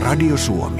Radio Suomi.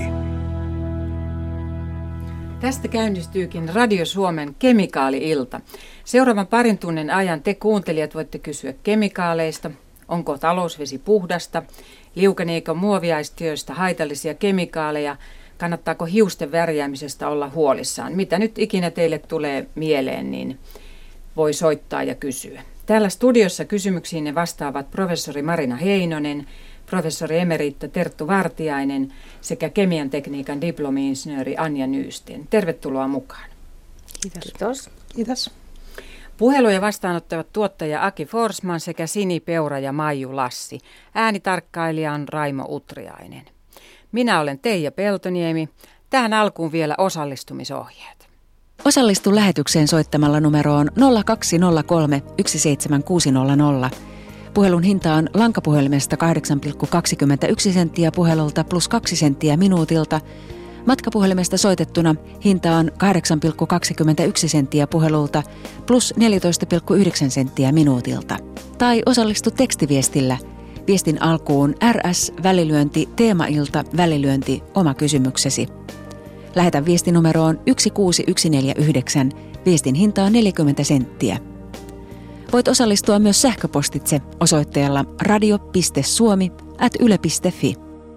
Tästä käynnistyykin Radio Suomen kemikaali-ilta. Seuraavan parin tunnin ajan te kuuntelijat voitte kysyä kemikaaleista, onko talousvesi puhdasta, liukeneeko muoviaistiöistä haitallisia kemikaaleja, kannattaako hiusten värjäämisestä olla huolissaan. Mitä nyt ikinä teille tulee mieleen, niin voi soittaa ja kysyä. Täällä studiossa kysymyksiin vastaavat professori Marina Heinonen, professori emerita Terttu Vartiainen sekä kemian tekniikan diplomi-insinööri Anja Nyysten. Tervetuloa mukaan. Kiitos. Kiitos. Puheluja vastaanottavat tuottaja Aki Forsman sekä Sini Peura ja Maiju Lassi. Äänitarkkailija on Raimo Utriainen. Minä olen Teija Peltoniemi. Tähän alkuun vielä osallistumisohjeet. Osallistu lähetykseen soittamalla numeroon 0203 17600. Puhelun hinta on lankapuhelimesta 8,21 senttiä puhelulta plus 2 senttiä minuutilta. Matkapuhelimesta soitettuna hinta on 8,21 senttiä puhelulta plus 14,9 senttiä minuutilta. Tai osallistu tekstiviestillä. Viestin alkuun RS välilyönti teemailta välilyönti oma kysymyksesi. Lähetä viestinumeroon 16149. Viestin hinta on 40 senttiä. Voit osallistua myös sähköpostitse osoitteella radio.suomi@yle.fi.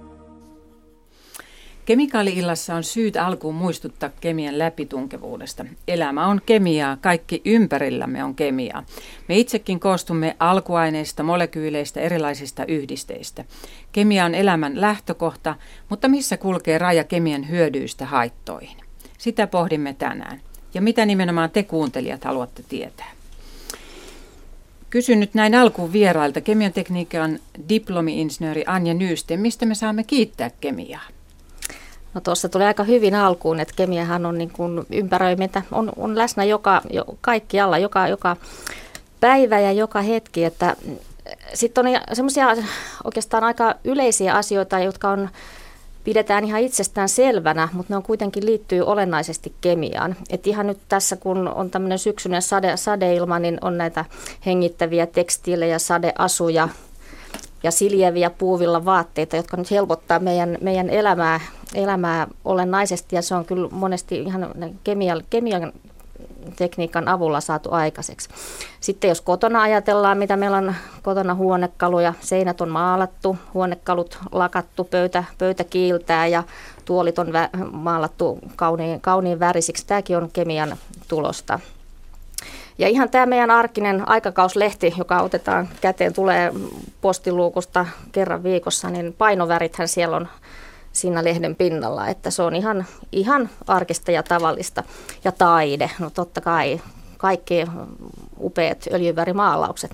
Kemikaali-illassa on syyt alkuun muistuttaa kemian läpitunkevuudesta. Elämä on kemiaa, kaikki ympärillämme on kemiaa. Me itsekin koostumme alkuaineista, molekyyleistä, erilaisista yhdisteistä. Kemia on elämän lähtökohta, mutta missä kulkee raja kemian hyödyistä haittoihin? Sitä pohdimme tänään. Ja mitä nimenomaan te kuuntelijat haluatte tietää? Kysyn nyt näin alkuun vierailta kemian tekniikan diplomi-insinööri Anja Nyysten, mistä me saamme kiittää kemiaa? No tuossa tuli aika hyvin alkuun, että kemiahan on niin kuin ympäröi meitä, on läsnä kaikkialla, joka päivä ja joka hetki. Että sitten on semmoisia oikeastaan aika yleisiä asioita, jotka pidetään ihan itsestään selvänä, mutta ne on kuitenkin liittyy olennaisesti kemiaan. Et ihan nyt tässä, kun on tämmöinen syksyinen sadeilma, niin on näitä hengittäviä tekstiilejä, sadeasuja ja siljeviä puuvilla vaatteita, jotka nyt helpottaa meidän elämää olennaisesti, ja se on kyllä monesti ihan kemian tekniikan avulla saatu aikaiseksi. Sitten jos kotona ajatellaan, mitä meillä on kotona huonekaluja, seinät on maalattu, huonekalut lakattu, pöytä kiiltää ja tuolit on maalattu kauniin värisiksi. Tämäkin on kemian tulosta. Ja ihan tämä meidän arkinen aikakauslehti, joka otetaan käteen, tulee postiluukusta kerran viikossa, niin painovärithän siellä on siinä lehden pinnalla, että se on ihan arkista ja tavallista. Ja taide, no totta kai kaikki upeat öljyvärimaalaukset,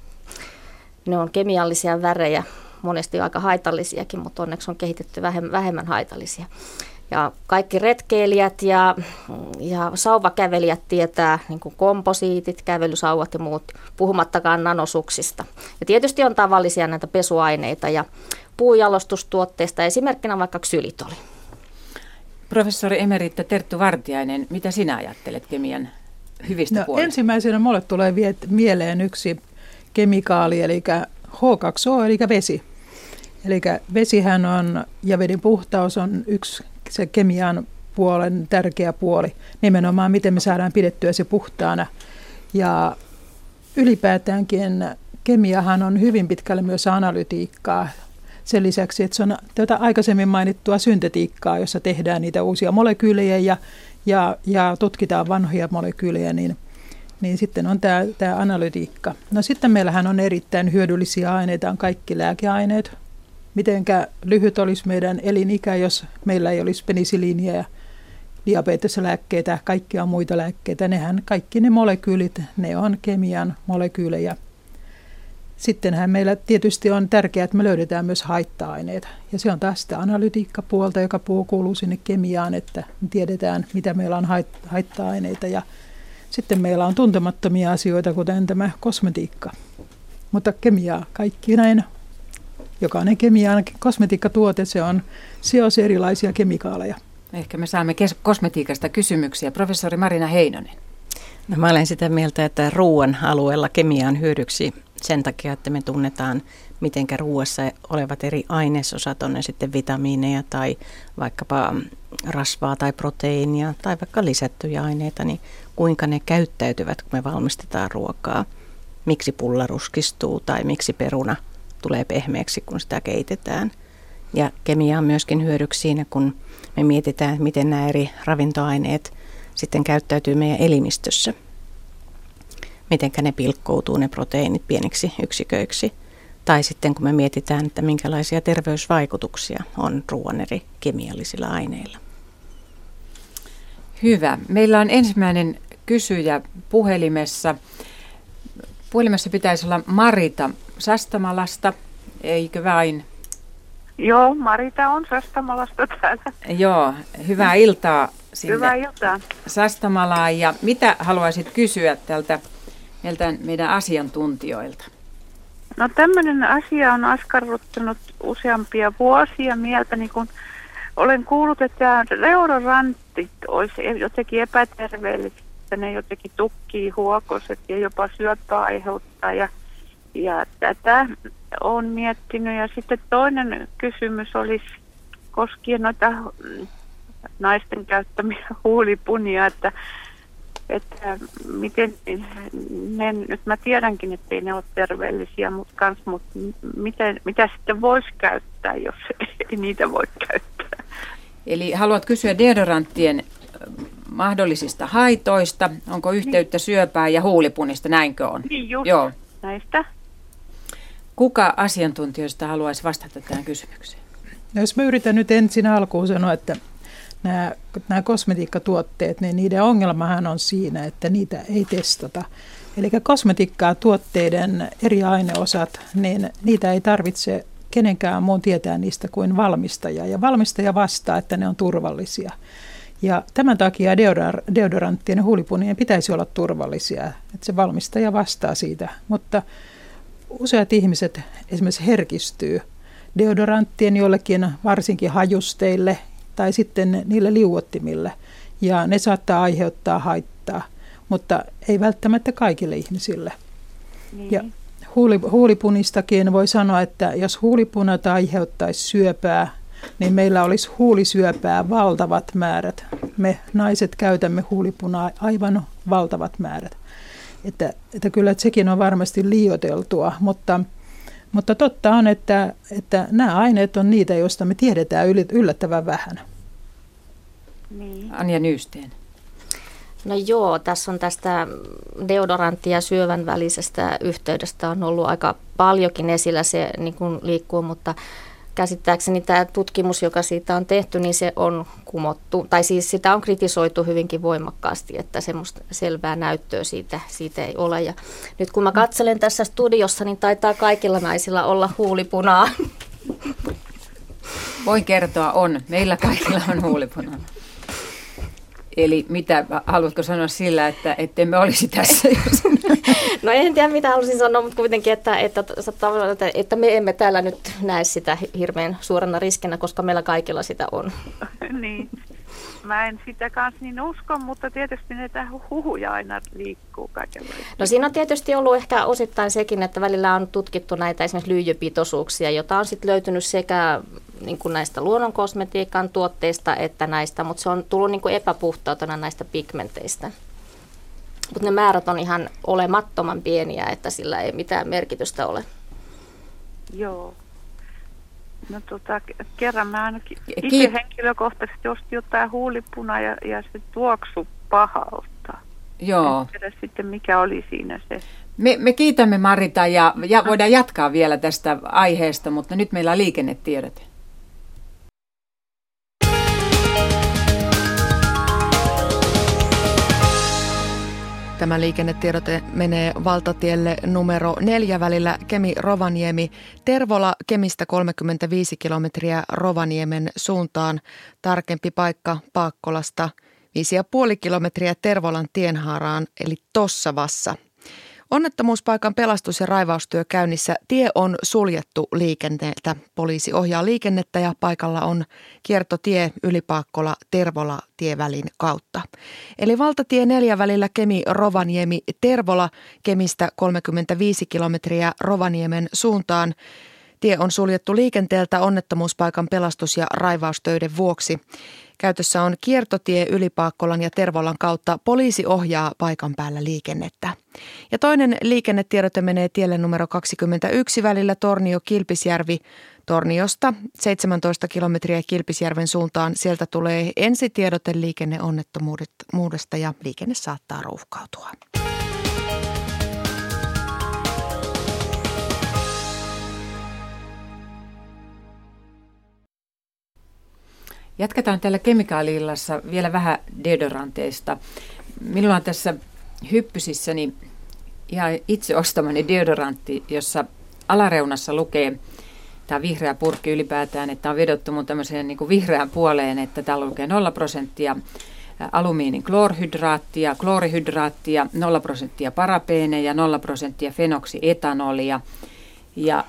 ne on kemiallisia värejä, monesti aika haitallisiakin, mutta onneksi on kehitetty vähemmän haitallisia. Ja kaikki retkeilijät ja sauvakävelijät tietää niin kuin komposiitit, kävelysauvat ja muut, puhumattakaan nanosuksista. Ja tietysti on tavallisia näitä pesuaineita ja puujalostustuotteista, esimerkkinä vaikka ksylitoli. Professori emerita Terttu Vartiainen, mitä sinä ajattelet kemian hyvistä puolista? Ensimmäisenä mulle tulee mieleen yksi kemikaali, eli H2O, eli vesi. Eli vesihän on, ja veden puhtaus on yksi se kemian puolen tärkeä puoli, nimenomaan miten me saadaan pidettyä se puhtaana. Ja ylipäätäänkin kemiahan on hyvin pitkälle myös analytiikkaa. Sen lisäksi, että se on tätä aikaisemmin mainittua syntetiikkaa, jossa tehdään niitä uusia molekyylejä ja tutkitaan vanhoja molekyylejä, niin sitten on tämä analytiikka. No sitten meillähän on erittäin hyödyllisiä aineita, on kaikki lääkeaineet. Mitenkä lyhyt olisi meidän elinikä, jos meillä ei olisi penisiliiniä ja diabeteslääkkeitä, kaikkia muita lääkkeitä. Kaikki ne molekyylit, ne on kemian molekyylejä. Sittenhän meillä tietysti on tärkeää, että me löydetään myös haitta-aineita. Ja se on taas sitä analytiikkapuolta, joka kuuluu sinne kemiaan, että me tiedetään, mitä meillä on haitta-aineita. Ja sitten meillä on tuntemattomia asioita, kuten tämä kosmetiikka. Mutta kemiaa kaikki näin. Jokainen kemian kosmetiikkatuote, se on erilaisia kemikaaleja. Ehkä me saamme kosmetiikasta kysymyksiä. Professori Marina Heinonen. No, mä olen sitä mieltä, että ruoan alueella kemia on hyödyksi sen takia, että me tunnetaan, mitenkä ruoassa olevat eri ainesosat, on ne sitten vitamiineja tai vaikkapa rasvaa tai proteiinia tai vaikka lisättyjä aineita, niin kuinka ne käyttäytyvät, kun me valmistetaan ruokaa. Miksi pulla ruskistuu tai miksi peruna tulee pehmeäksi, kun sitä keitetään. Ja kemia on myöskin hyödyksi siinä, kun me mietitään, miten nämä eri ravintoaineet sitten käyttäytyy meidän elimistössä. Mitenkä ne pilkkoutuu, ne proteiinit pieniksi yksiköiksi. Tai sitten kun me mietitään, että minkälaisia terveysvaikutuksia on ruoan eri kemiallisilla aineilla. Hyvä. Meillä on ensimmäinen kysyjä puhelimessa. Puhelimessa pitäisi olla Marita Sastamalasta, eikö vain? Joo, Marita on Sastamalasta täällä. Joo, hyvää iltaa sinne Hyvää iltaa. Sastamalaan. Ja mitä haluaisit kysyä tältä meidän asiantuntijoilta? No tämmöinen asia on askarruttanut useampia vuosia mieltäni, kun olen kuullut, että deodorantit olisi jotenkin epäterveellistä, ne jotenkin tukkii huokoset ja jopa syöpää aiheuttaa ja tätä olen miettinyt. Ja sitten toinen kysymys olisi koskien noita naisten käyttämiä huulipunia, että miten ne, nyt mä tiedänkin, että ei ne ole terveellisiä, mutta mitä sitten voisi käyttää, jos ei niitä voi käyttää? Eli haluat kysyä deodoranttien mahdollisista haitoista, onko yhteyttä syöpää ja huulipunista, näinkö on? Niin just, joo. Näistä. Kuka asiantuntijoista haluaisi vastata tähän kysymykseen? No jos mä yritän nyt ensin alkuun sanoa, että nämä kosmetiikkatuotteet, niin niiden ongelmahan on siinä, että niitä ei testata. Eli kosmetiikkaa tuotteiden eri aineosat, niin niitä ei tarvitse kenenkään muun tietää niistä kuin valmistaja. Ja valmistaja vastaa, että ne on turvallisia. Ja tämän takia deodoranttien ja huulipunien pitäisi olla turvallisia, että se valmistaja vastaa siitä. Mutta useat ihmiset esimerkiksi herkistyy deodoranttien jollekin varsinkin hajusteille tai sitten niille liuottimille, ja ne saattaa aiheuttaa haittaa, mutta ei välttämättä kaikille ihmisille. Niin. Ja huulipunistakin voi sanoa, että jos huulipunat aiheuttaisi syöpää, niin meillä olisi huulisyöpää valtavat määrät. Me naiset käytämme huulipunaa aivan valtavat määrät. Että kyllä että sekin on varmasti liioiteltua, mutta totta on, että nämä aineet on niitä, joista me tiedetään yllättävän vähän. Niin. Anja Nysteen. No joo, tässä on tästä deodorantti- ja syövän välisestä yhteydestä on ollut aika paljonkin esillä, se niin kuin liikkuu, mutta käsittääkseni tämä tutkimus, joka siitä on tehty, niin se on kumottu, tai siis sitä on kritisoitu hyvinkin voimakkaasti, että semmoista selvää näyttöä siitä ei ole. Ja nyt kun mä katselen tässä studiossa, niin taitaa kaikilla naisilla olla huulipunaa. Voin kertoa, on. Meillä kaikilla on huulipunaa. Eli mitä, haluatko sanoa sillä, että emme olisi tässä? No en tiedä mitä halusin sanoa, mutta kuitenkin, että me emme täällä nyt näe sitä hirveän suurena riskinä, koska meillä kaikilla sitä on. Niin. Mä en sitä kanssa niin usko, mutta tietysti näitä huhuja aina liikkuu kaikenlaista. No siinä on tietysti ollut ehkä osittain sekin, että välillä on tutkittu näitä esimerkiksi lyijypitoisuuksia, jota on sitten löytynyt sekä niin kuin näistä luonnonkosmetiikan tuotteista että näistä, mutta se on tullut niin kuin epäpuhtautena näistä pigmenteistä. Mutta ne määrät on ihan olemattoman pieniä, että sillä ei mitään merkitystä ole. Joo. No kerran mä ainakin itse henkilökohtaisesti ostin jotain huulipunaa ja se tuoksui pahalta. Joo. En tiedä sitten mikä oli siinä se. Me kiitämme Marita ja voidaan jatkaa vielä tästä aiheesta, mutta nyt meillä on liikennetiedote. Tämä liikennetiedote menee valtatielle numero 4 välillä Kemi-Rovaniemi. Tervola Kemistä 35 kilometriä Rovaniemen suuntaan. Tarkempi paikka Paakkolasta 5,5 kilometriä Tervolan tienhaaraan eli Tossavassa. Onnettomuuspaikan pelastus- ja raivaustyö käynnissä. Tie on suljettu liikenteeltä. Poliisi ohjaa liikennettä ja paikalla on kiertotie Ylipaakkola-Tervola tievälin kautta. Eli valtatie 4 välillä Kemi-Rovaniemi-Tervola, Kemistä 35 kilometriä Rovaniemen suuntaan. Tie on suljettu liikenteeltä onnettomuuspaikan pelastus- ja raivaustöiden vuoksi. Käytössä on kiertotie Ylipaakkolan ja Tervolan kautta. Poliisi ohjaa paikan päällä liikennettä. Ja toinen liikennetiedote menee tielle numero 21 välillä Tornio-Kilpisjärvi. Torniosta 17 kilometriä Kilpisjärven suuntaan. Sieltä tulee ensitiedote liikenneonnettomuudesta ja liikenne saattaa ruuhkautua. Jatketaan täällä Kemikaali-illassa vielä vähän deodoranteista. Minulla on tässä hyppysissäni ihan itse ostamani deodorantti, jossa alareunassa lukee, tämä on vihreä purkki ylipäätään, että on vedottu mun tämmöiseen niin kuin vihreään puoleen, että täällä lukee 0% alumiinin kloorihydraattia, 0% parabeeneja, 0% fenoksietanolia. Ja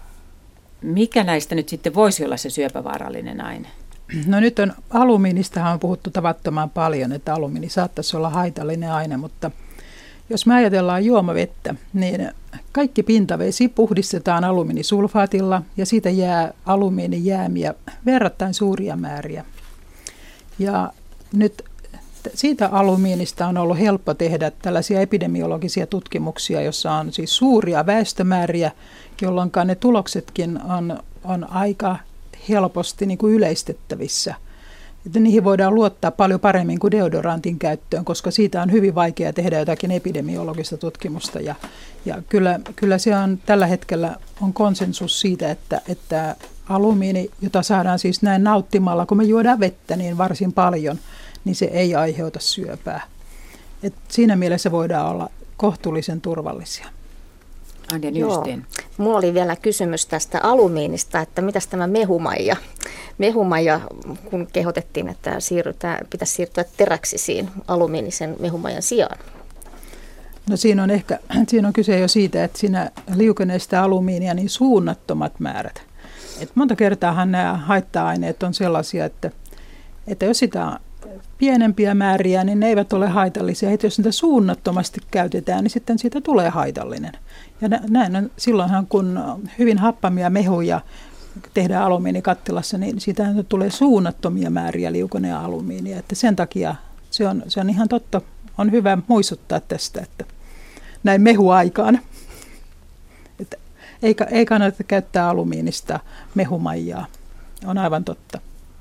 mikä näistä nyt sitten voisi olla se syöpävaarallinen aine? No nyt alumiinistahan on puhuttu tavattoman paljon, että alumiini saattaisi olla haitallinen aine, mutta jos me ajatellaan juomavettä, niin kaikki pintavesi puhdistetaan alumiinisulfaatilla ja siitä jää alumiinijäämiä verrattain suuria määriä. Ja nyt siitä alumiinista on ollut helppo tehdä tällaisia epidemiologisia tutkimuksia, jossa on siis suuria väestömääriä, jolloin ne tuloksetkin on aika helposti niin kuin yleistettävissä. Että niihin voidaan luottaa paljon paremmin kuin deodorantin käyttöön, koska siitä on hyvin vaikea tehdä jotakin epidemiologista tutkimusta. Ja kyllä se on tällä hetkellä on konsensus siitä, että alumiini, jota saadaan siis näin nauttimalla, kun me juodaan vettä niin varsin paljon, niin se ei aiheuta syöpää. Et siinä mielessä voidaan olla kohtuullisen turvallisia. Anja Nysteen. Mulla oli vielä kysymys tästä alumiinista, että mitäs tämä mehumaija, kun kehotettiin, että pitäisi siirtyä teräksisiin alumiinisen mehumajan sijaan. No siinä on kyse jo siitä, että siinä liukenee sitä alumiinia niin suunnattomat määrät. Et monta kertaahan nämä haitta-aineet on sellaisia, että jos sitä on pienempiä määriä, niin ne eivät ole haitallisia. Että jos niitä suunnattomasti käytetään, niin sitten siitä tulee haitallinen. Ja näin on silloinhan, kun hyvin happamia mehuja tehdään alumiinikattilassa, niin siitä tulee suunnattomia määriä liukonea alumiinia. Että sen takia se on ihan totta. On hyvä muistuttaa tästä, että näin mehuaikaan. Että ei kannata käyttää alumiinista mehumaijaa. On aivan totta.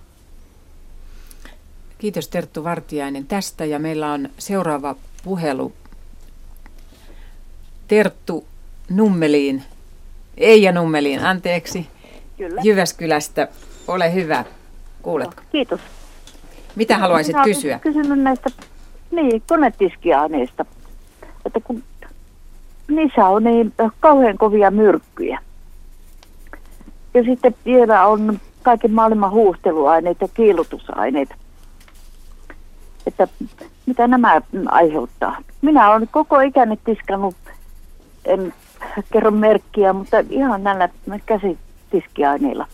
Kiitos Terttu Vartiainen tästä ja meillä on seuraava puhelu. Terttu Eija Nummeliin, anteeksi. Kyllä. Jyväskylästä. Ole hyvä. Kuuletko? Kiitos. Mitä haluaisit kysyä? Kysynyt näistä konetiskiaineista, että kun niissä on niin kauhean kovia myrkkyjä. Ja sitten vielä on kaiken maailman huusteluaineita ja kiillotusaineita. Että mitä nämä aiheuttaa. Minä olen koko ikäni tiskannut, en kerro merkkiä, mutta ihan näillä käsitiskiaineilla.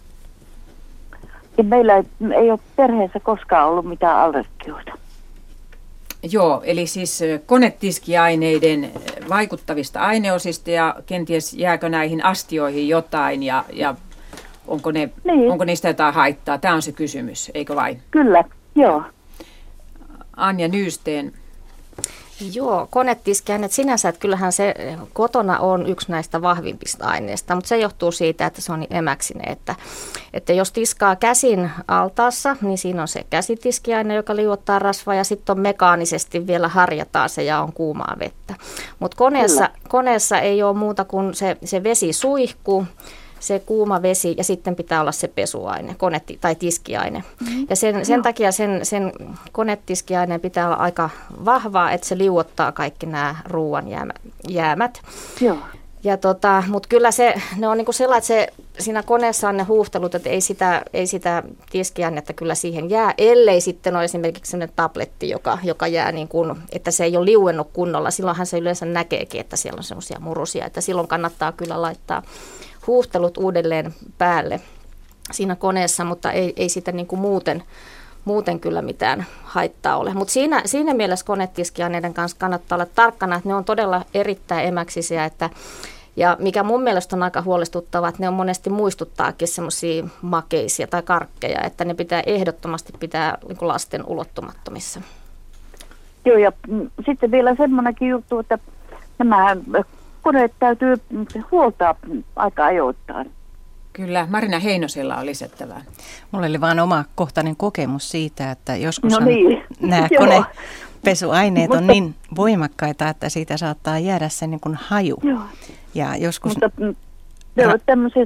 Ja meillä ei ole perheessä koskaan ollut mitään allergioita. Joo, eli siis konetiskiaineiden vaikuttavista aineosista ja kenties jääkö näihin astioihin jotain ja onko niistä jotain haittaa? Tämä on se kysymys, eikö vain? Kyllä, joo. Anja Nysteen. Joo, konetiskiaineet sinänsä, että kyllähän se kotona on yksi näistä vahvimpista aineista, mutta se johtuu siitä, että se on niin emäksinen, että jos tiskaa käsin altaassa, niin siinä on se käsitiskiaine, joka liuottaa rasvaa ja sitten on mekaanisesti vielä harjataan se ja on kuumaa vettä. Mutta koneessa ei ole muuta kuin se vesi suihku, se kuuma vesi ja sitten pitää olla se pesuaine, tai tiskiaine. Mm-hmm. Ja sen takia sen konetiskiaineen pitää olla aika vahvaa, että se liuottaa kaikki nämä ruoan jäämät. Joo. Ja mutta kyllä ne on niinku sellainen, että siinä koneessa on ne huuhtelut, että ei sitä tiskiainetta kyllä siihen jää, ellei sitten ole esimerkiksi sellainen tabletti, joka jää niin kuin, että se ei ole liuennut kunnolla. Silloinhan se yleensä näkeekin, että siellä on semmoisia murusia, että silloin kannattaa kyllä laittaa huuhtelut uudelleen päälle siinä koneessa, mutta ei sitä niin kuin muuten kyllä mitään haittaa ole. Mutta siinä mielessä konetiskiaineiden kanssa kannattaa olla tarkkana, että ne on todella erittäin emäksisiä, ja mikä mun mielestä on aika huolestuttavaa, että ne on monesti muistuttaakin semmoisia makeisia tai karkkeja, että ne pitää ehdottomasti pitää niin kuin lasten ulottumattomissa. Joo, ja sitten vielä semmoinenkin juttu, että nämä koneet täytyy huoltaa aika ajoittain. Kyllä, Marina Heinosella on lisättävää. Mulla oli vaan oma kohtainen kokemus siitä, että joskus nämä konepesuaineet on niin voimakkaita, että siitä saattaa jäädä se niin kuin haju. Joo. Ja joskus... Mutta tämmöiset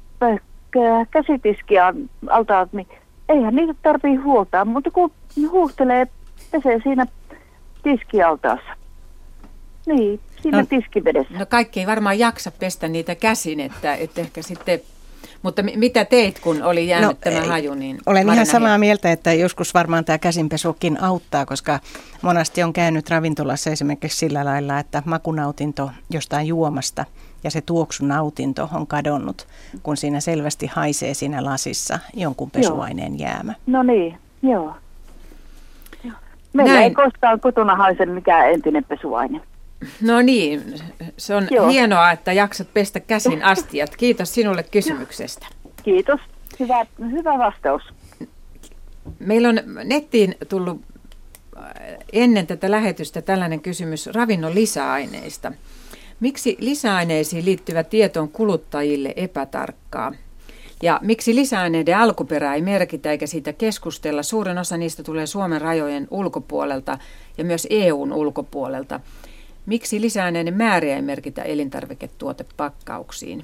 käsitiskiä altaat, niin eihän niitä tarvitse huoltaa, mutta kun huuhtelee, pesee siinä tiskialtaassa. Niin, siinä tiskivedessä. No kaikki ei varmaan jaksa pestä niitä käsin, että ehkä sitten... Mutta mitä teit, kun oli jäänyt tämä haju? Niin olen ihan samaa mieltä, että joskus varmaan tämä käsinpesukin auttaa, koska monasti on käynyt ravintolassa esimerkiksi sillä lailla, että makunautinto jostain juomasta ja se tuoksunautinto on kadonnut, kun siinä selvästi haisee siinä lasissa jonkun pesuaineen jäämä. No niin, joo. Meillä ei koskaan kotona haise mikään entinen pesuaine. No niin, se on hienoa, että jaksat pestä käsin astiat. Kiitos sinulle kysymyksestä. Kiitos, hyvä vastaus. Meillä on nettiin tullut ennen tätä lähetystä tällainen kysymys ravinnon lisäaineista. Miksi lisäaineisiin liittyvä tieto on kuluttajille epätarkkaa? Ja miksi lisäaineiden alkuperää ei merkitä eikä siitä keskustella? Suurin osa niistä tulee Suomen rajojen ulkopuolelta ja myös EUn ulkopuolelta. Miksi lisäaineiden määriä ei merkitä elintarviketuotepakkauksiin?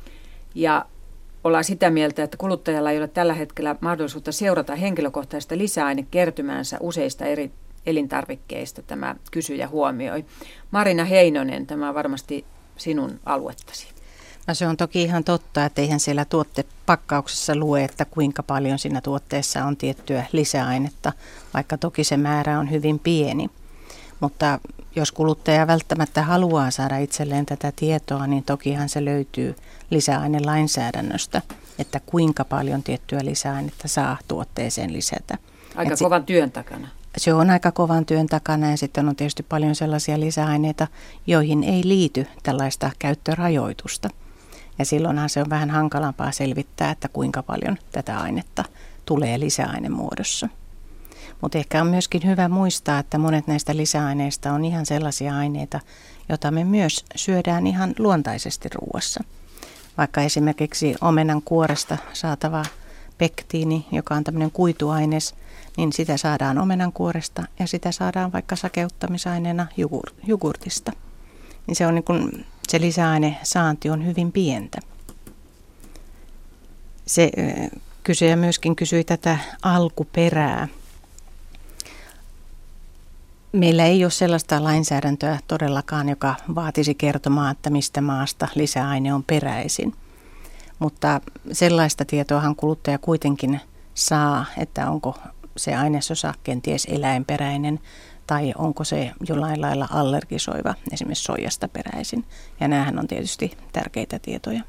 Ja ollaan sitä mieltä, että kuluttajalla ei ole tällä hetkellä mahdollisuutta seurata henkilökohtaista lisäainekertymäänsä useista eri elintarvikkeista, tämä kysyjä huomioi. Marina Heinonen, tämä on varmasti sinun aluettasi. No se on toki ihan totta, että eihän siellä tuottepakkauksessa lue, että kuinka paljon siinä tuotteessa on tiettyä lisäainetta, vaikka toki se määrä on hyvin pieni. Mutta jos kuluttaja välttämättä haluaa saada itselleen tätä tietoa, niin tokihan se löytyy lisäainelainsäädännöstä, että kuinka paljon tiettyä lisäainetta saa tuotteeseen lisätä. Aika kovan työn takana. Se on aika kovan työn takana ja sitten on tietysti paljon sellaisia lisäaineita, joihin ei liity tällaista käyttörajoitusta. Ja silloinhan se on vähän hankalampaa selvittää, että kuinka paljon tätä ainetta tulee lisäainemuodossa. Mutta ehkä on myöskin hyvä muistaa, että monet näistä lisäaineista on ihan sellaisia aineita, joita me myös syödään ihan luontaisesti ruuassa. Vaikka esimerkiksi omenan kuoresta saatava pektiini, joka on tämmöinen kuituaines, niin sitä saadaan omenan kuoresta ja sitä saadaan vaikka sakeuttamisaineena jogurtista. Niin se on niin kuin, se lisäainesaanti on hyvin pientä. Se kysyjä myöskin kysyi tätä alkuperää. Meillä ei ole sellaista lainsäädäntöä todellakaan, joka vaatisi kertomaan, että mistä maasta lisäaine on peräisin. Mutta sellaista tietoahan kuluttaja kuitenkin saa, että onko se ainesosa kenties eläinperäinen tai onko se jollain lailla allergisoiva, esimerkiksi soijasta peräisin. Ja näähän on tietysti tärkeitä tietoja.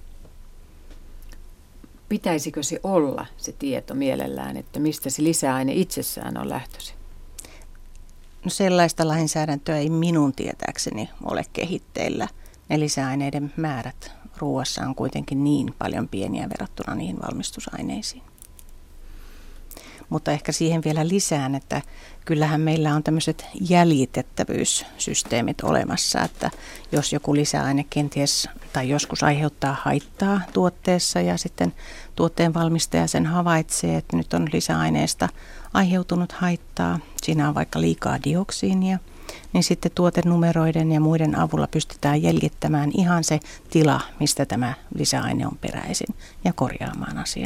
Pitäisikö se olla se tieto mielellään, että mistä se lisäaine itsessään on lähtöisin? No sellaista lainsäädäntöä ei minun tietääkseni ole kehitteillä. Ne lisäaineiden määrät ruoassa on kuitenkin niin paljon pieniä verrattuna niihin valmistusaineisiin. Mutta ehkä siihen vielä lisään, että kyllähän meillä on tämmöiset jäljitettävyyssysteemit olemassa, että jos joku lisäaine kenties tai joskus aiheuttaa haittaa tuotteessa ja sitten tuotteen valmistaja sen havaitsee, että nyt on lisäaineesta aiheutunut haittaa, siinä on vaikka liikaa dioksiinia, niin sitten tuotenumeroiden ja muiden avulla pystytään jäljittämään ihan se tila, mistä tämä lisäaine on peräisin ja korjaamaan asiaa.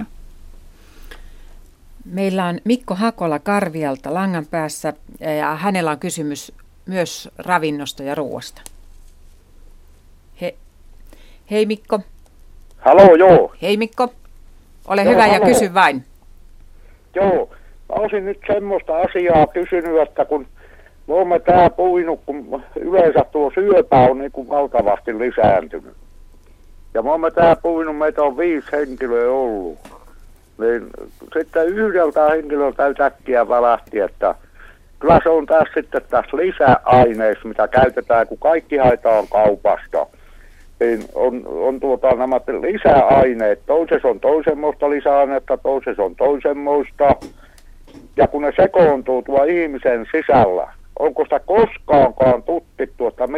Meillä on Mikko Hakola Karvialta langan päässä ja hänellä on kysymys myös ravinnosta ja ruoasta. Hei Mikko. Halo, joo. Hei Mikko, ole Joo, hyvä ja halo. kysy vain. Joo, mä olisin nyt semmoista asiaa kysynyt, että kun me olemme tää puinut, kun yleensä tuo syöpä on niin kuin valtavasti lisääntynyt. Ja me olemme tää puinut, meitä on 5 henkilöä ollut. Niin sitten yhdeltä henkilöltä yhtäkkiä välähti, että kyllä se on tässä sitten tässä lisäaineissa, mitä käytetään, kun kaikki haetaan kaupasta. Niin on nämä lisäaineet. Toisessa on toisemmoista lisäainetta, toisessa on toisemmoista. Ja kun ne sekoontuu tuo ihmisen sisällä, onko sitä koskaankaan tutkittu, että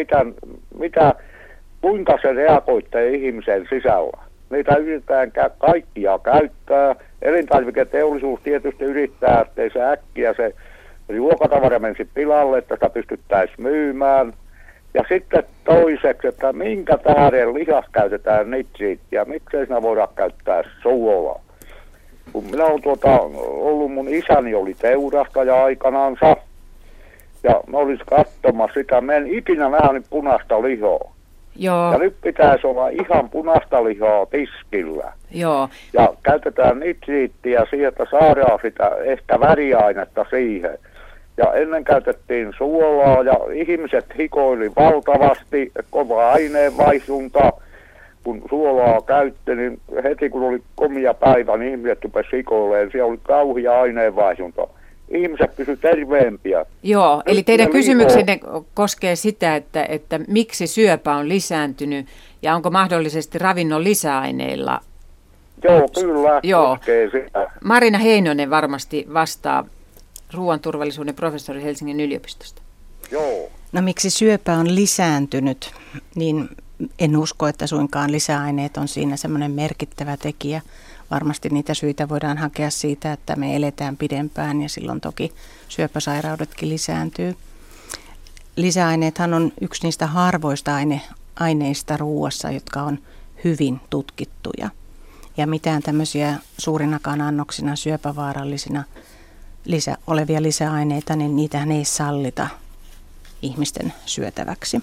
kuinka se reagoittaa ihmisen sisällä? Niitä yritetään kaikkia käyttää. Elintarviketeollisuus tietysti yrittää, ettei se äkkiä se ruokatavara menisi pilalle, että sitä pystyttäisiin myymään. Ja sitten toiseksi, että minkä tähden lihas käytetään nitriittiä, miksei siinä voida käyttää suolaa. Kun minä olen ollut, mun isäni oli teurastaja aikanaansa, ja mä olisin katsomassa sitä, mä en ikinä nähnyt punaista lihaa. Joo. Ja nyt pitäisi olla ihan punaista lihaa tiskillä. Joo. Ja käytetään nitriittiä siihen, että saadaan sitä ehkä väriainetta siihen. Ja ennen käytettiin suolaa ja ihmiset hikoili valtavasti, kova aineenvaihdunta. Kun suolaa käytti, niin heti kun oli komia päivä, niin ihmiset rupesivat hikoilemaan. Siellä oli kauhia aineenvaihdunta. Ihmiset pysyivät terveempiä. Joo, eli teidän kysymyksenne koskee sitä, että miksi syöpä on lisääntynyt ja onko mahdollisesti ravinnon lisäaineilla. Joo, kyllä, Joo. koskee sitä. Marina Heinonen varmasti vastaa ruoanturvallisuuden professori Helsingin yliopistosta. Joo. No miksi syöpä on lisääntynyt, niin en usko, että suinkaan lisäaineet on siinä semmoinen merkittävä tekijä. Varmasti niitä syitä voidaan hakea siitä, että me eletään pidempään ja silloin toki syöpäsairaudetkin lisääntyy. Lisäaineethan on yksi niistä harvoista aineista ruuassa, jotka on hyvin tutkittuja. Ja mitään tämmöisiä suurinakaan annoksina syöpävaarallisina olevia lisäaineita, niin niitähän ei sallita ihmisten syötäväksi.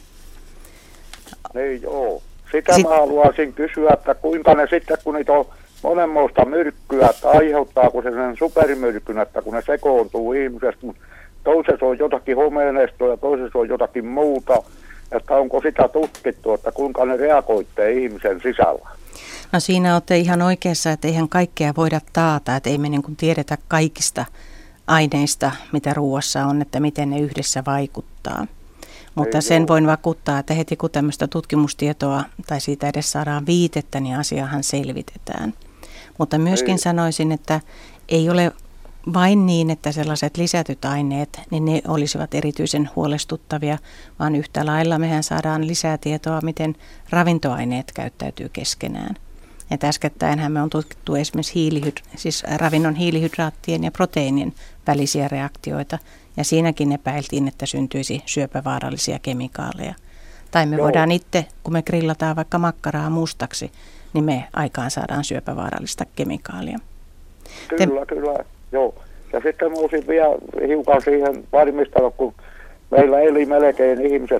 Niin joo. Sitä mä haluaisin kysyä, että kuinka ne sitten, kun niitä on monenmoista myrkkyä, että aiheuttaako se sen supermyrkyn, että kun ne sekoontuu ihmisestä, mutta toisessa on jotakin homeenestoa ja toisessa on jotakin muuta, että onko sitä tutkittu, että kuinka ne reagoitte ihmisen sisällä? No siinä olette ihan oikeassa, että eihän kaikkea voida taata, että ei me niin kuin tiedetä kaikista aineista, mitä ruuassa on, että miten ne yhdessä vaikuttaa. Mutta sen voin vakuuttaa, että heti kun tämmöistä tutkimustietoa tai siitä edes saadaan viitettä, niin asiahan selvitetään. Mutta myöskin sanoisin, että ei ole vain niin, että sellaiset lisätyt aineet, niin ne olisivat erityisen huolestuttavia, vaan yhtä lailla mehän saadaan lisää tietoa, miten ravintoaineet käyttäytyy keskenään. Ja äskettäinhän me on tutkittu esimerkiksi ravinnon hiilihydraattien ja proteiinien välisiä reaktioita, ja siinäkin epäiltiin, että syntyisi syöpävaarallisia kemikaaleja. Tai me voidaan itse, kun me grillataan vaikka makkaraa mustaksi, niin me aikaan saadaan syöpävaarallista kemikaalia. Kyllä, joo. Ja sitten mä olisin vielä hiukan siihen varmistanut, kun meillä eli melkein ihmiset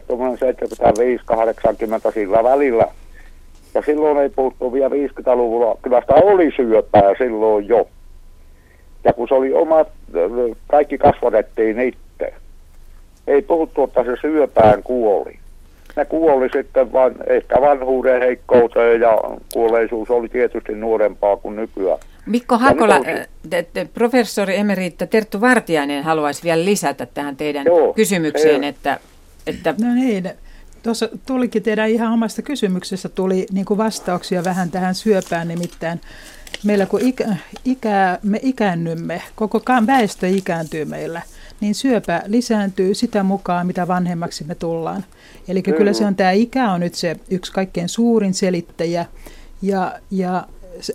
75-80 sillä välillä. Ja silloin ei puhuttu vielä 50-luvulla, kyllä sitä oli syöpää silloin jo. Ja kun se oli omat, kaikki kasvatettiin itse. Ei puhuttu, että se syöpään kuoli. Ne kuoli sitten vain ehkä vanhuuden heikkouteen ja kuolleisuus oli tietysti nuorempaa kuin nykyään. Mikko Hakola, professori emerita Terttu Vartiainen haluaisi vielä lisätä tähän teidän kysymykseen, että... No niin, tuossa tulikin teidän ihan omasta kysymyksestä tuli niin kuin vastauksia vähän tähän syöpään, nimittäin meillä kun me ikäännymme, koko väestö ikääntyy meillä, niin syöpä lisääntyy sitä mukaan, mitä vanhemmaksi me tullaan. Eli kyllä se on tämä ikä on nyt se yksi kaikkein suurin selittäjä ja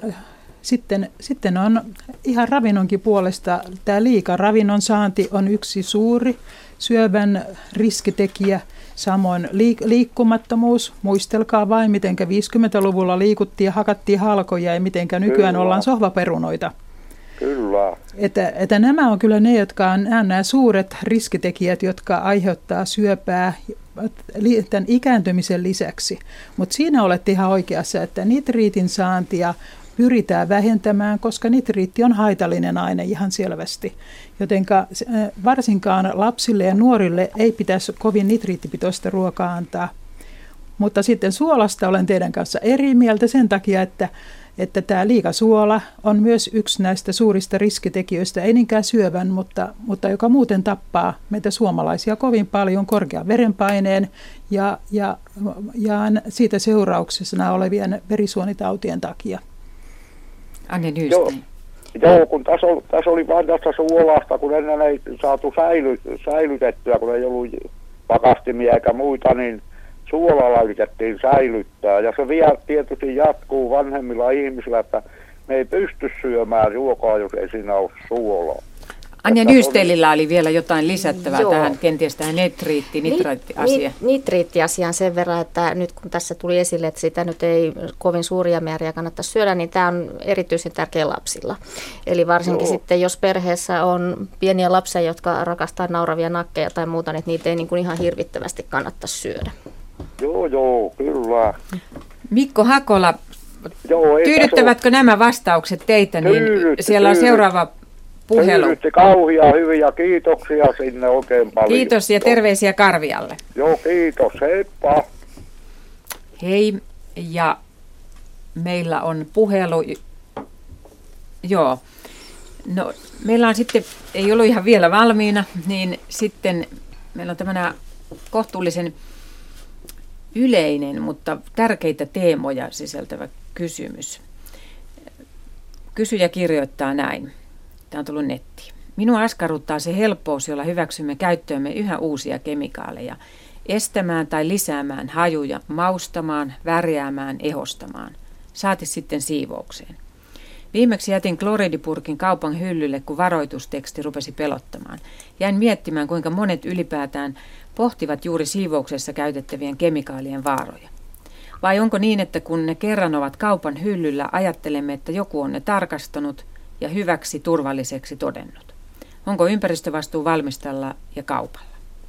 sitten on ihan ravinnonkin puolesta tämä liika ravinnon saanti on yksi suuri syövän riskitekijä. Samoin liikkumattomuus. Muistelkaa vain, miten 50-luvulla liikuttiin ja hakattiin halkoja ja miten nykyään ollaan sohvaperunoita. Kyllä. Että nämä on kyllä ne, jotka on nämä suuret riskitekijät, jotka aiheuttaa syöpää tämän ikääntymisen lisäksi. Mutta siinä olette ihan oikeassa, että nitriitin saantia pyritään vähentämään, koska nitriitti on haitallinen aine ihan selvästi. Jotenka varsinkaan lapsille ja nuorille ei pitäisi kovin nitriittipitoista ruokaa antaa. Mutta sitten suolasta olen teidän kanssa eri mieltä sen takia, että tämä liikasuola on myös yksi näistä suurista riskitekijöistä, ei niinkään syövän, mutta joka muuten tappaa meitä suomalaisia kovin paljon korkean verenpaineen ja siitä seurauksena olevien verisuonitautien takia. Anja Nystein. Joo, kun tässä oli vanhasta suolasta, kun ennen ei saatu säilytettyä, kun ei ollut pakastimia eikä muita, niin suolalla yritettiin säilyttää. Ja se vielä tietysti jatkuu vanhemmilla ihmisillä, että me ei pysty syömään ruokaa, jos ei siinä ole suolaa. Anja Nysteinillä oli vielä jotain lisättävää tähän, kenties tähän nitraattiasiaan. Nitriittiasiaan sen verran, että nyt kun tässä tuli esille, että sitä nyt ei kovin suuria määriä kannata syödä, niin tämä on erityisen tärkeä lapsilla. Eli varsinkin sitten, jos perheessä on pieniä lapsia, jotka rakastaa nauravia nakkeja tai muuta, niin niitä ei niin kuin ihan hirvittävästi kannattaisi syödä. Joo, kyllä. Mikko Hakola, tyydyttävätkö nämä vastaukset teitä? Niin siellä on seuraava puhelu. Tyydytti kauhia hyviä, kiitoksia sinne oikein paljon. Kiitos ja terveisiä Karvialle. Joo, kiitos, heippa. Hei, ja meillä on puhelu. Joo, no meillä on sitten, ei ollut ihan vielä valmiina, niin sitten meillä on tämmöinen kohtuullisen yleinen, mutta tärkeitä teemoja sisältävä kysymys. Kysyjä kirjoittaa näin. Tämä on tullut nettiin. Minua askarruttaa se helppous, jolla hyväksymme käyttöömme yhä uusia kemikaaleja, estämään tai lisäämään hajuja, maustamaan, värjäämään, ehostamaan. Saati sitten siivoukseen. Viimeksi jätin kloridipurkin kaupan hyllylle, kun varoitusteksti rupesi pelottamaan. Jäin miettimään, kuinka monet ylipäätään pohtivat juuri siivouksessa käytettävien kemikaalien vaaroja. Vai onko niin, että kun ne kerran ovat kaupan hyllyllä, ajattelemme, että joku on ne tarkastanut ja hyväksi turvalliseksi todennut? Onko ympäristövastuu valmistella ja kaupalla?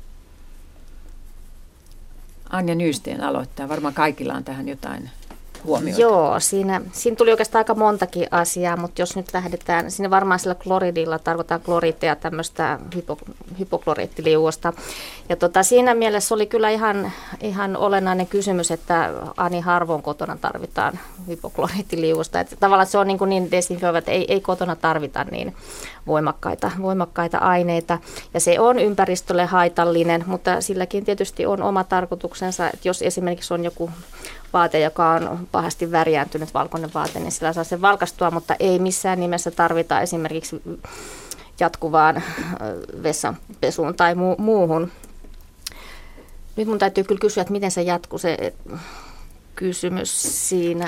Anja Nystein aloittaa. Varmaan kaikilla on tähän jotain huomioita. Joo, siinä tuli oikeastaan aika montakin asiaa, mutta jos nyt lähdetään, siinä varmaan sillä kloridilla tarkoittaa kloriitteja tämmöistä hypokloriittiliuosta. Ja siinä mielessä oli kyllä ihan olennainen kysymys, että ani harvoin kotona tarvitaan hypokloriittiliuosta. Että tavallaan se on niin desinfioiva, että ei kotona tarvita niin voimakkaita aineita. Ja se on ympäristölle haitallinen, mutta silläkin tietysti on oma tarkoituksensa, että jos esimerkiksi on joku vaate, joka on pahasti värjääntynyt, valkoinen vaate, niin sillä saa sen valkastua, mutta ei missään nimessä tarvita esimerkiksi jatkuvaan vessanpesuun tai muuhun. Nyt mun täytyy kyllä kysyä, että miten se jatkuu se kysymys siinä,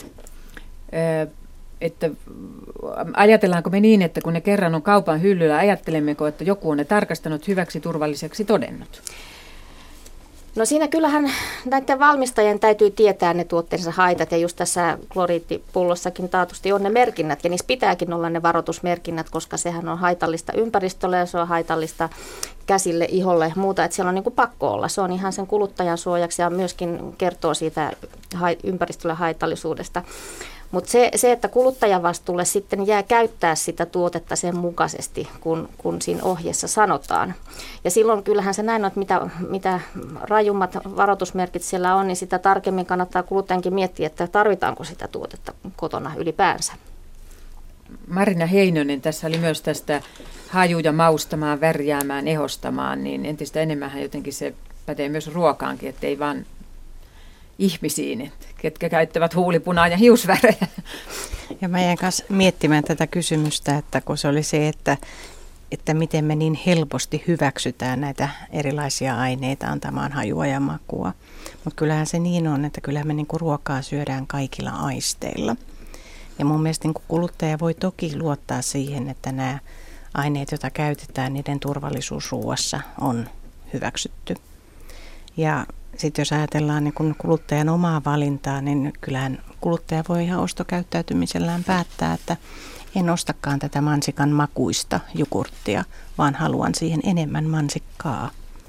että ajatellaanko me niin, että kun ne kerran on kaupan hyllyllä, ajattelemmeko, että joku on ne tarkastanut hyväksi turvalliseksi todennut? No siinä kyllähän näiden valmistajien täytyy tietää ne tuotteensa haitat, ja just tässä kloriittipullossakin taatusti on ne merkinnät, ja niissä pitääkin olla ne varoitusmerkinnät, koska sehän on haitallista ympäristölle ja se on haitallista käsille, iholle ja muuta, että siellä on niin kuin pakko olla. Se on ihan sen kuluttajan suojaksi ja myöskin kertoo siitä ympäristölle haitallisuudesta. Mutta se, että kuluttajan vastuulle sitten jää käyttää sitä tuotetta sen mukaisesti, kun siinä ohjeessa sanotaan. Ja silloin kyllähän se näin on, että mitä rajummat varoitusmerkit siellä on, niin sitä tarkemmin kannattaa kuluttajankin miettiä, että tarvitaanko sitä tuotetta kotona ylipäänsä. Marina Heinönen, tässä oli myös tästä hajuja maustamaan, värjäämään, ehostamaan, niin entistä enemmän jotenkin se pätee myös ruokaankin, ettei vaan ihmisiin, ketkä käyttävät huulipunaa ja hiusvärejä. Ja mä jäin kanssa miettimään tätä kysymystä, että kun se oli se, että miten me niin helposti hyväksytään näitä erilaisia aineita antamaan hajua ja makua. Mutta kyllähän se niin on, että kyllähän me niinku ruokaa syödään kaikilla aisteilla. Ja mun mielestä niinku kuluttaja voi toki luottaa siihen, että nämä aineet, joita käytetään, niiden turvallisuus ruoassa on hyväksytty. Ja sitten jos ajatellaan niin kun kuluttajan omaa valintaa, niin kyllähän kuluttaja voi ihan ostokäyttäytymisellään päättää, että en ostakaan tätä mansikan makuista jogurttia, vaan haluan siihen enemmän mansikkaa.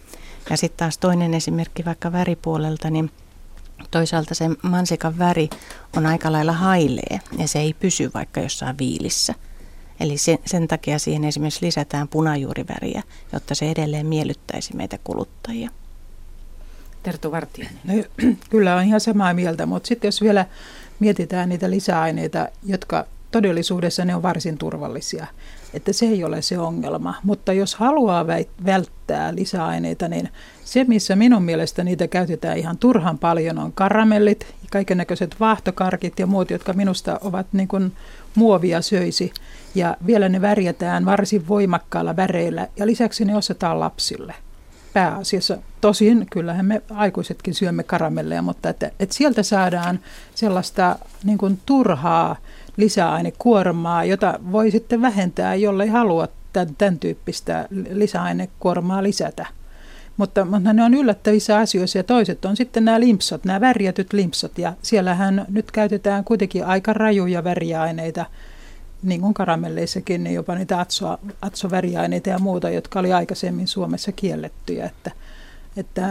Ja sitten taas toinen esimerkki vaikka väripuolelta, niin toisaalta se mansikan väri on aika lailla hailee ja se ei pysy vaikka jossain viilissä. Eli sen takia siihen esimerkiksi lisätään punajuuriväriä, jotta se edelleen miellyttäisi meitä kuluttajia. Terttu Vartiainen. No, kyllä on ihan samaa mieltä, mutta sitten jos vielä mietitään niitä lisäaineita, jotka todellisuudessa ne on varsin turvallisia, että se ei ole se ongelma. Mutta jos haluaa välttää lisäaineita, niin se, missä minun mielestä niitä käytetään ihan turhan paljon, on karamellit, kaikennäköiset vaahtokarkit ja muut, jotka minusta ovat niin kuin muovia söisi. Ja vielä ne värjätään varsin voimakkaalla väreillä ja lisäksi ne ostetaan lapsille. Pääasiassa, tosin kyllähän me aikuisetkin syömme karamelleja, mutta että sieltä saadaan sellaista niin kuin turhaa lisäainekuormaa, jota voi sitten vähentää, jollei halua tämän tyyppistä lisäainekuormaa lisätä. Mutta ne on yllättävissä asioissa ja toiset on sitten nämä limpsot, nämä värjätyt limpsot ja siellähän nyt käytetään kuitenkin aika rajuja väriaineita, niin kuin karamelleissakin, niin jopa niitä atsoväriaineita ja muuta, jotka oli aikaisemmin Suomessa kiellettyjä. Että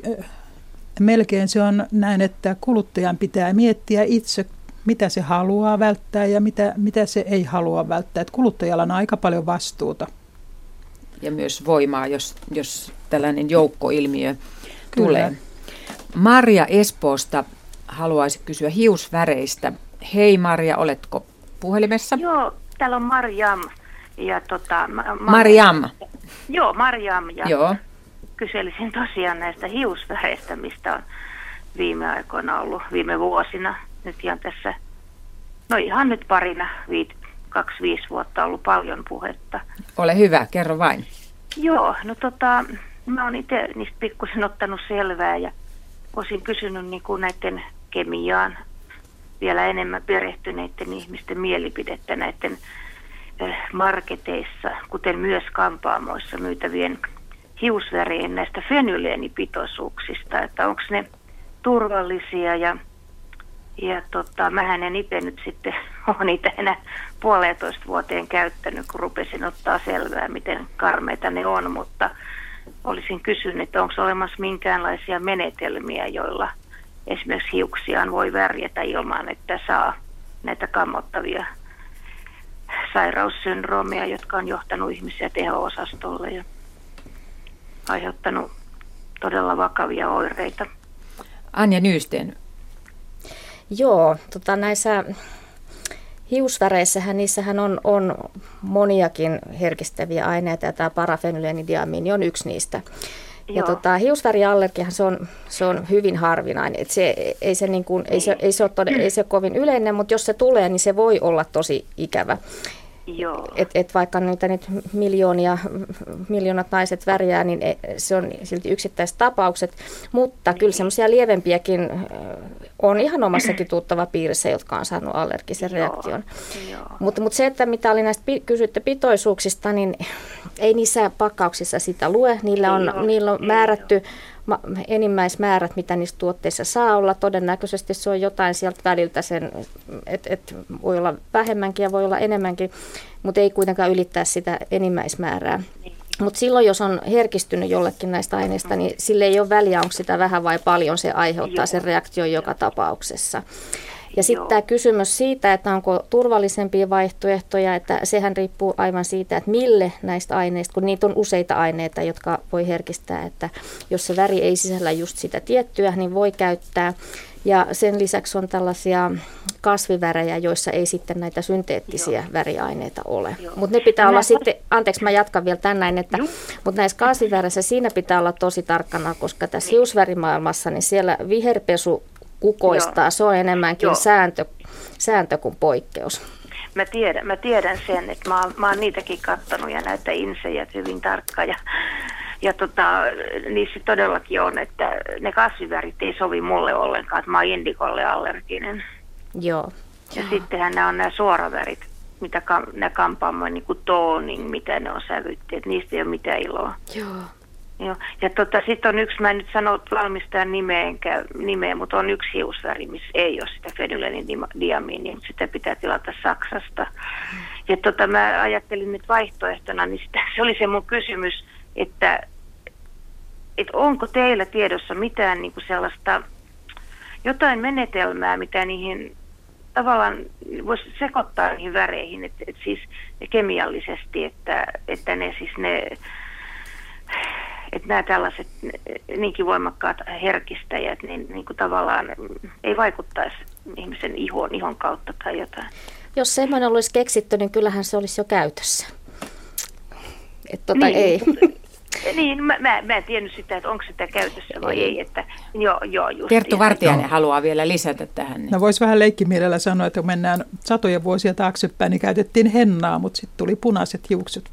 melkein se on näin, että kuluttajan pitää miettiä itse, mitä se haluaa välttää ja mitä se ei halua välttää. Että kuluttajalla on aika paljon vastuuta. Ja myös voimaa, jos tällainen joukkoilmiö tulee. Marja Espoosta haluaisi kysyä hiusväreistä. Hei Marja, oletko puhelimessa? Joo, täällä on Marjam. Ja Marjam. Joo, Marjam. Ja joo. Kyselisin tosiaan näistä hiusväreistä, mistä on viime aikoina ollut, viime vuosina. Nyt ihan tässä, no ihan nyt parina, 2-5 vuotta ollut paljon puhetta. Ole hyvä, kerro vain. Joo, no mä oon itse niistä pikkusen ottanut selvää ja olisin kysynyt niin kuin näiden kemiaan vielä enemmän perehtyneiden ihmisten mielipidettä näiden marketeissa, kuten myös kampaamoissa myytävien hiusvärien näistä fenyleenipitoisuuksista, että onko ne turvallisia ja mähän en itse nyt sitten ole niitä enää 1,5 vuoteen käyttänyt, kun rupesin ottaa selvää, miten karmeita ne on, mutta olisin kysynyt, että onko olemassa minkäänlaisia menetelmiä, joilla esimerkiksi hiuksiaan voi värjätä ilman, että saa näitä kammottavia sairaussyndroomia, jotka on johtanut ihmisiä teho-osastolle ja aiheuttanut todella vakavia oireita. Anja Nyysten. Joo, näissä hiusväreissähän niissähän on moniakin herkistäviä aineita ja tämä parafenyleenidiamiini on yksi niistä. Joo. Ja hiusväriallergiahan se on hyvin harvinainen. Et ei se ole kovin yleinen, mutta jos se tulee, niin se voi olla tosi ikävä. Joo. Et vaikka niitä nyt miljoonat naiset värjää, niin se on silti yksittäiset tapaukset, mutta kyllä semmoisia lievempiäkin on ihan omassakin tuttava piirissä, jotka on saanut allergisen reaktion. Mutta se, että mitä oli näistä kysytty pitoisuuksista, niin ei niissä pakkauksissa sitä lue. Niillä on määrätty enimmäismäärät, mitä niissä tuotteissa saa olla. Todennäköisesti se on jotain sieltä väliltä, että voi olla vähemmänkin ja voi olla enemmänkin, mutta ei kuitenkaan ylittää sitä enimmäismäärää. Mutta silloin, jos on herkistynyt jollekin näistä aineista, niin sille ei ole väliä, onko sitä vähän vai paljon, se aiheuttaa sen reaktion joka tapauksessa. Ja sitten tämä kysymys siitä, että onko turvallisempia vaihtoehtoja, että sehän riippuu aivan siitä, että mille näistä aineista, kun niitä on useita aineita, jotka voi herkistää, että jos se väri ei sisällä just sitä tiettyä, niin voi käyttää. Ja sen lisäksi on tällaisia kasvivärejä, joissa ei sitten näitä synteettisiä väriaineita ole. Mutta ne pitää olla sitten, anteeksi mä jatkan vielä tänään, että mutta näissä kasviväreissä siinä pitää olla tosi tarkkana, koska tässä hiusvärimaailmassa, niin siellä viherpesu kukoistaa. Se on enemmänkin sääntö kuin poikkeus. Mä tiedän sen, että mä oon niitäkin katsonut ja näitä insejä hyvin tarkkaan. Ja niissä todellakin on, että ne kasvivärit ei sovi mulle ollenkaan, että mä oon indikolle allerginen. Joo. Ja sittenhän nämä on nämä suoravärit, mitä nämä kampaamoin niin kuin toning, mitä ne on sävytteet, niistä ei ole mitään iloa. Joo. Joo. Ja sitten on yksi, mä en nyt sano valmistajan nimeä, mutta on yksi hiusväri, missä ei ole sitä fenyleeninidiamiinia, mutta sitä pitää tilata Saksasta. Ja mä ajattelin nyt vaihtoehtona, niin se oli se mun kysymys, että onko teillä tiedossa mitään niin kuin sellaista, jotain menetelmää, mitä niihin tavallaan voisi sekoittaa niihin väreihin, että siis kemiallisesti, että ne siis että nämä tällaiset niinkin voimakkaat herkistäjät, niin kuin tavallaan ei vaikuttaisi ihmisen ihon kautta tai jotain. Jos semmoinen olisi keksitty, niin kyllähän se olisi jo käytössä. Niin, ei. Niin, mä en tiennyt sitä, että onko sitä käytössä vai ei. Että, joo, just. Terttu Vartiainen haluaa vielä lisätä tähän. No voisi vähän leikkimielellä sanoa, että kun mennään satoja vuosia taaksepäin, niin käytettiin hennaa, mutta sitten tuli punaiset hiukset.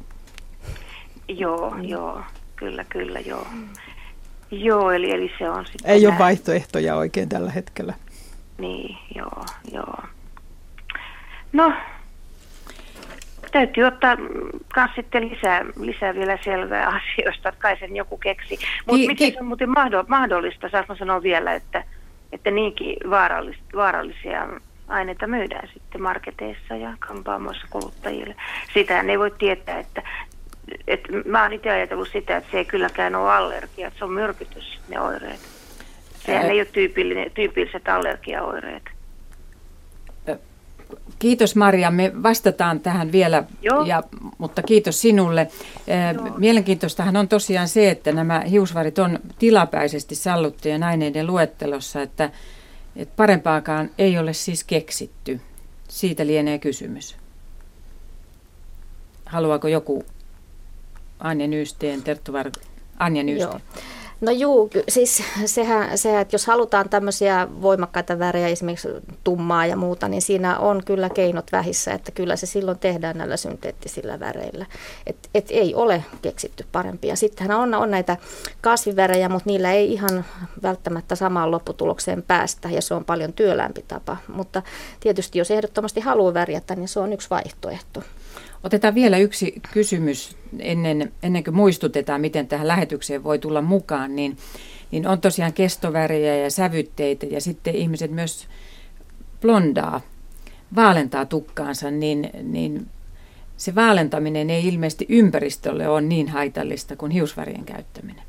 Joo, kyllä, joo. Joo, eli se on sitten... Ei ole vaihtoehtoja oikein tällä hetkellä. Niin, joo. No, täytyy ottaa myös sitten lisää vielä selvää asioista, että kai sen joku keksi. Mutta miten se on muuten mahdollista, saanko sanoa vielä, että niinkin vaarallisia aineita myydään sitten marketeissa ja kampaamoissa kuluttajille. Sitähän ei voi tietää, että mä oon itse ajatellut sitä, että se ei kylläkään ole allergia, että se on myrkytys, ne oireet. Sehän ei ole tyypilliset allergiaoireet. Kiitos Maria, me vastataan tähän vielä, mutta kiitos sinulle. Mielenkiintoistahan on tosiaan se, että nämä hiusvärit on tilapäisesti sallittujen aineiden luettelossa, että parempaakaan ei ole siis keksitty. Siitä lienee kysymys. Haluaako joku Anja Nyysteen, Anja Nyysteen? No siis sehän, että jos halutaan tämmöisiä voimakkaita värejä, esimerkiksi tummaa ja muuta, niin siinä on kyllä keinot vähissä, että kyllä se silloin tehdään näillä synteettisillä väreillä. Et ei ole keksitty parempia. Sittenhän on näitä kasvivärejä, mutta niillä ei ihan välttämättä samaan lopputulokseen päästä, ja se on paljon työlämpi tapa. Mutta tietysti jos ehdottomasti haluaa värjätä, niin se on yksi vaihtoehto. Otetaan vielä yksi kysymys ennen kuin muistutetaan, miten tähän lähetykseen voi tulla mukaan, niin on tosiaan kestovärejä ja sävytteitä ja sitten ihmiset myös vaalentaa tukkaansa, niin se vaalentaminen ei ilmeisesti ympäristölle ole niin haitallista kuin hiusvärien käyttäminen.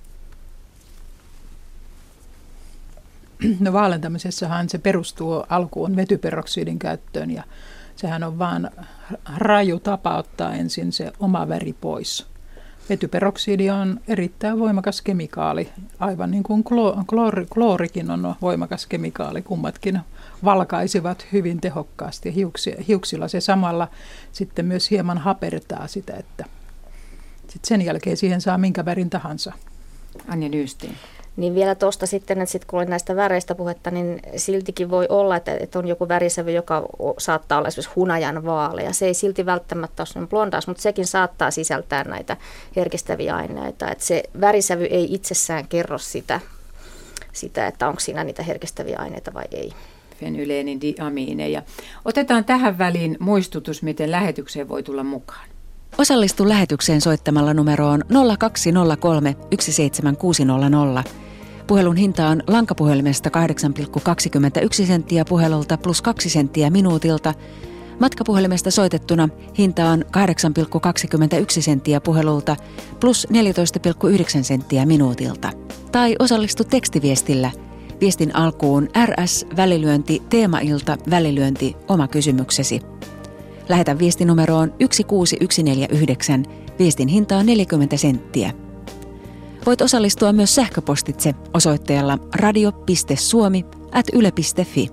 No vaalentamisessahan se perustuu alkuun vetyperoksidin käyttöön ja sehän on vaan raju tapa ottaa ensin se oma väri pois. Vetyperoksidi on erittäin voimakas kemikaali, aivan niin kuin kloorikin on voimakas kemikaali. Kummatkin valkaisivat hyvin tehokkaasti. Hiuksilla se samalla sitten myös hieman hapertaa sitä, että sitten sen jälkeen siihen saa minkä värin tahansa. Anja Nyysteen. Niin vielä tuosta sitten, että kun oli näistä väreistä puhetta, niin siltikin voi olla, että on joku värisävy, joka saattaa olla esimerkiksi hunajan vaalea. Se ei silti välttämättä ole sellainen blondaus, mutta sekin saattaa sisältää näitä herkistäviä aineita. Että se värisävy ei itsessään kerro sitä, että onko siinä niitä herkistäviä aineita vai ei. Fenyleenindiamiineja. Otetaan tähän väliin muistutus, miten lähetykseen voi tulla mukaan. Osallistu lähetykseen soittamalla numeroon 0203 17600. Puhelun hinta on lankapuhelimesta 8,21 senttiä puhelulta plus 2 senttiä minuutilta. Matkapuhelimesta soitettuna hinta on 8,21 senttiä puhelulta plus 14,9 senttiä minuutilta. Tai osallistu tekstiviestillä. Viestin alkuun RS välilyönti teemailta välilyönti oma kysymyksesi. Lähetä viestinumeroon 16149. Viestin hinta on 40 senttiä. Voit osallistua myös sähköpostitse osoitteella radio.suomi@yle.fi.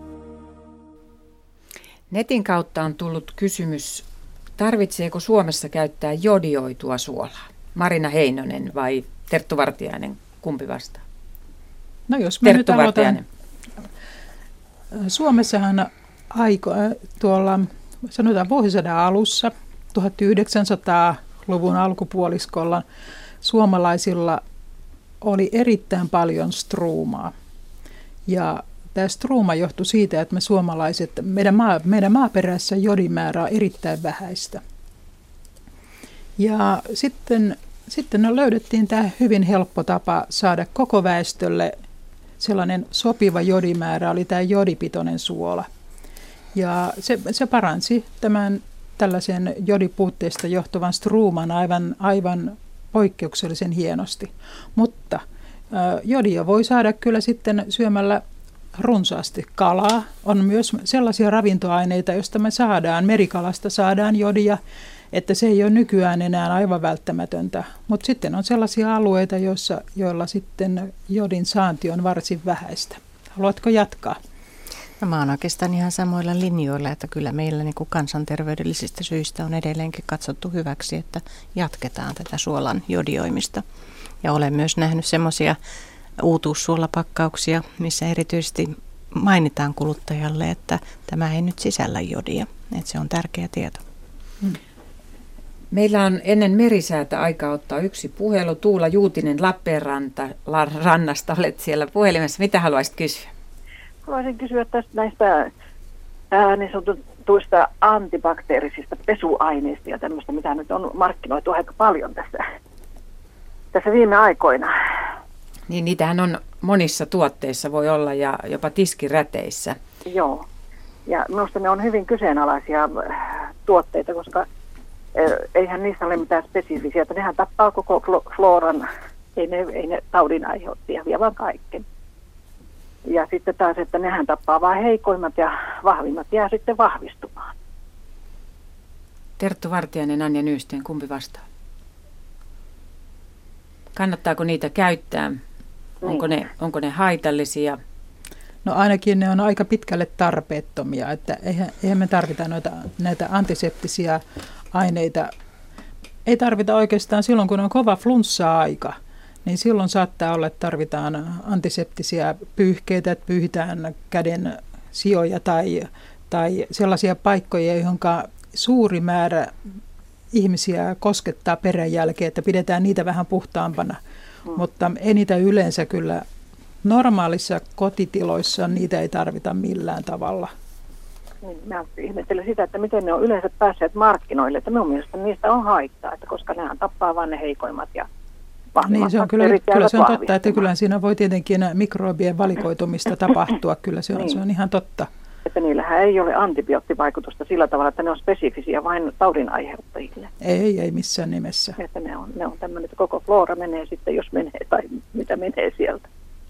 Netin kautta on tullut kysymys, tarvitseeko Suomessa käyttää jodioitua suolaa? Marina Heinonen vai Terttu Vartiainen? Kumpi vastaa? No jos mä nyt aloitan. Suomessahan tuolla sanotaan vuosisadan alussa, 1900-luvun alkupuoliskolla, suomalaisilla oli erittäin paljon struumaa. Ja tämä struuma johtui siitä, että me suomalaiset, meidän maaperässä jodimäärä on erittäin vähäistä. Ja sitten löydettiin tämä hyvin helppo tapa saada koko väestölle sellainen sopiva jodimäärä, oli tämä jodipitoinen suola. Ja se paransi tämän tällaisen jodipuutteesta johtuvan struuman aivan poikkeuksellisen hienosti. Mutta jodia voi saada kyllä sitten syömällä runsaasti kalaa. On myös sellaisia ravintoaineita, joista me merikalasta saadaan jodia, että se ei ole nykyään enää aivan välttämätöntä. Mutta sitten on sellaisia alueita, joilla sitten jodin saanti on varsin vähäistä. Haluatko jatkaa? No, mä oon oikeastaan ihan samoilla linjoilla, että kyllä meillä niin kuin kansanterveydellisistä syistä on edelleenkin katsottu hyväksi, että jatketaan tätä suolan jodioimista. Ja olen myös nähnyt semmoisia uutuussuolapakkauksia, missä erityisesti mainitaan kuluttajalle, että tämä ei nyt sisällä jodia. Että se on tärkeä tieto. Meillä on ennen merisäätä aika ottaa yksi puhelu. Tuula Juutinen Lappeenrannasta, olet siellä puhelimessa. Mitä haluaisit kysyä? Haluaisin kysyä tästä näistä niin sanotuista antibakteerisista pesuaineista ja tämmöistä, mitä nyt on markkinoitu aika paljon tässä viime aikoina. Niin, niitähän on monissa tuotteissa voi olla ja jopa tiskiräteissä. Joo, ja minusta ne on hyvin kyseenalaisia tuotteita, koska eihän niissä ole mitään spesifisiä, että nehän tappaa koko floran, ei ne taudin aiheuttajia, vaan kaiken. Ja sitten taas, että nehän tappaa vain heikoimmat ja vahvimmat jää sitten vahvistumaan. Terttu Vartiainen, Anja Nyysten, kumpi vastaa? Kannattaako niitä käyttää? Onko ne haitallisia? No ainakin ne on aika pitkälle tarpeettomia, että eihän me tarvita näitä antiseptisiä aineita. Ei tarvita oikeastaan silloin, kun on kova flunssa-aika, niin silloin saattaa olla, että tarvitaan antiseptisiä pyyhkeitä, että pyyhitään käden sijoja tai sellaisia paikkoja, johon suuri määrä ihmisiä koskettaa peräjälkeen, että pidetään niitä vähän puhtaampana. Mutta ei niitä yleensä kyllä normaalissa kotitiloissa, niitä ei tarvita millään tavalla. Mä ihmettelen sitä, että miten ne on yleensä päässeet markkinoille, että minun mielestä niistä on haittaa, että koska nehän tappaa vain ne heikoimmat ja vahvimmat. Niin, se on kyllä se on totta, että kyllä siinä voi tietenkin mikrobien valikoitumista tapahtua, kyllä se on, niin. Se on ihan totta. Että niillähän ei ole antibioottivaikutusta sillä tavalla, että ne on spesifisiä vain taudin aiheuttajille. Ei missään nimessä. Että ne on tämmöinen, että koko flora menee sitten, jos menee tai mitä menee sieltä.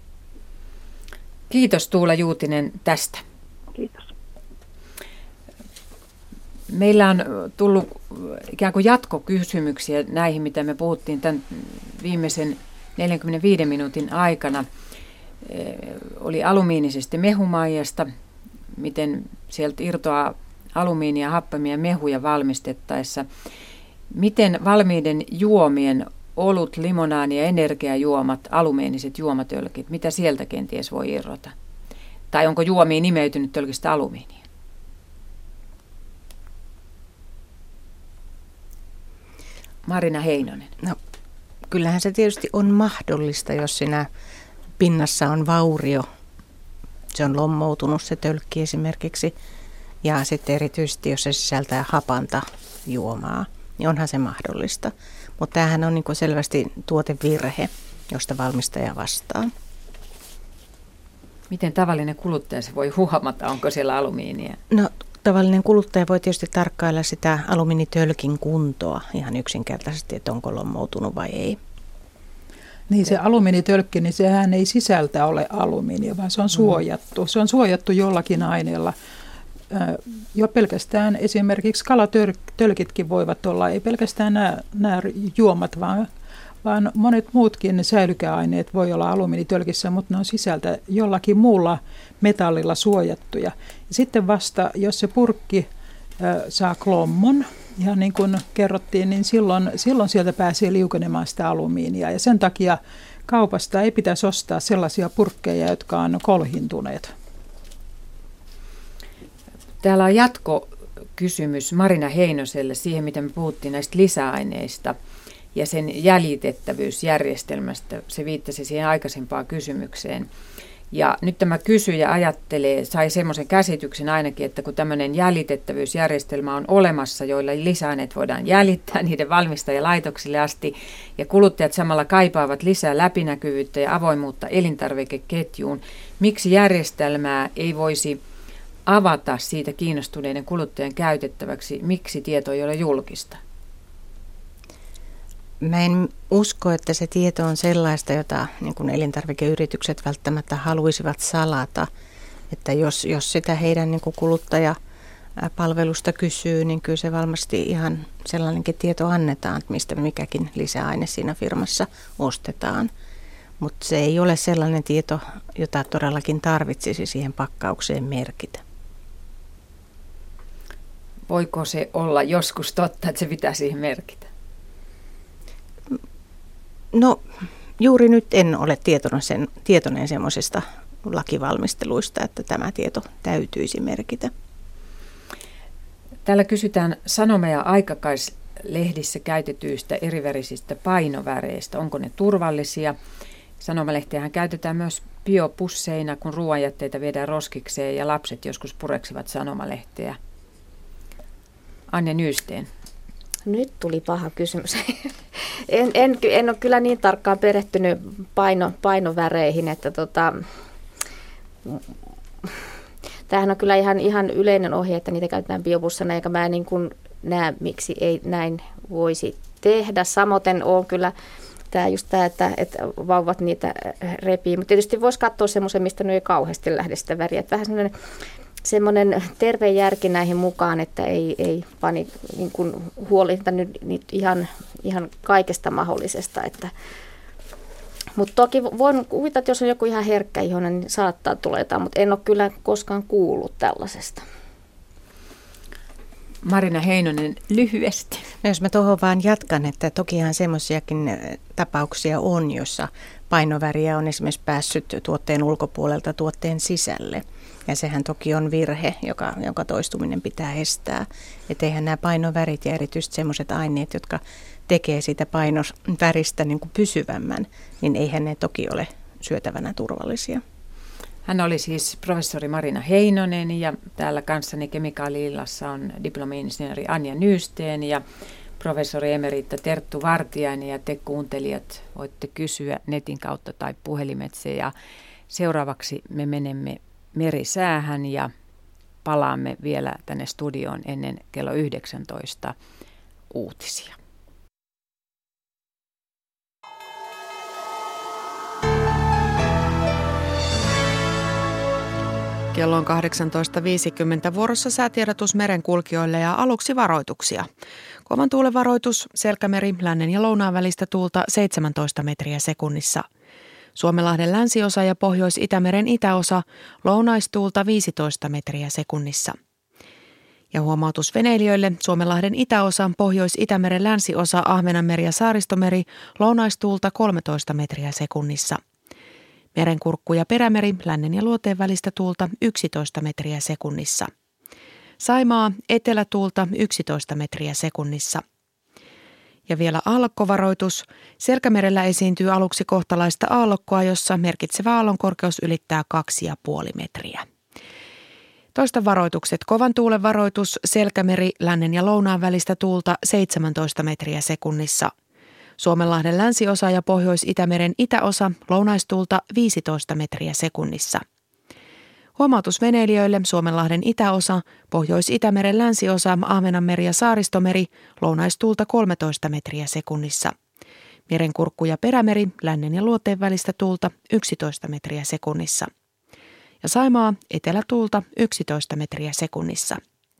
Kiitos Tuula Juutinen tästä. Kiitos. Meillä on tullut ikään kuin jatkokysymyksiä näihin, mitä me puhuttiin tämän viimeisen 45 minuutin aikana. Oli alumiinisesta mehumaijasta, miten sieltä irtoaa alumiinia, happamia mehuja valmistettaessa. Miten valmiiden juomien olut, limonaani ja energiajuomat, alumiiniset juomatölkit, mitä sieltä kenties voi irrota? Tai onko juomiin nimeytynyt tölkistä alumiinia? Marina Heinonen. No, kyllähän se tietysti on mahdollista, jos siinä pinnassa on vaurio. Se on lommoutunut se tölkki esimerkiksi. Ja sitten erityisesti, jos se sisältää hapanta juomaa, niin onhan se mahdollista. Mutta tämähän on niin kuin selvästi tuotevirhe, josta valmistaja vastaa. Miten tavallinen kuluttaja se voi huomata, onko siellä alumiinia? No, tavallinen kuluttaja voi tietysti tarkkailla sitä alumiinitölkin kuntoa ihan yksinkertaisesti, että onko lommoutunut vai ei. Niin se alumiinitölkki, niin sehän ei sisältä ole alumiinia, vaan se on suojattu. Se on suojattu jollakin aineella. Jo pelkästään esimerkiksi kalatölkitkin voivat olla, ei pelkästään nämä juomat, vaan monet muutkin säilykeaineet voi olla alumiinitölkissä, mutta ne on sisältä jollakin muulla metallilla suojattuja. Ja sitten vasta, jos se purkki saa klommon, ja niin kuin kerrottiin, niin silloin sieltä pääsee liukenemaan sitä alumiinia. Ja sen takia kaupasta ei pitäisi ostaa sellaisia purkkeja, jotka on kolhintuneet. Täällä on jatkokysymys Marina Heinoselle siihen, mitä me puhuttiin näistä lisäaineista ja sen jäljitettävyysjärjestelmästä. Se viittasi siihen aikaisempaan kysymykseen. Ja nyt tämä kysyjä sai semmoisen käsityksen ainakin, että kun tämmöinen jäljitettävyysjärjestelmä on olemassa, joilla lisäaineet voidaan jäljittää niiden valmistajalaitoksille asti, ja kuluttajat samalla kaipaavat lisää läpinäkyvyyttä ja avoimuutta elintarvikeketjuun, miksi järjestelmää ei voisi avata siitä kiinnostuneiden kuluttajan käytettäväksi, miksi tieto ei ole julkista? Mä en usko, että se tieto on sellaista, jota niin kuin elintarvikeyritykset välttämättä haluaisivat salata. Että jos sitä heidän niin kuin kuluttajapalvelusta kysyy, niin kyllä se varmasti ihan sellainenkin tieto annetaan, että mistä mikäkin lisäaine siinä firmassa ostetaan. Mutta se ei ole sellainen tieto, jota todellakin tarvitsisi siihen pakkaukseen merkitä. Voiko se olla joskus totta, että se pitää siihen merkitä? No juuri nyt en ole tietoinen semmoisista lakivalmisteluista, että tämä tieto täytyisi merkitä. Täällä kysytään sanoma- ja aikakaislehdissä käytetyistä erivärisistä painoväreistä. Onko ne turvallisia? Sanomalehtiähän käytetään myös biopusseina, kun ruoanjätteitä viedään roskikseen ja lapset joskus pureksivat sanomalehteä. Anja Nysteen. Nyt tuli paha kysymys. En ole kyllä niin tarkkaan perehtynyt painoväreihin, että tämähän on kyllä ihan yleinen ohje, että niitä käytetään biobussana, eikä mä niin kuin näe, miksi ei näin voisi tehdä. Samoin on kyllä tämä, että vauvat niitä repii, mutta tietysti voisi katsoa semmoisen, mistä ne ei kauheasti lähde sitä väriä. Että vähän semmoinen terve järki näihin mukaan, että ei pani niin kuin huolita nyt ihan kaikesta mahdollisesta. Mutta toki voin kuvitella, että jos on joku ihan herkkä ihonen, niin saattaa tulla jotain, mutta en ole kyllä koskaan kuullut tällaisesta. Marina Heinonen, lyhyesti. No jos mä tuohon vaan jatkan, että tokihan semmoisiakin tapauksia on, jossa painoväriä on esimerkiksi päässyt tuotteen ulkopuolelta tuotteen sisälle. Ja sehän toki on virhe, jonka toistuminen pitää estää. Että eihän nämä painovärit ja erityisesti semmoiset aineet, jotka tekee siitä painoväristä niin kuin pysyvämmän, niin eihän ne toki ole syötävänä turvallisia. Hän oli siis professori Marina Heinonen ja täällä kanssani Kemikaali-illassa on diplomi-insinööri Anja Nysteen ja professori emerita Terttu Vartiainen, ja te kuuntelijat voitte kysyä netin kautta tai puhelimitse. Ja seuraavaksi me menemme merisäähän ja palaamme vielä tänne studioon ennen kello 19 uutisia. Kello on 18.50, vuorossa säätiedotus merenkulkijoille ja aluksi varoituksia. Kovan tuulen varoitus, Selkämeri, lännen ja lounaan välistä tuulta 17 metriä sekunnissa. Suomenlahden länsiosa ja Pohjois-Itämeren itäosa, lounaistuulta 15 metriä sekunnissa. Ja huomautus veneilijöille, Suomenlahden itäosa, Pohjois-Itämeren länsiosa, Ahvenanmeri ja Saaristomeri, lounaistuulta 13 metriä sekunnissa. Merenkurkku ja Perämeri, lännen ja luoteen välistä tuulta 11 metriä sekunnissa. Saimaa, etelätuulta 11 metriä sekunnissa. Ja vielä aallokkovaroitus. Selkämerellä esiintyy aluksi kohtalaista aallokkoa, jossa merkitsevä aallonkorkeus ylittää 2,5 metriä. Toista varoitukset. Kovan tuulen varoitus, Selkämeri, lännen ja lounaan välistä tuulta 17 metriä sekunnissa. Suomenlahden länsiosa ja Pohjois-Itämeren itäosa, lounaistuulta 15 metriä sekunnissa. Huomautus veneilijöille, Suomenlahden itäosa, Pohjois-Itämeren länsiosa, Ahvenanmeri ja Saaristomeri, lounaistuulta 13 metriä sekunnissa. Merenkurkku ja Perämeri, lännen ja luoteen välistä tuulta 11 metriä sekunnissa. Ja Saimaa, etelätuulta 11 metriä sekunnissa.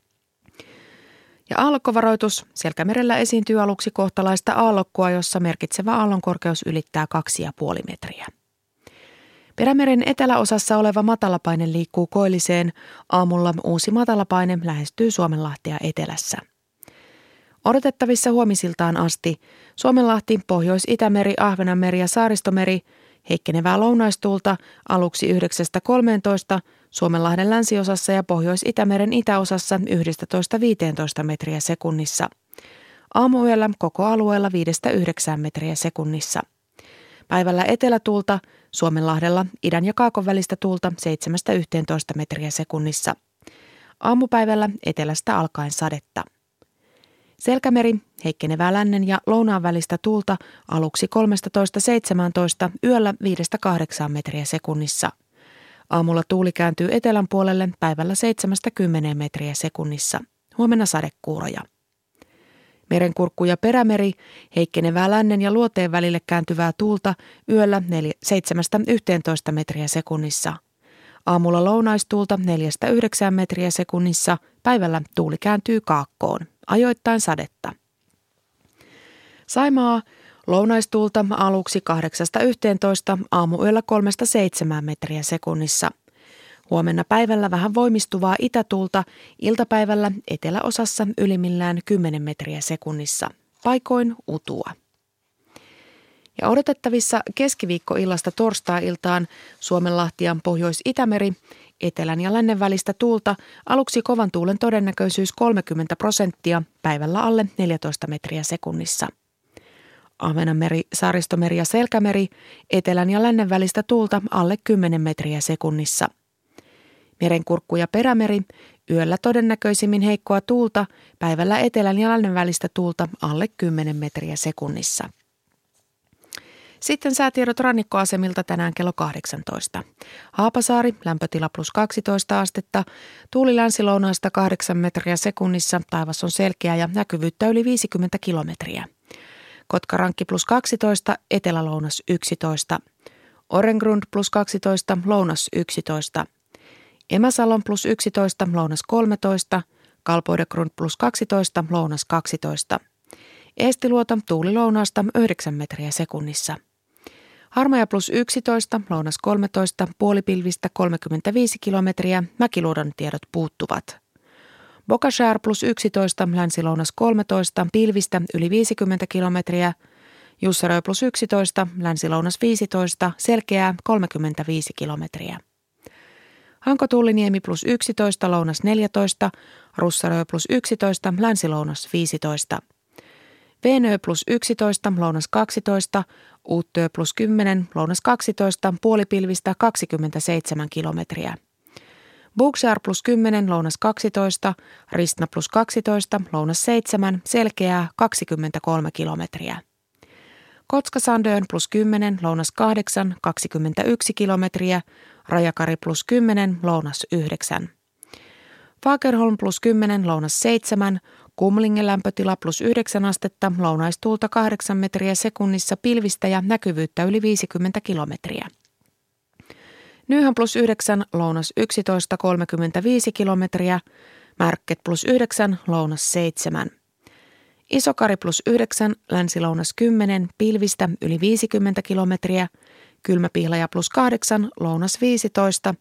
Ja aallokkovaroitus. Selkämerellä esiintyy aluksi kohtalaista aallokkoa, jossa merkitsevä aallonkorkeus ylittää 2,5 metriä. Perämeren eteläosassa oleva matalapaine liikkuu koilliseen. Aamulla uusi matalapaine lähestyy Suomenlahtea etelässä. Odotettavissa huomisiltaan asti Suomenlahti, Pohjois-Itämeri, Ahvenanmeri ja Saaristomeri, heikkenevää lounaistuulta aluksi 9-13, Suomenlahden länsiosassa ja Pohjois-Itämeren itäosassa 11-15 metriä sekunnissa. Aamuyöllä koko alueella 5-9 metriä sekunnissa. Päivällä etelätuulta, Suomenlahdella idän ja kaakon välistä tuulta 7-11 metriä sekunnissa. Aamupäivällä etelästä alkaen sadetta. Selkämeri, heikkenevää lännen ja lounaan välistä tuulta aluksi 13-17, yöllä 5-8 metriä sekunnissa. Aamulla tuuli kääntyy etelän puolelle, päivällä 7-10 metriä sekunnissa. Huomenna sadekuuroja. Merenkurkku ja perämeri, heikkenevää lännen ja luoteen välille kääntyvää tuulta yöllä 7-11 metriä sekunnissa. Aamulla lounaistuulta 4-9 metriä sekunnissa, päivällä tuuli kääntyy kaakkoon, ajoittain sadetta. Saimaa, lounaistuulta aluksi 8-11, aamuyöllä 3-7 metriä sekunnissa. Huomenna päivällä vähän voimistuvaa itätuulta, iltapäivällä eteläosassa ylimmillään 10 metriä sekunnissa, paikoin utua. Ja odotettavissa keskiviikkoillasta torstai-iltaan Suomenlahti Pohjois-Itämeri, etelän ja lännen välistä tuulta, aluksi kovan tuulen todennäköisyys 30%, päivällä alle 14 metriä sekunnissa. Ahvenanmeri, Saaristomeri ja Selkämeri, etelän ja lännen välistä tuulta alle 10 metriä sekunnissa. Merenkurkku ja perämeri, yöllä todennäköisimmin heikkoa tuulta, päivällä etelän ja lännen välistä tuulta alle 10 metriä sekunnissa. Sitten säätiedot rannikkoasemilta tänään kello 18. Haapasaari, lämpötila +12 astetta, tuuli länsi-lounaasta 8 metriä sekunnissa, taivas on selkeä ja näkyvyyttä yli 50 kilometriä. Kotkarankki +12, etelä-lounas 11. Orengrund +12, lounas 11. Emäsalon +11, lounas 13. Kalpoidegrund +12, lounas 12. Eestiluoto tuuli lounaasta 9 metriä sekunnissa. Harmaja +11, lounas 13, puolipilvistä 35 kilometriä, Mäkiluodon tiedot puuttuvat. Bokashär +11, länsi-lounas 13, pilvistä yli 50 kilometriä, Jussarö +11, länsi-lounas 15, selkeää 35 kilometriä. Hanko-Tulliniemi +11, lounas 14, Russarö +11, länsi-lounas 15. Veenö +11, lounas 12, Uuttöö +10, lounas 12, puolipilvistä 27 kilometriä. Bukshär +10, lounas 12, Ristna +12, lounas 7, selkeää 23 kilometriä. Kotskasandön +10, lounas 8, 21 kilometriä, Rajakari +10, lounas 9. Fagerholm +10, lounas 7, Kumlingen lämpötila +9 astetta, lounaistuulta 8 metriä sekunnissa, pilvistä ja näkyvyyttä yli 50 kilometriä. Nyhän +9, lounas 11, 35 kilometriä, Märket +9, lounas 7. Isokari +9, länsi-lounas 10, pilvistä yli 50 kilometriä, Kylmäpihlaja +8, lounas 15,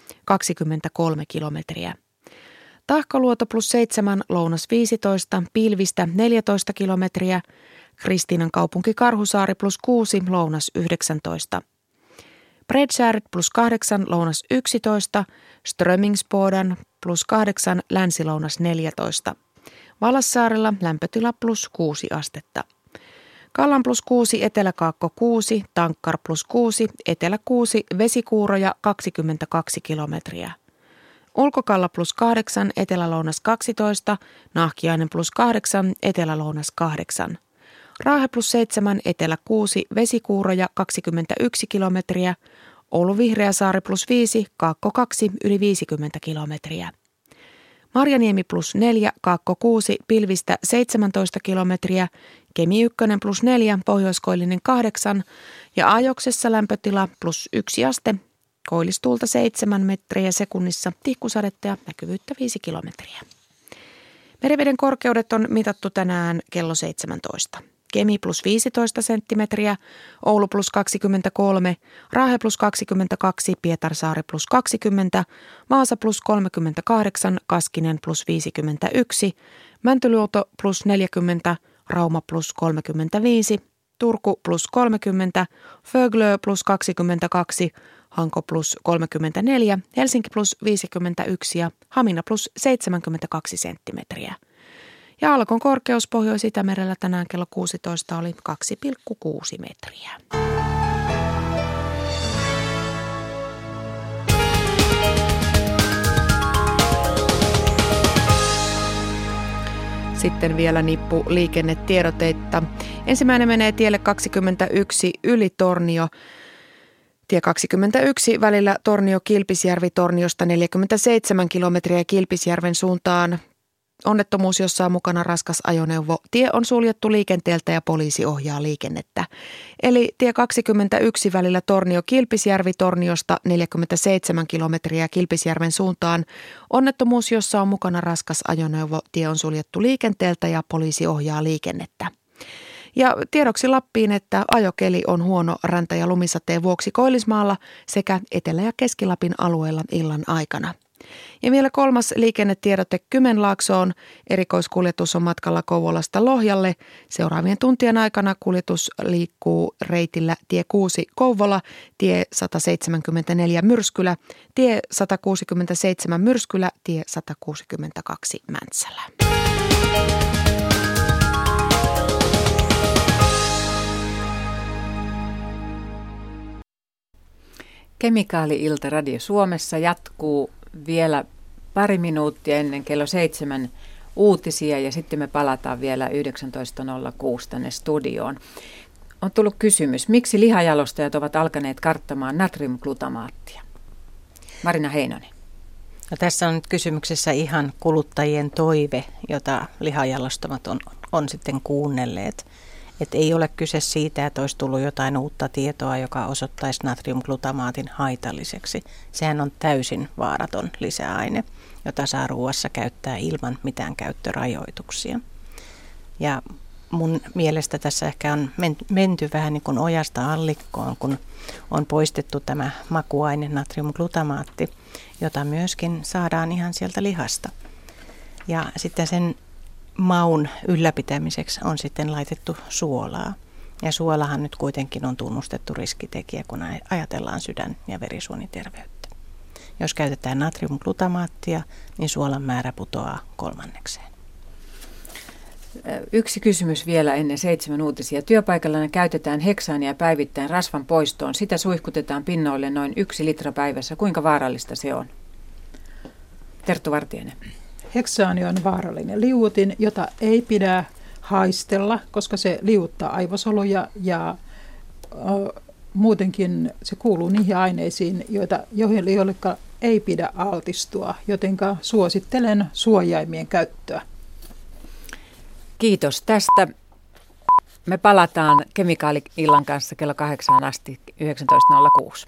23 kilometriä. Tahkoluoto +7, lounas 15, pilvistä 14 kilometriä, Kristiinan kaupunki Karhusaari +6, lounas 19. Bredskääret +8, lounas 11, Strömingsboden +8, länsi-lounas 14. Valassaarella lämpötila +6 astetta. Kallan +6, Etelä-Kaakko 6, Tankkar +6, Etelä 6, vesikuuroja 22 kilometriä. Ulkokalla +8, Etelä-lounas 12, Nahkiainen +8, Etelä-lounas 8. Raahe +7, Etelä 6, vesikuuroja 21 kilometriä. Oulu Vihreäsaari +5, Kaakko 2, yli 50 kilometriä. Marjaniemi +4, Kaakko 6, pilvistä 17 kilometriä. Kemi 1 +4, Pohjoiskoillinen 8 ja Ajoksessa lämpötila +1 aste. Koillistuulta 7 metriä sekunnissa, tihkusadetta ja näkyvyyttä 5 kilometriä. Meriveden korkeudet on mitattu tänään kello 17. Kemi +15 senttimetriä, Oulu +23, Raahe +22, Pietarsaari +20, Vaasa +38, Kaskinen +51, Mäntyluoto +40, Rauma +35, Turku +30, Föglö +22, Hanko +34, Helsinki +51 ja Hamina +72 senttimetriä. Ja Alkon korkeus Pohjois-Itämerellä tänään kello 16 oli 2,6 metriä. Sitten vielä nippu liikennetiedotteita. Ensimmäinen menee tielle 21 yli Tornio. Tie 21 välillä Tornio-Kilpisjärvi, Torniosta 47 kilometriä Kilpisjärven suuntaan Onnettomuus, jossa on mukana raskas ajoneuvo. Tie on suljettu liikenteeltä ja poliisi ohjaa liikennettä. Eli tie 21 välillä Tornio-Kilpisjärvi Torniosta 47 kilometriä Kilpisjärven suuntaan. Onnettomuus, jossa on mukana raskas ajoneuvo. Tie on suljettu liikenteeltä ja poliisi ohjaa liikennettä. Ja tiedoksi Lappiin, että ajokeli on huono räntä- ja lumisateen vuoksi Koillismaalla sekä Etelä- ja Keski-Lapin alueella illan aikana. Ja vielä 3. liikennetiedote Kymenlaaksoon. Erikoiskuljetus on matkalla Kouvolasta Lohjalle. Seuraavien tuntien aikana kuljetus liikkuu reitillä tie 6 Kouvola, tie 174 Myrskylä, tie 167 Myrskylä, tie 162 Mäntsälä. Kemikaali-ilta Radio Suomessa jatkuu vielä pari minuuttia ennen kello 7 uutisia ja sitten me palataan vielä 19.06 tänne studioon. On tullut kysymys, miksi lihajalostajat ovat alkaneet karttamaan natriumglutamaattia? Marina Heinonen. No, tässä on nyt kysymyksessä ihan kuluttajien toive, jota lihajalostamat on sitten kuunnelleet. Että ei ole kyse siitä, että olisi tullut jotain uutta tietoa, joka osoittaisi natriumglutamaatin haitalliseksi. Sehän on täysin vaaraton lisäaine, jota saa ruoassa käyttää ilman mitään käyttörajoituksia. Ja mun mielestä tässä ehkä on menty vähän niin kuin ojasta allikkoon, kun on poistettu tämä makuaine natriumglutamaatti, jota myöskin saadaan ihan sieltä lihasta. Ja sitten sen maun ylläpitämiseksi on sitten laitettu suolaa. Ja suolahan nyt kuitenkin on tunnustettu riskitekijä, kun ajatellaan sydän- ja verisuoniterveyttä. Jos käytetään natriumglutamaattia, niin suolan määrä putoaa 1/3. Yksi kysymys vielä ennen 7 uutisia. Työpaikalla käytetään heksaania päivittäin rasvan poistoon. Sitä suihkutetaan pinnoille noin 1 litra päivässä. Kuinka vaarallista se on? Terttu Vartiainen. Heksaani on vaarallinen liuotin, jota ei pidä haistella, koska se liuuttaa aivosoluja ja muutenkin se kuuluu niihin aineisiin, joille ei pidä altistua, jotenka suosittelen suojaimien käyttöä. Kiitos tästä. Me palataan Kemikaali-illan kanssa kello 8 asti 19.06.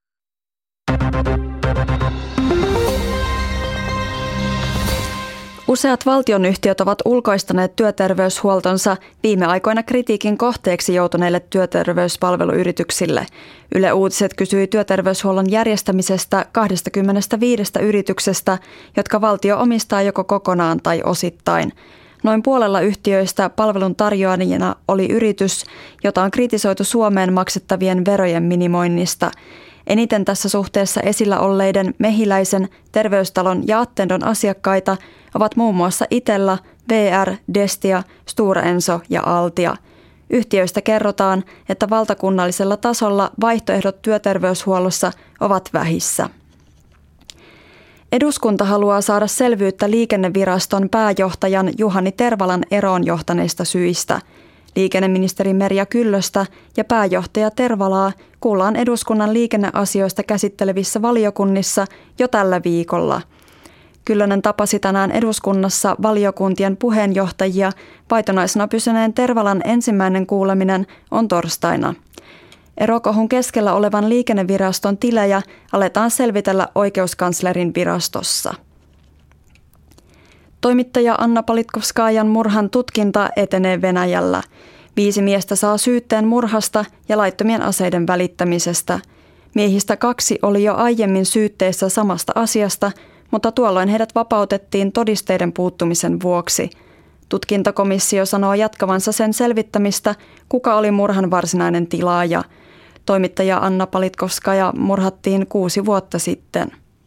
Useat valtionyhtiöt ovat ulkoistaneet työterveyshuoltonsa viime aikoina kritiikin kohteeksi joutuneille työterveyspalveluyrityksille. Yle Uutiset kysyi työterveyshuollon järjestämisestä 25 yrityksestä, jotka valtio omistaa joko kokonaan tai osittain. Noin puolella yhtiöistä palvelun tarjoajana oli yritys, jota on kritisoitu Suomeen maksettavien verojen minimoinnista. Eniten tässä suhteessa esillä olleiden Mehiläisen, Terveystalon ja Attendon asiakkaita ovat muun muassa Itella, VR, Destia, Stora Enso ja Altia. Yhtiöistä kerrotaan, että valtakunnallisella tasolla vaihtoehdot työterveyshuollossa ovat vähissä. Eduskunta haluaa saada selvyyttä Liikenneviraston pääjohtajan Juhani Tervalan eroon johtaneista syistä. Liikenneministeri Merja Kyllöstä ja pääjohtaja Tervalaa kuullaan eduskunnan liikenneasioista käsittelevissä valiokunnissa jo tällä viikolla. Kyllönen tapasi tänään eduskunnassa valiokuntien puheenjohtajia. Vaitonaisena pysyneen Tervalan ensimmäinen kuuleminen on torstaina. Erokohun keskellä olevan Liikenneviraston tilejä aletaan selvitellä oikeuskanslerin virastossa. Toimittaja Anna Politkovskajan murhan tutkinta etenee Venäjällä. 5 miestä saa syytteen murhasta ja laittomien aseiden välittämisestä. Miehistä 2 oli jo aiemmin syytteessä samasta asiasta, mutta tuolloin heidät vapautettiin todisteiden puuttumisen vuoksi. Tutkintakomissio sanoo jatkavansa sen selvittämistä, kuka oli murhan varsinainen tilaaja. Toimittaja Anna Politkovskaja murhattiin 6 vuotta sitten.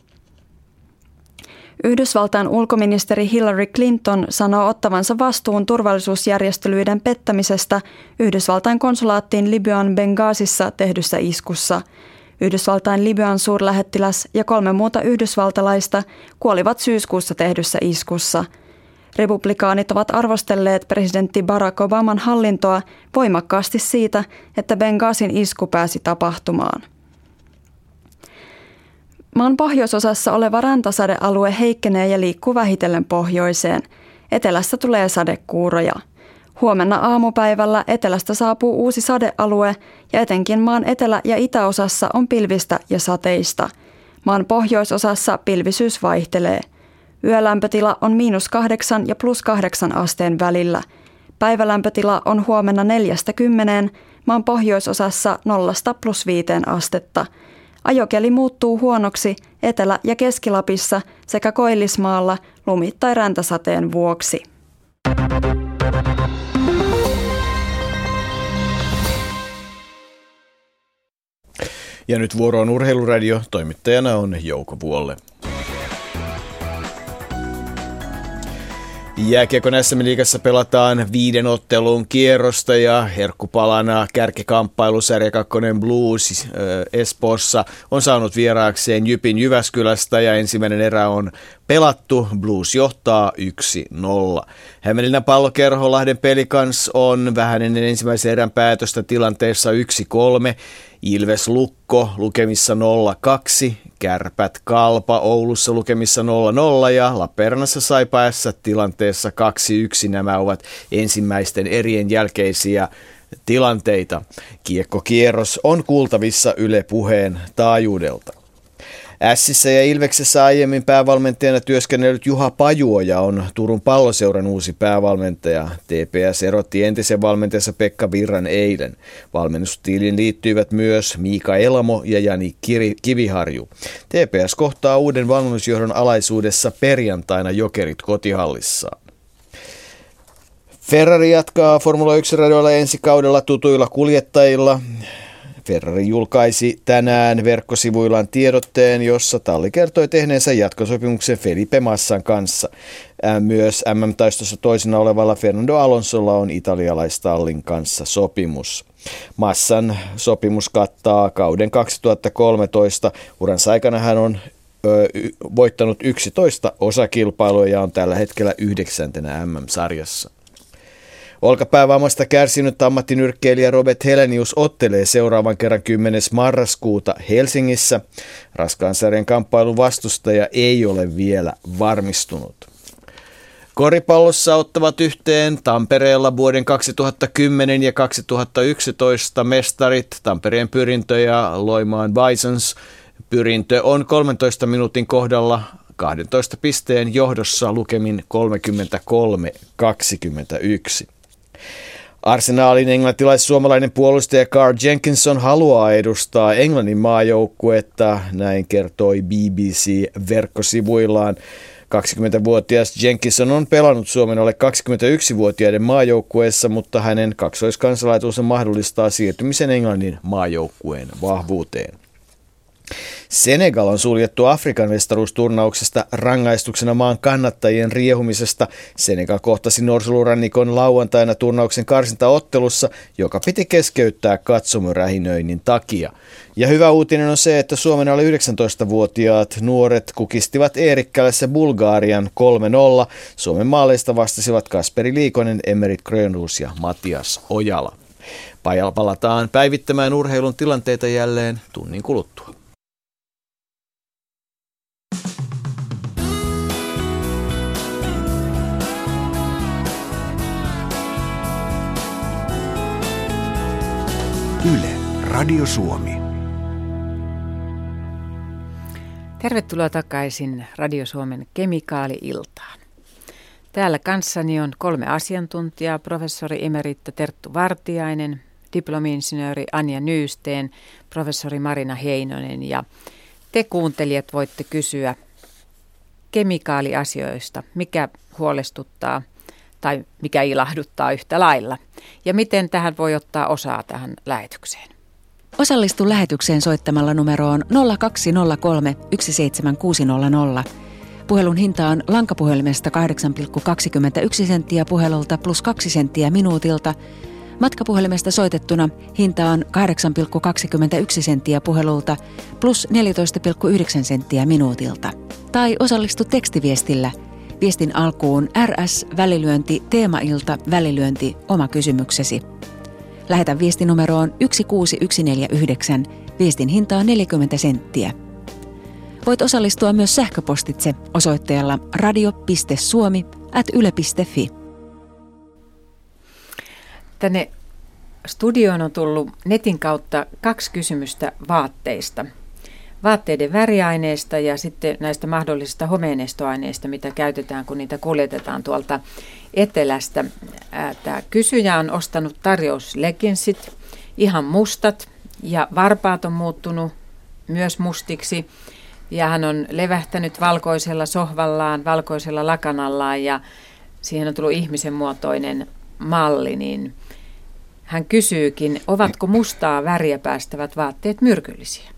Yhdysvaltain ulkoministeri Hillary Clinton sanoo ottavansa vastuun turvallisuusjärjestelyiden pettämisestä Yhdysvaltain konsulaattiin Libyan Benghazissa tehdyssä iskussa. Yhdysvaltain Libyan suurlähettiläs ja 3 muuta yhdysvaltalaista kuolivat syyskuussa tehdyssä iskussa. Republikaanit ovat arvostelleet presidentti Barack Obaman hallintoa voimakkaasti siitä, että Benghazin isku pääsi tapahtumaan. Maan pohjoisosassa oleva rantasadealue heikkenee ja liikkuu vähitellen pohjoiseen. Etelästä tulee sadekuuroja. Huomenna aamupäivällä etelästä saapuu uusi sadealue ja etenkin maan etelä- ja itäosassa on pilvistä ja sateista. Maan pohjoisosassa pilvisyys vaihtelee. Yölämpötila on -8 ja +8 asteen välillä. Päivälämpötila on huomenna 4-10, maan pohjoisosassa 0-+5 astetta. Ajokeli muuttuu huonoksi Etelä- ja Keski-Lapissa sekä Koillismaalla lumi- tai räntäsateen vuoksi. Ja nyt vuoro on Urheiluradio. Toimittajana on Jouko Vuolle. Jääkiekon SM-liigassa pelataan 5 ottelun kierrosta ja herkkupalana kärkikamppailu Sarja 2 Blues Espoossa on saanut vieraakseen Jypin Jyväskylästä ja ensimmäinen erä on pelattu. Blues johtaa 1-0. Hämeenlinnan Pallokerho Lahden Pelicans on vähän ennen ensimmäisen erän päätöstä tilanteessa 1-3. Ilves Lukko lukemissa 0-2, Kärpät Kalpa Oulussa lukemissa 0-0 ja Lappeenrannassa Saipa S tilanteessa 2-1. Nämä ovat ensimmäisten erien jälkeisiä tilanteita. Kiekkokierros on kuultavissa Yle Puheen taajuudelta. Ässissä ja Ilveksessä aiemmin päävalmentajana työskennellyt Juha Pajuoja on Turun Palloseuran uusi päävalmentaja. TPS erotti entisen valmentajansa Pekka Virran eilen. Valmennustiiliin liittyivät myös Miika Elamo ja Jani Kiviharju. TPS kohtaa uuden valmennusjohdon alaisuudessa perjantaina Jokerit kotihallissaan. Ferrari jatkaa Formula 1-radoilla ensi kaudella tutuilla kuljettajilla. Ferrari julkaisi tänään verkkosivuillaan tiedotteen, jossa talli kertoi tehneensä jatkosopimuksen Felipe Massan kanssa. Myös MM-taistossa toisena olevalla Fernando Alonsolla on italialaistallin kanssa sopimus. Massan sopimus kattaa kauden 2013. Uransa aikana hän on voittanut 11 osakilpailua ja on tällä hetkellä 9. MM-sarjassa. Olkapäävammasta kärsinyt ammattinyrkkeilijä Robert Helenius ottelee seuraavan kerran 10. marraskuuta Helsingissä. Raskaan sarjan kamppailun vastustaja ei ole vielä varmistunut. Koripallossa ottavat yhteen Tampereella vuoden 2010 ja 2011 mestarit Tampereen Pyrintö ja Loimaan Bisons. Pyrintö on 13 minuutin kohdalla 12 pisteen johdossa lukemin 33-21. Arsenalin englantilais-suomalainen puolustaja Carl Jenkinson haluaa edustaa Englannin maajoukkuetta, näin kertoi BBC-verkkosivuillaan. 20-vuotias Jenkinson on pelannut Suomen alle 21-vuotiaiden maajoukkueessa, mutta hänen kaksoiskansalaisuus mahdollistaa siirtymisen Englannin maajoukkueen vahvuuteen. Senegal on suljettu Afrikan mestaruusturnauksesta rangaistuksena maan kannattajien riehumisesta. Senegal kohtasi Norsulurannikon lauantaina turnauksen karsintaottelussa, joka piti keskeyttää katsomorähinöinnin takia. Ja hyvä uutinen on se, että Suomen alle 19-vuotiaat nuoret kukistivat Eerikkälässä Bulgarian 3-0. Suomen maaleista vastasivat Kasperi Liikonen, Emerit Grönroos ja Matias Ojala. Palataan päivittämään urheilun tilanteita jälleen tunnin kuluttua. Yle, Radio Suomi. Tervetuloa takaisin Radio Suomen Kemikaali-iltaan. Täällä kanssani on 3 asiantuntijaa, professori emeritta Terttu Vartiainen, diplomi-insinööri Anja Nyysteen, professori Marina Heinonen ja te kuuntelijat voitte kysyä kemikaaliasioista, mikä huolestuttaa tai mikä ilahduttaa yhtä lailla ja miten tähän voi ottaa osaa tähän lähetykseen. Osallistu lähetykseen soittamalla numeroon 0203 17600. Puhelun hinta on lankapuhelimesta 8,21 senttiä puhelulta plus 2 senttiä minuutilta. Matkapuhelimesta soitettuna hinta on 8,21 senttiä puhelulta plus 14,9 senttiä minuutilta. Tai osallistu tekstiviestillä. Viestin alkuun RS välilyönti teemailta välilyönti oma kysymyksesi. Lähetä viestinumeroon 16149. Viestin hinta on 40 senttiä. Voit osallistua myös sähköpostitse osoitteella radio.suomi yle.fi. Tänne studioon on tullut netin kautta 2 kysymystä vaatteista. Vaatteiden väriaineista ja sitten näistä mahdollisista homeenestoaineista, mitä käytetään, kun niitä kuljetetaan tuolta etelästä. Tämä kysyjä on ostanut tarjousleginsit, ihan mustat, ja varpaat on muuttunut myös mustiksi. Ja hän on levähtänyt valkoisella sohvallaan, valkoisella lakanallaan, ja siihen on tullut ihmisen muotoinen malli. Niin hän kysyykin, ovatko mustaa väriä päästävät vaatteet myrkyllisiä?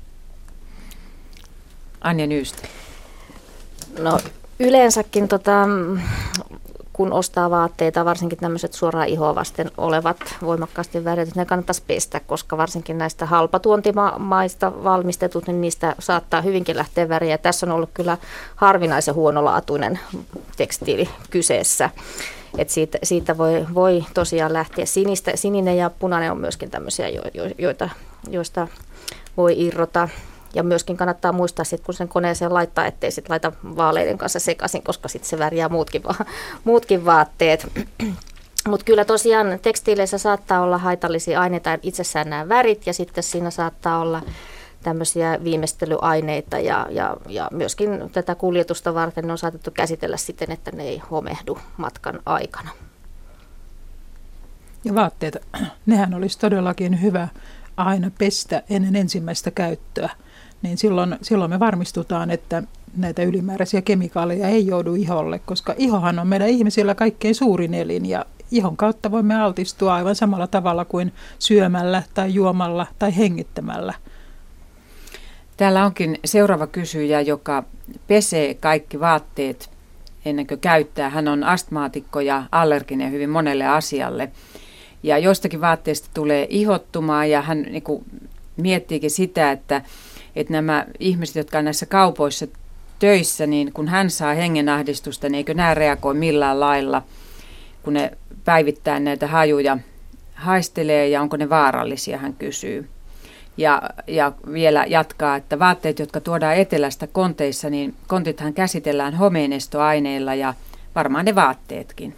Anja Nyystä. No yleensäkin kun ostaa vaatteita, varsinkin tämmöiset suoraan ihoa vasten olevat voimakkaasti värjätyt, ne kannattaisi pestä, koska varsinkin näistä halpatuontimaista valmistetut, niin niistä saattaa hyvinkin lähteä väriä. Tässä on ollut kyllä harvinaisen huonolaatuinen tekstiili kyseessä. Et siitä voi tosiaan lähteä sininen ja punainen on myöskin tämmöisiä, joista voi irrota. Ja myöskin kannattaa muistaa, sit, kun sen koneeseen laittaa, ettei sit laita vaaleiden kanssa sekaisin, koska sitten se värjää muutkin vaatteet. Mutta kyllä tosiaan tekstiileissä saattaa olla haitallisia aineita itsessään nämä värit, ja sitten siinä saattaa olla tämmöisiä viimeistelyaineita, ja myöskin tätä kuljetusta varten ne on saatettu käsitellä siten, että ne ei homehdu matkan aikana. Ja vaatteet, nehän olisi todellakin hyvä aina pestä ennen ensimmäistä käyttöä. Niin silloin me varmistutaan, että näitä ylimääräisiä kemikaaleja ei joudu iholle, koska ihohan on meidän ihmisillä kaikkein suurin elin, ja ihon kautta voimme altistua aivan samalla tavalla kuin syömällä tai juomalla tai hengittämällä. Täällä onkin seuraava kysyjä, joka pesee kaikki vaatteet ennen kuin käyttää. Hän on astmaatikko ja allerginen hyvin monelle asialle. Ja joistakin vaatteista tulee ihottumaa, ja hän miettiikin sitä, että nämä ihmiset, jotka on näissä kaupoissa töissä, niin kun hän saa hengenahdistusta, niin eikö nämä reagoi millään lailla, kun ne päivittäin näitä hajuja haistelee, ja onko ne vaarallisia, hän kysyy. Ja vielä jatkaa, että vaatteet, jotka tuodaan etelästä konteissa, niin kontithan käsitellään homeenestoaineilla ja varmaan ne vaatteetkin.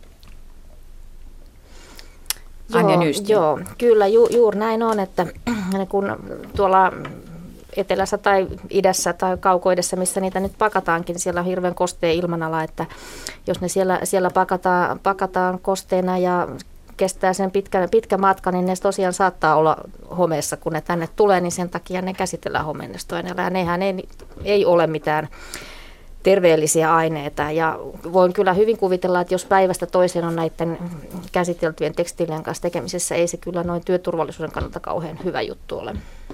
Joo, kyllä juuri näin on, että kun tuolla etelässä tai idässä tai kaukoidessa, missä niitä nyt pakataankin, siellä on hirveän kostea ilmanala, että jos ne siellä pakataan kosteena ja kestää sen pitkä matka, niin ne tosiaan saattaa olla homeessa, kun ne tänne tulee, niin sen takia ne käsitellään homeenestoaineilla, ja nehän ei ole mitään terveellisiä aineita, ja voin kyllä hyvin kuvitella, että jos päivästä toiseen on näiden käsiteltyjen tekstiilien kanssa tekemisessä, ei se kyllä noin työturvallisuuden kannalta kauhean hyvä juttu ole.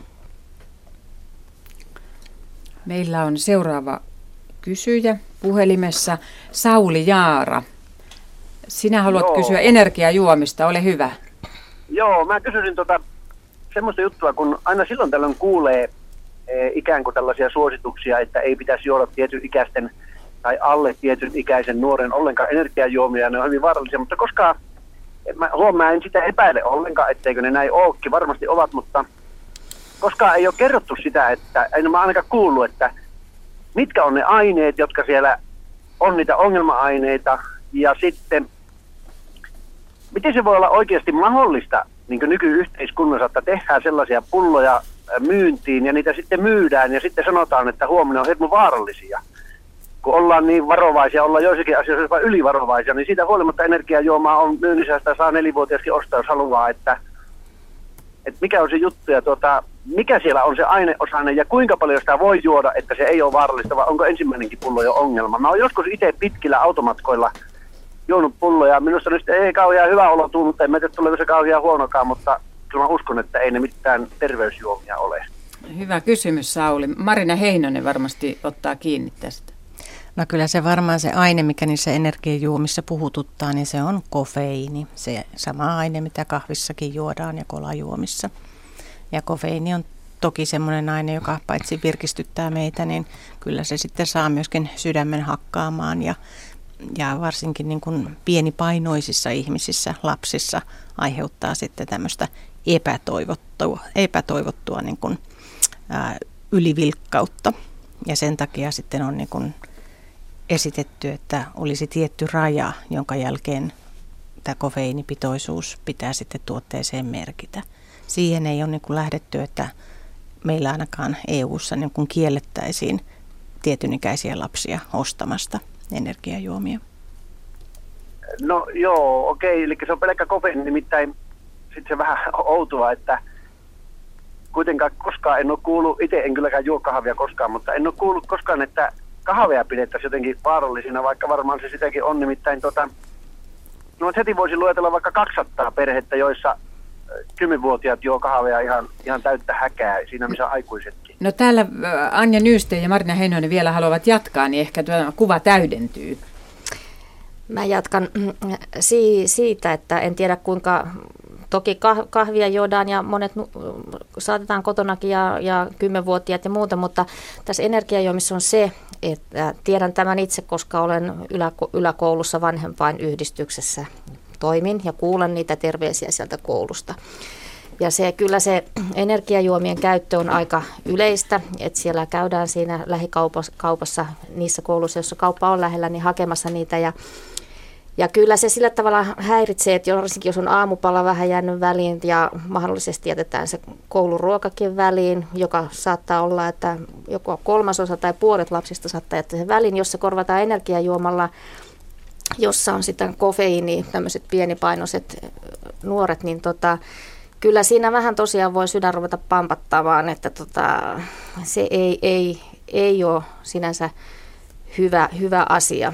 Meillä on seuraava kysyjä puhelimessa, Sauli Jaara. Sinä haluat kysyä energiajuomista, ole hyvä. Joo, mä kysyisin semmoista juttua, kun aina silloin tällöin kuulee ikään kuin tällaisia suosituksia, että ei pitäisi juoda tietyn ikäisten tai alle tietyn ikäisen nuoren ollenkaan energiajuomia, ne on hyvin vaarallisia, mutta koska mä en sitä epäile ollenkaan, etteikö ne näin olekin, varmasti ovat, mutta koskaan ei ole kerrottu sitä, että en mä ainakaan kuullut, että mitkä on ne aineet, jotka siellä on niitä ongelma-aineita, ja sitten miten se voi olla oikeasti mahdollista niin kuin nykyyhteiskunnassa, että tehdään sellaisia pulloja myyntiin ja niitä sitten myydään ja sitten sanotaan, että huomenna on hirmu vaarallisia. Kun ollaan niin varovaisia, ollaan joissakin asioissa jopa ylivarovaisia, niin siitä huolimatta energiajuomaa on myynnissä, sitä saa 4-vuotiaskin ostaa, jos haluaa, että mikä on se juttu ja mikä siellä on se aineosainen ja kuinka paljon sitä voi juoda, että se ei ole vaarallista, vai onko ensimmäinenkin pullo jo ongelma. Mä oon joskus itse pitkillä automatkoilla juonut pulloja. Minusta nyt ei kauhean hyvä olo tule, mutta en mä tiedä, tuleeko se kauhean huonokaan, mutta kyllä mä uskon, että ei ne mitään terveysjuomia ole. Hyvä kysymys, Sauli. Marina Heinonen varmasti ottaa kiinni tästä. No kyllä se varmaan se aine, mikä niissä energiajuomissa puhututtaa, niin se on kofeiini. Se sama aine, mitä kahvissakin juodaan ja kolajuomissa. Ja kofeiini on toki semmoinen aine, joka paitsi virkistyttää meitä, niin kyllä se sitten saa myöskin sydämen hakkaamaan ja varsinkin niin kuin pienipainoisissa ihmisissä, lapsissa aiheuttaa sitten tämmöistä epätoivottua niin kuin, ylivilkkautta. Ja sen takia sitten on niin kuin esitetty, että olisi tietty raja, jonka jälkeen tämä kofeiinipitoisuus pitää sitten tuotteeseen merkitä. Siihen ei ole niin kuin lähdetty, että meillä ainakaan EU:ssa niin kuin kiellettäisiin tietynikäisiä lapsia ostamasta energiajuomia. No joo, okei, eli se on pelkkä kofeiini, nimittäin sitten se vähän outoa, että kuitenkaan koskaan en ole kuullut, itse en kylläkään juo kahvia koskaan, mutta en ole kuullut koskaan, että kahvia pidettäisiin jotenkin vaarallisina, vaikka varmaan se sitäkin on, nimittäin no heti voisi luetella vaikka 200 perhettä, joissa 10-vuotiaat juo kahvia ihan täyttä häkää, siinä missä aikuisetkin. No täällä Anja Nyysten ja Marina Heinonen vielä haluavat jatkaa, niin ehkä tuo kuva täydentyy. Mä jatkan siitä, että en tiedä kuinka, toki kahvia juodaan ja monet saatetaan kotonakin ja 10-vuotiaat ja muuta, mutta tässä energiajuomissa on se, että tiedän tämän itse, koska olen yläkoulussa vanhempainyhdistyksessä toimin ja kuulen niitä terveisiä sieltä koulusta. Ja kyllä se energiajuomien käyttö on aika yleistä, että siellä käydään siinä lähikaupassa niissä kouluissa, joissa kauppa on lähellä, niin hakemassa niitä. Ja kyllä se sillä tavalla häiritsee, että varsinkin jos on aamupala vähän jäänyt väliin ja mahdollisesti jätetään se kouluruokakin väliin, joka saattaa olla, että joko 1/3 tai puolet lapsista saattaa jättää sen väliin, jos se korvataan energiajuomalla, jossa on sitten kofeiini, tämmöiset pienipainoiset nuoret, niin kyllä siinä vähän tosiaan voi sydän ruveta pampattamaan, että se ei ole sinänsä hyvä asia.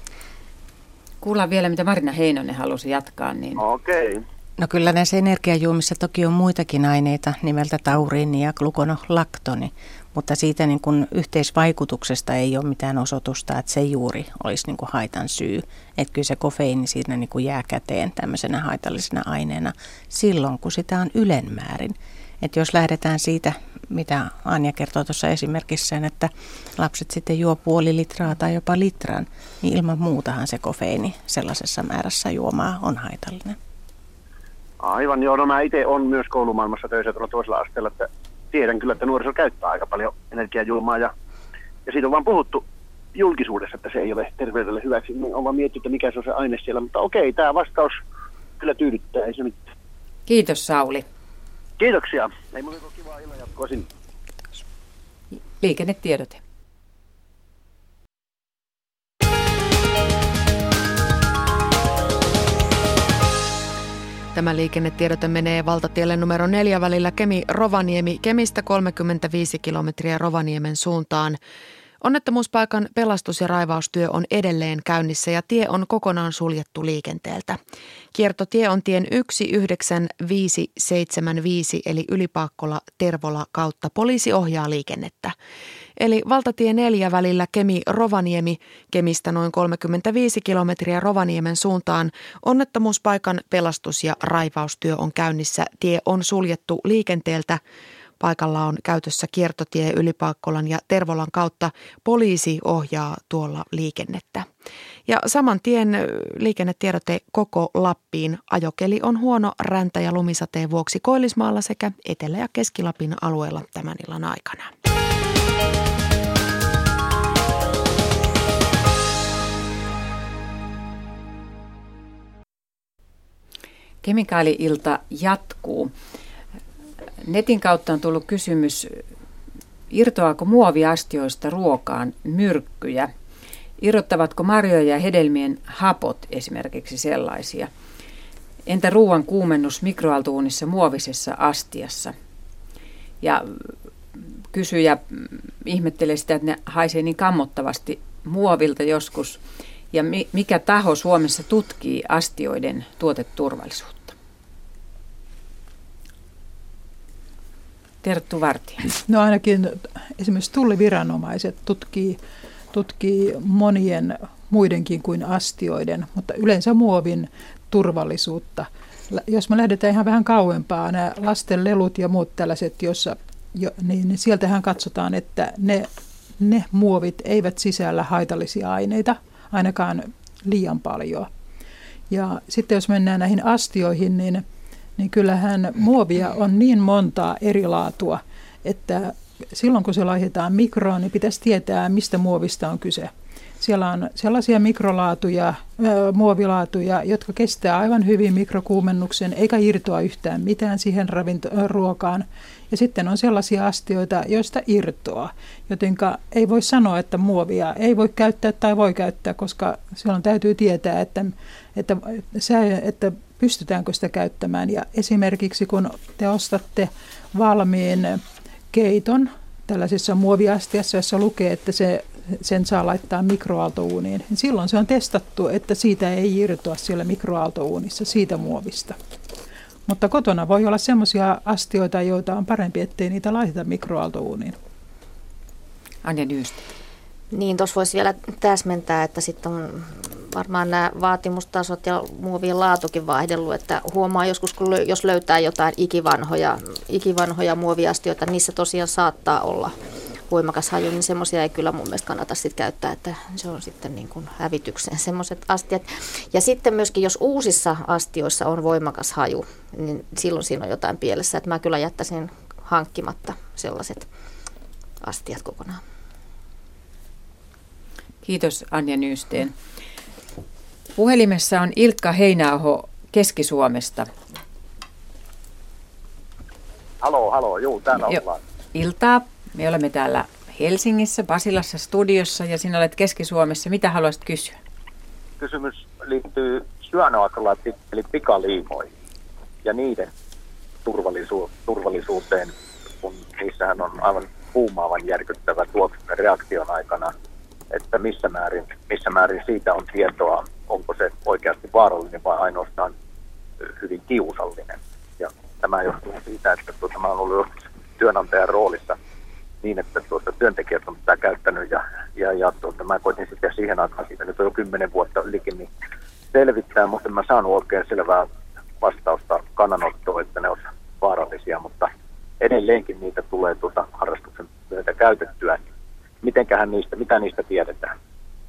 Kuullaan vielä, mitä Marina Heinonen halusi jatkaa. Niin. Okei. No kyllä näissä energiajuomissa toki on muitakin aineita nimeltä tauriini ja glukonolaktoni, mutta siitä niin kuin yhteisvaikutuksesta ei ole mitään osoitusta, että se juuri olisi niin kuin haitan syy. Että kyllä se kofeiini siinä niin kuin jää käteen tämmöisenä haitallisena aineena silloin, kun sitä on ylenmäärin. Että jos lähdetään siitä, mitä Anja kertoi tuossa esimerkissään, että lapset sitten juo 0,5 litraa tai jopa litran, niin ilman muutahan se kofeiini sellaisessa määrässä juomaa on haitallinen. Aivan joo, no mä itse olen myös koulumaailmassa töissä tuolla toisella asteella, että tiedän kyllä, että nuoriso käyttää aika paljon energiajuomaa ja siitä on vaan puhuttu julkisuudessa, että se ei ole terveydelle hyväksi. Niin on vaan mietitty, että mikä se on se aine siellä, mutta okei, tämä vastaus kyllä tyydyttää, ei se mitään. Kiitos Sauli. Kiitoksia. Ei muuta kuin kivaa illan jatkoa sinne. Liikennetiedote. Tämä liikennetiedote menee valtatielle numero 4 välillä Kemi-Rovaniemi, Kemistä 35 kilometriä Rovaniemen suuntaan. Onnettomuuspaikan pelastus- ja raivaustyö on edelleen käynnissä ja tie on kokonaan suljettu liikenteeltä. Kiertotie on tien 19575 eli Ylipaakkola-Tervola kautta. Poliisi ohjaa liikennettä. Eli valtatie 4 välillä Kemi-Rovaniemi, Kemistä noin 35 kilometriä Rovaniemen suuntaan. Onnettomuuspaikan pelastus- ja raivaustyö on käynnissä. Tie on suljettu liikenteeltä. Paikalla on käytössä kiertotie Ylipaakkolan ja Tervolan kautta. Poliisi ohjaa tuolla liikennettä. Ja saman tien liikennetiedote koko Lappiin. Ajokeli on huono räntä- ja lumisateen vuoksi Koillismaalla sekä Etelä- ja Keski-Lapin alueella tämän illan aikana. Kemikaali-ilta jatkuu. Netin kautta on tullut kysymys, irtoaako muoviastioista ruokaan myrkkyjä? Irrottavatko marjoja ja hedelmien hapot esimerkiksi sellaisia? Entä ruoan kuumennus mikroaaltouunissa muovisessa astiassa? Ja kysyjä ihmettelee sitä, että ne haisee niin kammottavasti muovilta joskus. Ja mikä taho Suomessa tutkii astioiden tuoteturvallisuutta? Terttu Vartija. No ainakin esimerkiksi tulliviranomaiset tutkii monien muidenkin kuin astioiden, mutta yleensä muovin turvallisuutta. Jos me lähdetään ihan vähän kauempaa, nämä lasten lelut ja muut tällaiset, niin sieltähän katsotaan, että ne muovit eivät sisällä haitallisia aineita, ainakaan liian paljon. Ja sitten jos mennään näihin astioihin, niin kyllähän muovia on niin montaa eri laatua, että silloin kun se laitetaan mikroon, niin pitäisi tietää, mistä muovista on kyse. Siellä on sellaisia mikrolaatuja, muovilaatuja, jotka kestää aivan hyvin mikrokuumennuksen eikä irtoa yhtään mitään siihen ruokaan. Ja sitten on sellaisia astioita, joista irtoaa, jotenka ei voi sanoa, että muovia ei voi käyttää tai voi käyttää, koska silloin täytyy tietää, että pystytäänkö sitä käyttämään. Ja esimerkiksi kun te ostatte valmiin keiton tällaisessa muoviastiassa, jossa lukee, että sen saa laittaa mikroaaltouuniin, niin silloin se on testattu, että siitä ei irtoa siellä mikroaaltouunissa siitä muovista. Mutta kotona voi olla sellaisia astioita, joita on parempi, ettei niitä laiteta mikroaaltouuniin. Anja Nyystö. Niin, tuossa voisi vielä täsmentää, että sitten on varmaan nämä vaatimustasot ja muovien laatukin vaihdellut, että huomaa joskus, jos löytää jotain ikivanhoja muoviastioita, niissä tosiaan saattaa olla voimakas haju, niin semmoisia ei kyllä mun mielestä kannata sitten käyttää, että se on sitten niin kuin hävitykseen semmoiset astiat. Ja sitten myöskin, jos uusissa astioissa on voimakas haju, niin silloin siinä on jotain pielessä, että mä kyllä jättäisin hankkimatta sellaiset astiat kokonaan. Kiitos Anja Nyysteen. Puhelimessa on Ilkka Heinäaho Keski-Suomesta. Haloo, juu, täällä ollaan. Iltaa. Me olemme täällä Helsingissä, Pasilassa studiossa ja sinä olet Keski-Suomessa. Mitä haluaisit kysyä? Kysymys liittyy syönoakrolaatti eli pikaliimoihin ja niiden turvallisuuteen, kun niissähän on aivan huumaavan järkyttävä tuoksunen reaktion aikana, että missä määrin siitä on tietoa, onko se oikeasti vaarallinen vai ainoastaan hyvin kiusallinen. Ja tämä johtuu siitä, että mä olen ollut työnantajan roolissa niin, että työntekijät on tätä käyttänyt ja mä koitin sitten siihen aikaan, siitä nyt on jo 10 vuotta ylikin, niin selvittää, mutta en mä saanut oikein selvää vastausta kannanottoa, että ne olisivat vaarallisia, mutta edelleenkin niitä tulee harrastuksen myötä käytettyä. Mitä niistä tiedetään?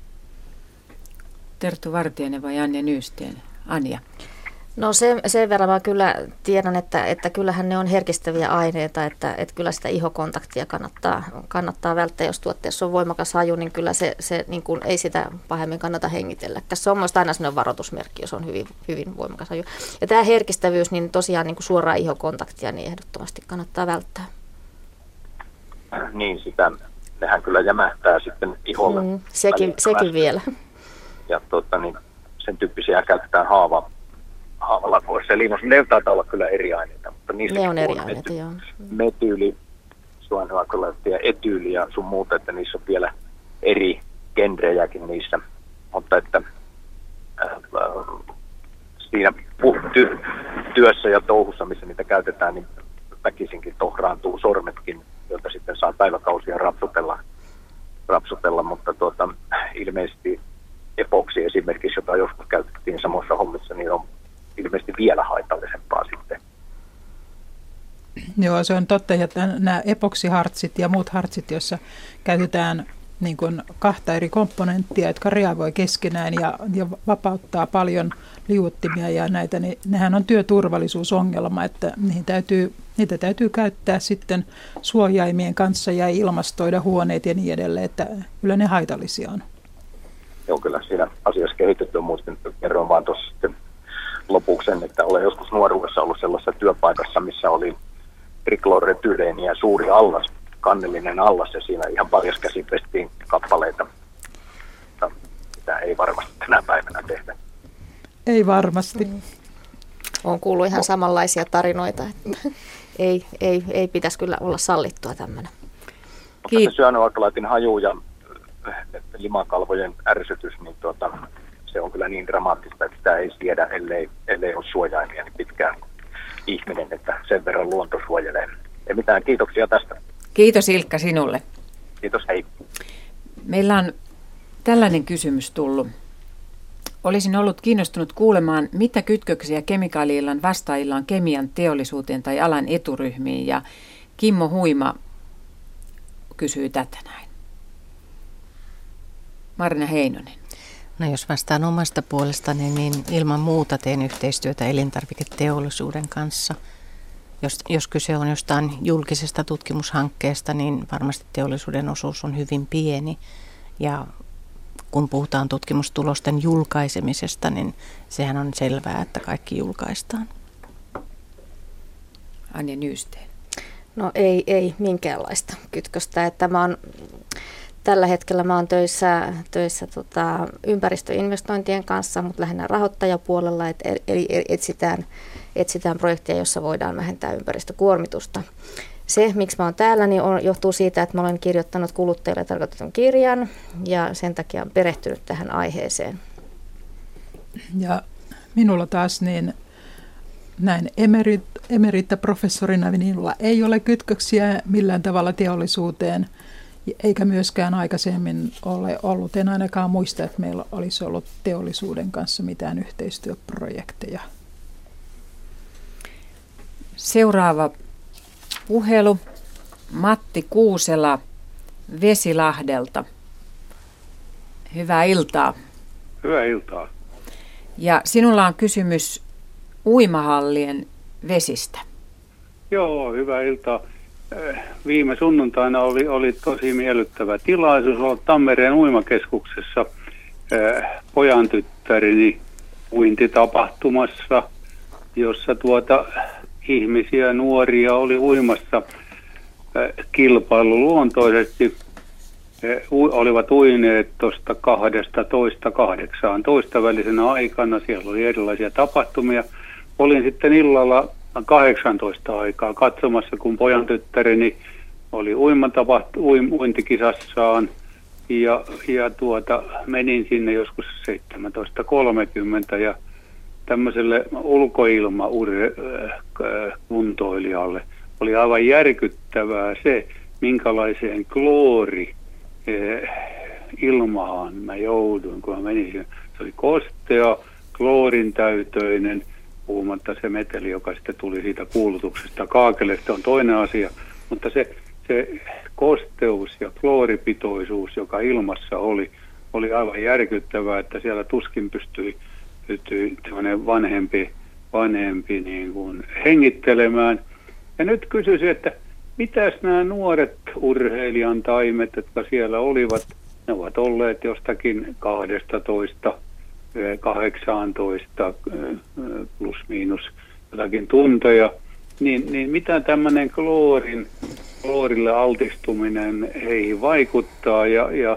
Terttu Vartiainen vai Anja Nyysteen? Anja. No sen verran mä kyllä tiedän, että kyllähän ne on herkistäviä aineita, että kyllä sitä ihokontaktia kannattaa välttää. Jos tuotteessa on voimakas haju, niin kyllä se niin kuin, ei sitä pahemmin kannata hengitellä. Se on mielestäni aina sellainen varoitusmerkki, jos on hyvin, hyvin voimakas haju. Ja tämä herkistävyys, niin tosiaan niin kuin suoraa ihokontaktia, niin ehdottomasti kannattaa välttää. Niin, nehän kyllä jämähtää sitten iholle. Sekin vielä. Ja niin, sen tyyppisiä käytetään haavalakoissa. Eli ne taitaa olla kyllä eri aineita, mutta niissä on eri aineita, joo. Metyyli, syönoakrolaatti ja etyyli ja sun muuta, että niissä on vielä eri genrejäkin niissä. Mutta että siinä työssä ja touhussa, missä niitä käytetään, niin väkisinkin tohraantuu sormetkin, joita sitten saa päiväkausia rapsutella, mutta ilmeisesti epoksi esimerkiksi, jota joskus käytettiin samoissa hommissa, niin on ilmeisesti vielä haitallisempaa sitten. Joo, se on totta, että nämä epoksihartsit ja muut hartsit, joissa käytetään niin kuin 2 eri komponenttia, jotka reagoi keskenään ja vapauttaa paljon liuottimia ja näitä, niin nehän on työturvallisuusongelma, että niitä täytyy käyttää sitten suojaimien kanssa ja ilmastoida huoneet ja niin edelleen, että kyllä ne haitallisia on. Joo, kyllä siinä asiassa kehitetty on muistin, kerron vaan tuossa sitten lopuksi sen, että olen joskus nuoruudessa ollut sellaisessa työpaikassa, missä oli trikloretyreeni ja suuri allas, kannellinen allas, ja siinä ihan paljaskäsin pestiin kappaleita, mutta sitä ei varmasti tänä päivänä tehdä. Ei varmasti. On kuullut ihan samanlaisia tarinoita, että ei pitäisi kyllä olla sallittua tämmöinen. Mutta se syönoakrolaatin haju ja limakalvojen ärsytys, niin se on kyllä niin dramaattista, että sitä ei siedä, ellei ole suojaimia niin pitkään ihminen, että sen verran luonto suojelee. Ei mitään, kiitoksia tästä. Kiitos Ilkka sinulle. Kiitos, hei. Meillä on tällainen kysymys tullut. Olisin ollut kiinnostunut kuulemaan, mitä kytköksiä Kemikaali-illan vastaajilla on kemian teollisuuteen tai alan eturyhmiin, ja Kimmo Huima kysyy tätä näin. Marina Heinonen. No jos vastaan omasta puolestani, niin ilman muuta teen yhteistyötä elintarviketeollisuuden kanssa. Jos kyse on jostain julkisesta tutkimushankkeesta, niin varmasti teollisuuden osuus on hyvin pieni. Ja kun puhutaan tutkimustulosten julkaisemisesta, niin sehän on selvää, että kaikki julkaistaan. Anja Nysteen. No ei minkäänlaista kytköstä, että tällä hetkellä mä oon töissä ympäristöinvestointien kanssa, mutta lähinnä rahoittajapuolella, eli etsitään projekteja, jossa voidaan vähentää ympäristökuormitusta. Se, miksi mä oon täällä, niin johtuu siitä, että mä olen kirjoittanut kuluttajille tarkoitetun kirjan ja sen takia olen perehtynyt tähän aiheeseen. Ja minulla taas niin näin emerittaprofessorina minulla ei ole kytköksiä millään tavalla teollisuuteen, eikä myöskään aikaisemmin ole ollut. En ainakaan muista, että meillä olisi ollut teollisuuden kanssa mitään yhteistyöprojekteja. Seuraava puhelu. Matti Kuusela Vesilahdelta. Hyvää iltaa. Hyvää iltaa. Ja sinulla on kysymys uimahallien vesistä. Joo, hyvää iltaa. Viime sunnuntaina oli tosi miellyttävä tilaisuus olla Tampereen uimakeskuksessa pojan tyttäreni uintitapahtumassa, jossa ihmisiä, nuoria oli uimassa kilpailuluontoisesti. He olivat uineet tuosta 12-18 välisenä aikana. Siellä oli erilaisia tapahtumia. Olin sitten illalla 18 aikaa katsomassa, kun pojan tyttäreni oli uintikisassaan ja menin sinne joskus 17.30 ja tämmöiselle ulkoilmakuntoilijalle oli aivan järkyttävää se, minkälaiseen kloori ilmaan mä jouduin, kun mä menin sinne. Se oli kostea, kloorin täytöinen, puhumatta se meteli, joka sitten tuli siitä kuulutuksesta Kaakelesta, on toinen asia, mutta se kosteus ja klooripitoisuus, joka ilmassa oli aivan järkyttävää, että siellä tuskin pystyi tämmöinen vanhempi niin kuin hengittelemään. Ja nyt kysyisin, että mitäs nämä nuoret urheilijan taimet, jotka siellä olivat, ne ovat olleet jostakin 12, 18 plus miinus jotakin tunteja, niin mitä tämmöinen kloorille altistuminen heihin vaikuttaa ja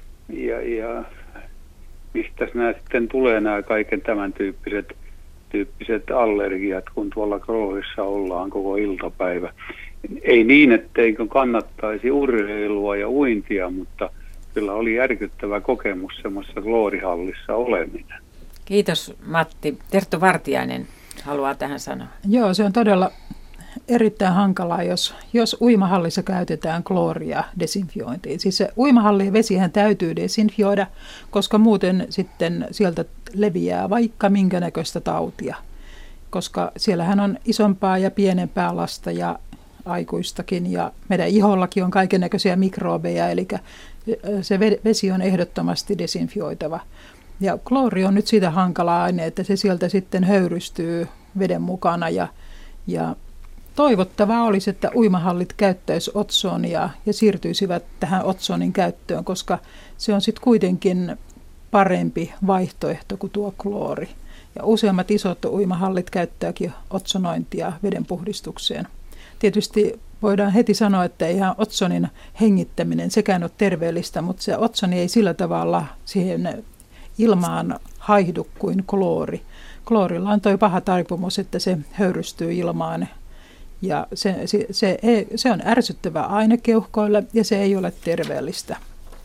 mistä nämä sitten tulee nämä kaiken tämän tyyppiset allergiat, kun tuolla kloorissa ollaan koko iltapäivä. Ei niin, etteikö kannattaisi urheilua ja uintia, mutta kyllä oli järkyttävä kokemus semmoisessa kloorihallissa oleminen. Kiitos Matti. Terttu Vartiainen haluaa tähän sanoa. Joo, se on todella erittäin hankalaa, jos uimahallissa käytetään klooria desinfiointiin. Siis se uimahallien vesihän täytyy desinfioida, koska muuten sitten sieltä leviää vaikka minkä näköistä tautia. Koska siellähän on isompaa ja pienempää lasta ja aikuistakin ja meidän ihollakin on kaiken näköisiä mikrobeja, eli se vesi on ehdottomasti desinfioitava. Ja kloori on nyt siitä hankala aine, että se sieltä sitten höyrystyy veden mukana ja toivottavaa olisi, että uimahallit käyttäisivät otsonia ja siirtyisivät tähän otsonin käyttöön, koska se on sitten kuitenkin parempi vaihtoehto kuin tuo kloori. Ja useimmat isot uimahallit käyttääkin otsonointia veden puhdistukseen. Tietysti voidaan heti sanoa, että eihän otsonin hengittäminen sekään ole terveellistä, mutta se otsoni ei sillä tavalla siihen ilmaan haihdu kuin kloori. Kloorilla on tuo paha taipumus, että se höyrystyy ilmaan ja se on ärsyttävä aine keuhkoille ja se ei ole terveellistä.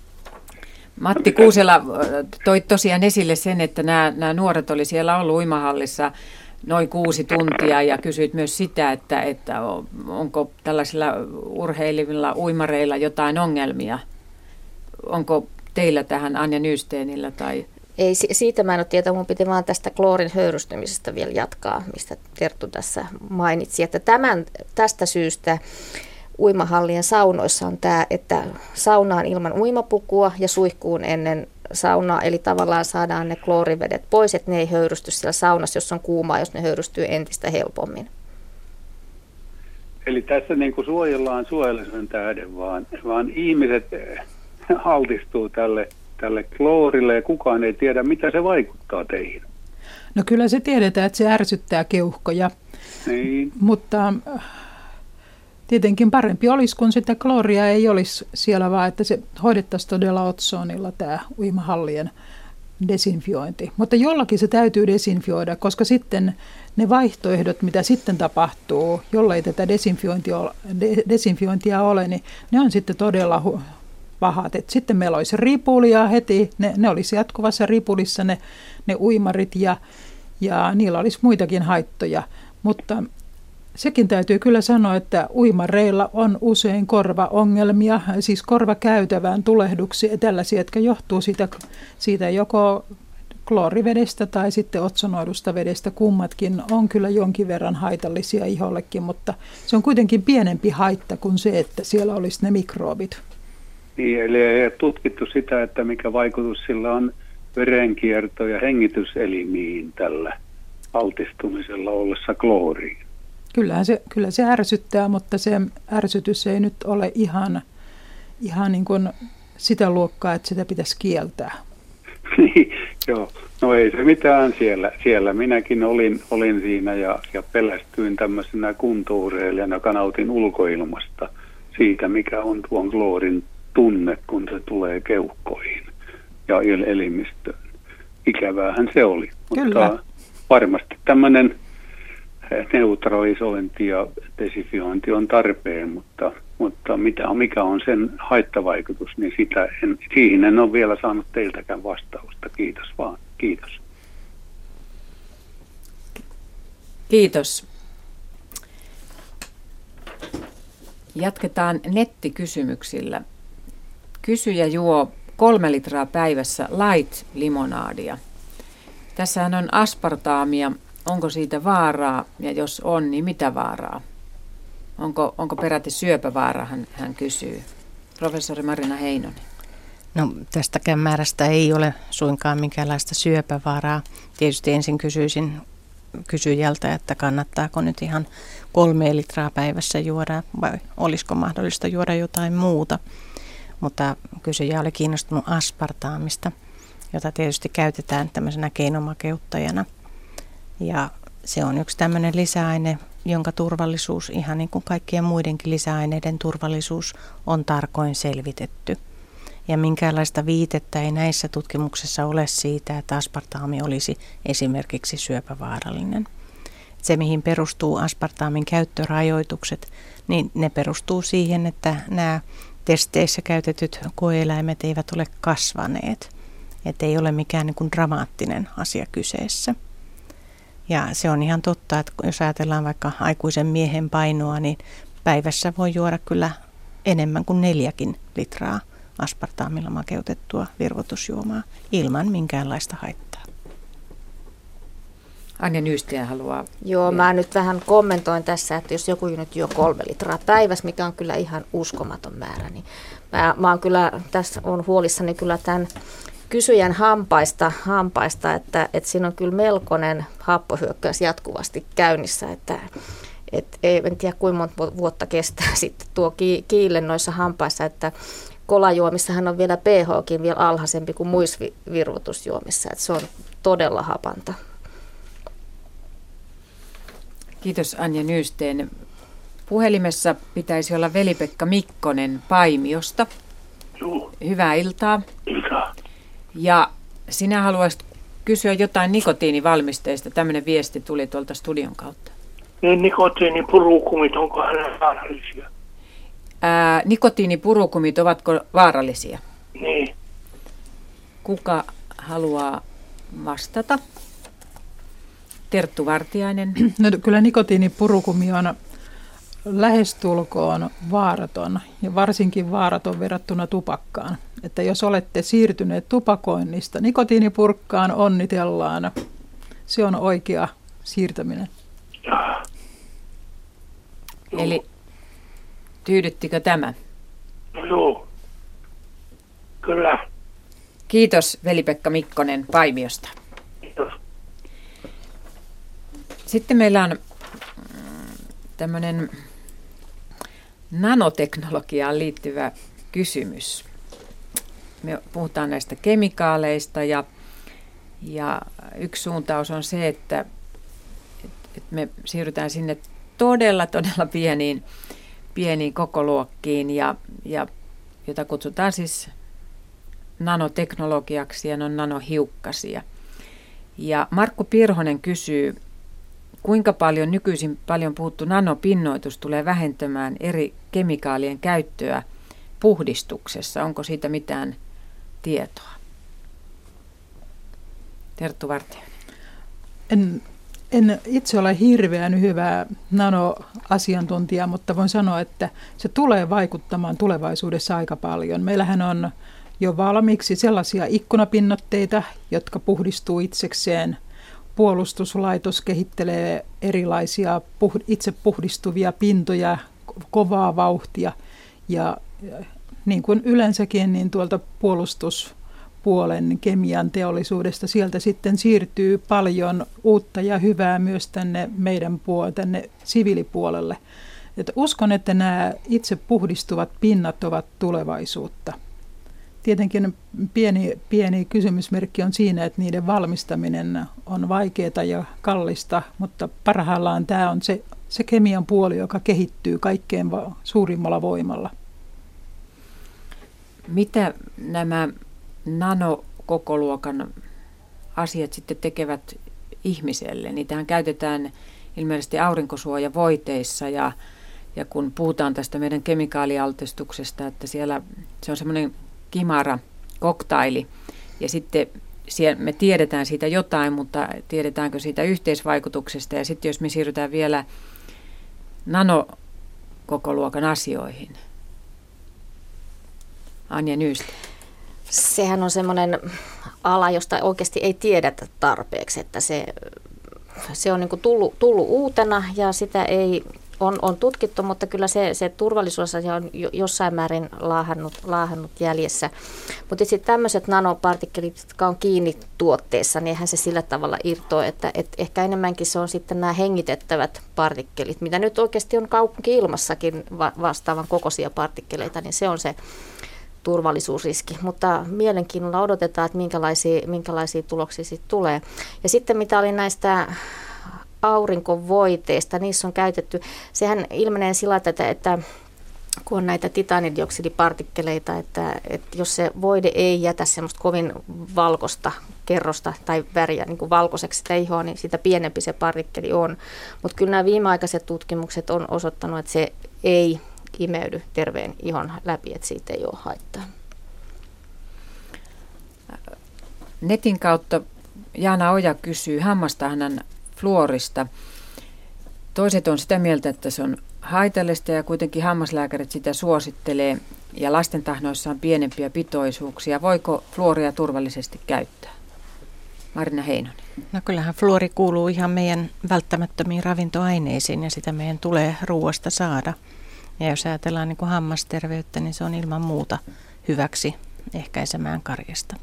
Matti Kuusela toi tosiaan esille sen, että nämä nuoret oli siellä ollut uimahallissa noin 6 tuntia ja kysyit myös sitä, että onko tällaisilla urheilivilla uimareilla jotain ongelmia. Onko teillä tähän Anja Nysteenillä tai... Ei, siitä mä en ole tietoa, mun piti vaan tästä kloorin höyrystymisestä vielä jatkaa, mistä Terttu tässä mainitsi. Että tästä syystä uimahallien saunoissa on tämä, että saunaan ilman uimapukua ja suihkuun ennen saunaa, eli tavallaan saadaan ne kloorivedet pois, että ne ei höyrysty siellä saunassa, jos on kuumaa, jos ne höyrystyy entistä helpommin. Eli tässä niin kuin suojellaan suojelemisen tähden, vaan ihmiset altistuu tälle kloorille ja kukaan ei tiedä, mitä se vaikuttaa teihin. No kyllä se tiedetään, että se ärsyttää keuhkoja, niin. Mutta tietenkin parempi olisi, kun sitä klooria ei olisi siellä, vaan että se hoidettaisiin todella ozonilla tämä uimahallien desinfiointi. Mutta jollakin se täytyy desinfioida, koska sitten ne vaihtoehdot, mitä sitten tapahtuu, jollei tätä desinfiointia ole, niin ne on sitten todella pahat. Et sitten meillä olisi ripulia heti, ne olisi jatkuvassa ripulissa ne uimarit ja niillä olisi muitakin haittoja. Mutta sekin täytyy kyllä sanoa, että uimareilla on usein korvaongelmia, siis korvakäytävään tulehduksia ja tällaisia, jotka johtuu siitä joko kloorivedestä tai sitten otsonoidusta vedestä. Kummatkin on kyllä jonkin verran haitallisia ihollekin, mutta se on kuitenkin pienempi haitta kuin se, että siellä olisi ne mikroobit. Niin, eli ei ole tutkittu sitä, että mikä vaikutus sillä on verenkierto- ja hengityselimiin tällä altistumisella ollessa klooriin. Kyllä se ärsyttää, mutta se ärsytys ei nyt ole ihan niin kuin sitä luokkaa, että sitä pitäisi kieltää. Niin, joo. No ei se mitään siellä. Minäkin olin siinä ja pelästyin tämmöisenä kuntourheilijana, joka nautin ulkoilmasta siitä, mikä on tuon kloorin tunne, kun se tulee keuhkoihin ja elimistöön. Ikäväähän se oli. Kyllä. Mutta varmasti tämmöinen neutralisointi ja desinfiointi on tarpeen, mutta mikä on sen haittavaikutus, niin siihen en ole vielä saanut teiltäkään vastausta. Kiitos vaan. Kiitos. Kiitos. Jatketaan nettikysymyksillä. Kysyjä juo 3 litraa päivässä light-limonaadia. Tässähän on aspartaamia. Onko siitä vaaraa, ja jos on, niin mitä vaaraa? Onko peräti syöpävaara, hän kysyy. Professori Marina Heinonen. No tästäkään määrästä ei ole suinkaan minkäänlaista syöpävaaraa. Tietysti ensin kysyisin kysyjältä, että kannattaako nyt ihan 3 litraa päivässä juoda, vai olisiko mahdollista juoda jotain muuta. Mutta kysyjä oli kiinnostunut aspartaamista, jota tietysti käytetään tämmöisenä keinomakeuttajana. Ja se on yksi tämmöinen lisäaine, jonka turvallisuus, ihan niin kuin kaikkien muidenkin lisäaineiden turvallisuus, on tarkoin selvitetty. Ja minkäänlaista viitettä ei näissä tutkimuksissa ole siitä, että aspartaami olisi esimerkiksi syöpävaarallinen. Se, mihin perustuu aspartaamin käyttörajoitukset, niin ne perustuu siihen, että nämä testeissä käytetyt koe-eläimet eivät ole kasvaneet. Että ei ole mikään niin kuin dramaattinen asia kyseessä. Ja se on ihan totta, että jos ajatellaan vaikka aikuisen miehen painoa, niin päivässä voi juoda kyllä enemmän kuin 4 litraa aspartaamilla makeutettua virvoitusjuomaa ilman minkäänlaista haittaa. Anja Nyystiä haluaa. Joo, mä nyt vähän kommentoin tässä, että jos joku nyt juo 3 litraa päivässä, mikä on kyllä ihan uskomaton määrä, niin mä oon kyllä, tässä on huolissani kyllä tämän kysyjän hampaista että siinä on kyllä melkoinen happohyökkäys jatkuvasti käynnissä, että en tiedä kuinka monta vuotta kestää sitten tuo kiille noissa hampaissa, että kolajuomissahan on vielä pHkin vielä alhaisempi kuin muissa virvoitusjuomissa, että se on todella hapanta. Kiitos Anja Nyysteen. Puhelimessa pitäisi olla Veli-Pekka Mikkonen Paimiosta. Joo. Hyvää iltaa. Iltaa. Ja sinä haluaisit kysyä jotain nikotiinivalmisteista. Tämmöinen viesti tuli tuolta studion kautta. Niin nikotiinipurukumit, onko hänellä vaarallisia? Nikotiinipurukumit, ovatko vaarallisia? Niin. Kuka haluaa vastata? Terttu Vartiainen. No, kyllä nikotiinipurukumi on lähestulkoon vaaraton ja varsinkin vaaraton verrattuna tupakkaan. Että jos olette siirtyneet tupakoinnista nikotiinipurkkaan, onnitellaan. Se on oikea siirtäminen. Eli tyydyttikö tämä? No joo, kyllä. Kiitos Veli-Pekka Mikkonen Paimiosta. Kiitos. Sitten meillä on tämmöinen nanoteknologiaan liittyvä kysymys. me puhutaan näistä kemikaaleista ja yksi suuntaus on se, että me siirrytään sinne todella pieniin kokoluokkiin, ja jota kutsutaan siis nanoteknologiaksi ja ne on nanohiukkasia. Ja Markku Pirhonen kysyy, kuinka paljon nykyisin paljon puhuttu nanopinnoitus tulee vähentämään eri kemikaalien käyttöä puhdistuksessa? Onko siitä mitään tietoa? Terttu Vartiainen. En itse ole hirveän hyvä nanoasiantuntija, mutta voin sanoa, että se tulee vaikuttamaan tulevaisuudessa aika paljon. Meillähän on jo valmiiksi sellaisia ikkunapinnoitteita, jotka puhdistuu itsekseen. Puolustuslaitos kehittelee erilaisia itse puhdistuvia pintoja, kovaa vauhtia. Ja niin kuin yleensäkin, niin tuolta puolustuspuolen kemian teollisuudesta sieltä sitten siirtyy paljon uutta ja hyvää myös tänne meidän tänne siviilipuolelle. Et uskon, että nämä itse puhdistuvat pinnat ovat tulevaisuutta. Tietenkin pieni kysymysmerkki on siinä, että niiden valmistaminen on vaikeaa ja kallista, mutta parhaillaan tämä on se kemian puoli, joka kehittyy kaikkein suurimmalla voimalla. Mitä nämä nanokokoluokan asiat sitten tekevät ihmiselle? Niitähän käytetään ilmeisesti aurinkosuojavoiteissa ja kun puhutaan tästä meidän kemikaalialtistuksesta, että siellä se on semmoinen kimara koktaili ja sitten me tiedetään siitä jotain, mutta tiedetäänkö siitä yhteisvaikutuksesta, ja sitten jos me siirrytään vielä nanokokoluokan asioihin. Anja Nyysti. Sehän on semmoinen ala, josta oikeasti ei tiedetä tarpeeksi, että se on niin kuin tullut uutena ja sitä ei on tutkittu, mutta kyllä se turvallisuus on jossain määrin laahannut jäljessä. Mutta sitten tämmöiset nanopartikkelit, jotka on kiinni tuotteessa, niin eihän se sillä tavalla irtoa, että ehkä enemmänkin se on sitten nämä hengitettävät partikkelit, mitä nyt oikeasti on kaupunki-ilmassakin vastaavan kokoisia partikkeleita, niin se on se turvallisuusriski, mutta mielenkiinnolla odotetaan, että minkälaisia tuloksia siitä tulee. Ja sitten mitä oli näistä aurinkovoiteista, niissä on käytetty, sehän ilmenee sillä tavalla, että kun on näitä titanidioksidipartikkeleita, että jos se voide ei jätä semmoista kovin valkoista kerrosta tai väriä niin kuin valkoiseksi sitä ihoa, niin sitä pienempi se partikkeli on. Mutta kyllä nämä viimeaikaiset tutkimukset on osoittanut, että se ei imeydy terveen ihon läpi, että siitä ei ole haittaa. Netin kautta Jaana Oja kysyy hammastahnan fluorista. Toiset on sitä mieltä, että se on haitallista ja kuitenkin hammaslääkärit sitä suosittelee ja lastentahnoissa on pienempiä pitoisuuksia. Voiko fluoria turvallisesti käyttää? Marina Heinonen. No kyllähän fluori kuuluu ihan meidän välttämättömiin ravintoaineisiin ja sitä meidän tulee ruoasta saada. Ja jos ajatellaan niin kuin hammasterveyttä, niin se on ilman muuta hyväksi ehkäisemään karjesta.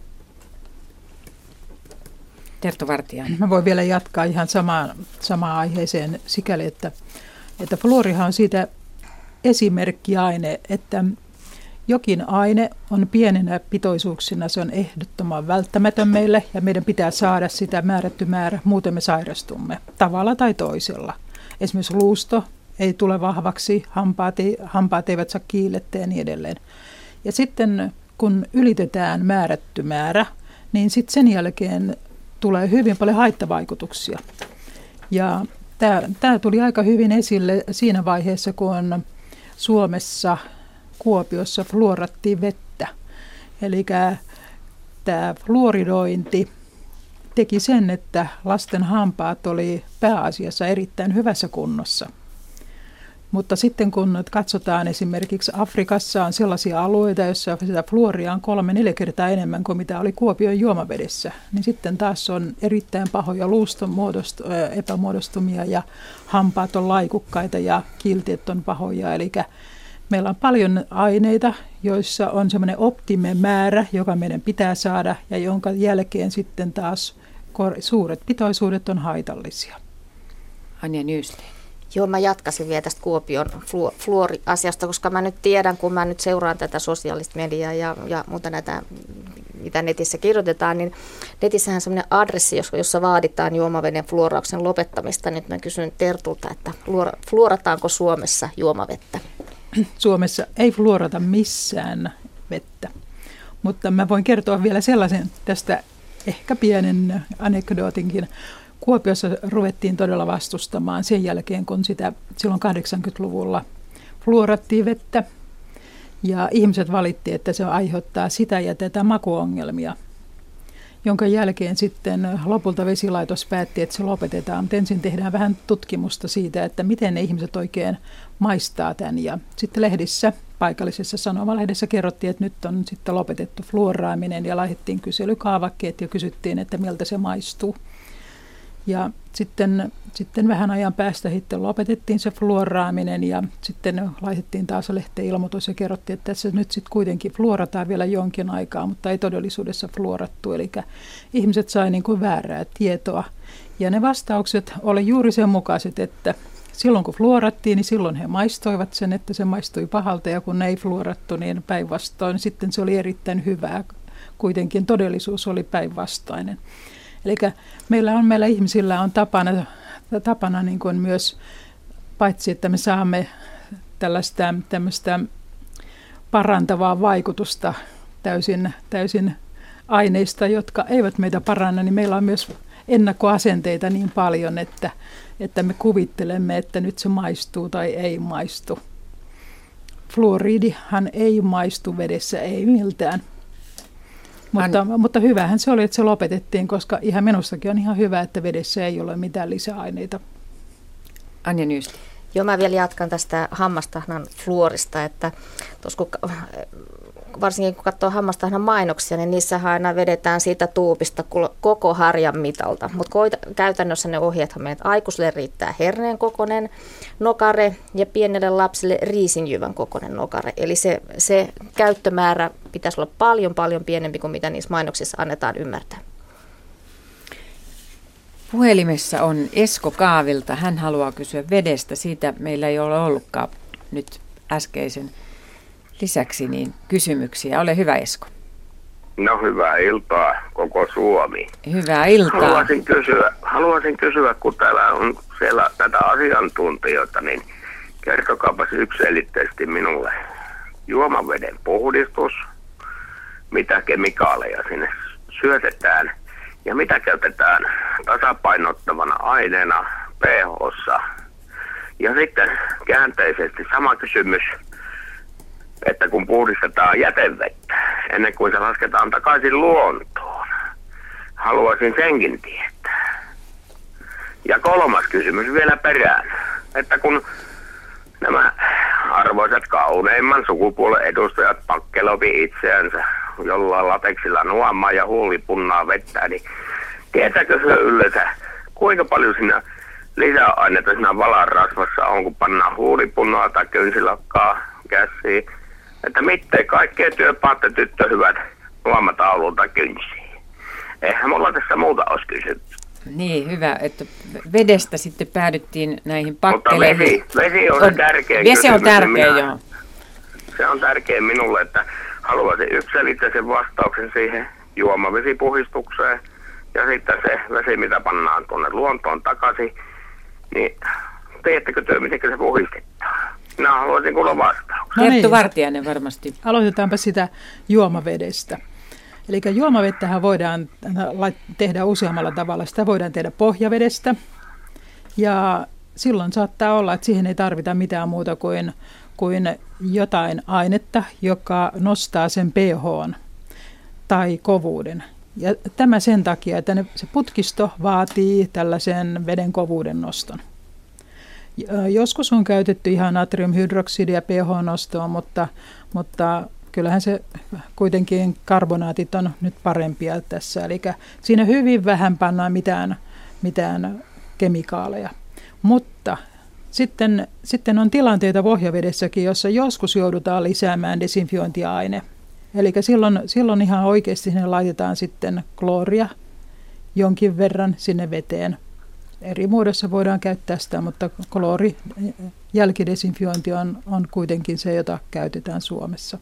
Terttu Vartiainen. Mä voin vielä jatkaa ihan samaan aiheeseen sikäli, että fluorihan on siitä esimerkkiaine, että jokin aine on pienenä pitoisuuksina, se on ehdottoman välttämätön meille ja meidän pitää saada sitä määrätty määrä, muuten me sairastumme tavalla tai toisella. Esimerkiksi luusto ei tule vahvaksi, hampaat eivät saa kiillettä ja niin edelleen. Ja sitten kun ylitetään määrätty määrä, niin sitten sen jälkeen tulee hyvin paljon haittavaikutuksia. Ja tämä tuli aika hyvin esille siinä vaiheessa, kun Suomessa Kuopiossa fluorattiin vettä. Eli tämä fluoridointi teki sen, että lasten hampaat oli pääasiassa erittäin hyvässä kunnossa. Mutta sitten kun katsotaan esimerkiksi Afrikassa on sellaisia alueita, joissa sitä fluoria on 3-4 kertaa enemmän kuin mitä oli Kuopion juomavedessä, niin sitten taas on erittäin pahoja luuston epämuodostumia ja hampaat on laikukkaita ja kiltiet on pahoja. Eli meillä on paljon aineita, joissa on semmoinen optimemäärä, joka meidän pitää saada ja jonka jälkeen sitten taas suuret pitoisuudet on haitallisia. Anja Nyysti. Joo, mä jatkasin vielä tästä Kuopion fluoriasiasta, koska mä nyt tiedän, kun mä nyt seuraan tätä sosiaalista mediaa ja muuta näitä, mitä netissä kirjoitetaan, niin netissähän on sellainen adressi, jossa vaaditaan juomaveden fluorauksen lopettamista. Nyt mä kysyn Tertulta, että fluorataanko Suomessa juomavettä? Suomessa ei fluorata missään vettä, mutta mä voin kertoa vielä sellaisen tästä ehkä pienen anekdootinkin. Kuopiossa ruvettiin todella vastustamaan sen jälkeen, kun silloin 80-luvulla fluorattiin vettä. Ja ihmiset valitti, että se aiheuttaa sitä ja tätä makuongelmia, jonka jälkeen sitten lopulta vesilaitos päätti, että se lopetetaan. Mutta ensin tehdään vähän tutkimusta siitä, että miten ne ihmiset oikein maistaa tämän. Ja sitten lehdissä, paikallisessa sanomalehdessä kerrottiin, että nyt on sitten lopetettu fluoraaminen ja laitettiin kyselykaavakkeet ja kysyttiin, että miltä se maistuu. Ja sitten vähän ajan päästä sitten lopetettiin se fluoraaminen ja sitten laitettiin taas lehteen ilmoitus ja kerrottiin, että tässä nyt sitten kuitenkin fluorataan vielä jonkin aikaa, mutta ei todellisuudessa fluorattu. Eli ihmiset sai niin kuin väärää tietoa. Ja ne vastaukset oli juuri sen mukaiset, että silloin kun fluorattiin, niin silloin he maistoivat sen, että se maistui pahalta ja kun ei fluorattu, niin päinvastoin sitten se oli erittäin hyvää. Kuitenkin todellisuus oli päinvastainen. Eli meillä ihmisillä on tapana niin kuin myös, paitsi että me saamme tämmöistä parantavaa vaikutusta täysin aineista, jotka eivät meitä paranna, niin meillä on myös ennakkoasenteita niin paljon, että me kuvittelemme, että nyt se maistuu tai ei maistu. Fluoridihan ei maistu vedessä, ei miltään. Mutta hyvähän se oli, että se lopetettiin, koska ihan minustakin on ihan hyvä, että vedessä ei ole mitään lisäaineita. Anja Nyysti. Joo, mä vielä jatkan tästä hammastahnan fluorista, että varsinkin kun katsoo hammastahnan mainoksia, niin niissähän aina vedetään siitä tuupista koko harjan mitalta. Mutta käytännössä ne ohjeethan meidät aikuisille riittää herneen kokoinen nokare ja pienelle lapselle riisinjyvän kokoinen nokare. Eli se käyttömäärä pitäisi olla paljon pienempi kuin mitä niissä mainoksissa annetaan ymmärtää. Puhelimessa on Esko Kaavilta. Hän haluaa kysyä vedestä. Siitä meillä ei ole ollutkaan nyt äskeisen lisäksi niin kysymyksiä. Ole hyvä, Esko. No, hyvää iltaa koko Suomi. Hyvää iltaa. Haluaisin kysyä, kun täällä on siellä tätä asiantuntijoita, niin kertokaapas yksiselitteisesti minulle juomaveden puhdistus, mitä kemikaaleja sinne syötetään ja mitä käytetään tasapainottavana aineena pH:ssa. Ja sitten käänteisesti sama kysymys, että kun puhdistetaan jätevettä ennen kuin se lasketaan takaisin luontoon. Haluaisin senkin tietää. Ja kolmas kysymys vielä perään, että kun nämä arvoisat kauneimman sukupuolen edustajat pakkelovi itseänsä jollain lateksilla nuomaa ja huulipunnaa vettä, niin tietääkö se yleensä, kuinka paljon siinä lisäaineita siinä valarasvassa on, kun pannaan huulipunnaa tai kynsilakkaa käsiin, että miten kaikkea työpaatte tyttöhyvät nuomataululta kynsiin. Eihän mulla tässä muuta olisi kysytty. Niin, hyvä, että vedestä sitten päädyttiin näihin pakkeleihin. Mutta vesi on se tärkeä kysymys. Vesi on tärkeä, joo. Se on tärkeä minulle, että haluaisin yksiselitteisen vastauksen siihen juomavesipuhistukseen. Ja sitten se vesi, mitä pannaan tuonne luontoon takaisin, niin tiedättekö työ, miten se puhistetaan? Minä haluaisin kuulla vastauksen. Terttu Vartiainen varmasti. Aloitetaanpa sitä juomavedestä. Eli juomavettähän voidaan tehdä useammalla tavalla. Sitä voidaan tehdä pohjavedestä ja silloin saattaa olla, että siihen ei tarvita mitään muuta kuin jotain ainetta, joka nostaa sen pH:n tai kovuuden. Ja tämä sen takia, että se putkisto vaatii tällaisen veden kovuuden noston. Joskus on käytetty ihan natriumhydroksidia pH-nostoon, mutta kyllähän se kuitenkin karbonaatit on nyt parempia tässä. Eli siinä hyvin vähän pannaan mitään kemikaaleja. Mutta sitten on tilanteita pohjavedessäkin, jossa joskus joudutaan lisäämään desinfiointiaine. Eli silloin ihan oikeasti sinne laitetaan sitten klooria jonkin verran sinne veteen. eri muodossa voidaan käyttää sitä, mutta kloori jälkidesinfiointi on kuitenkin se, jota käytetään Suomessa.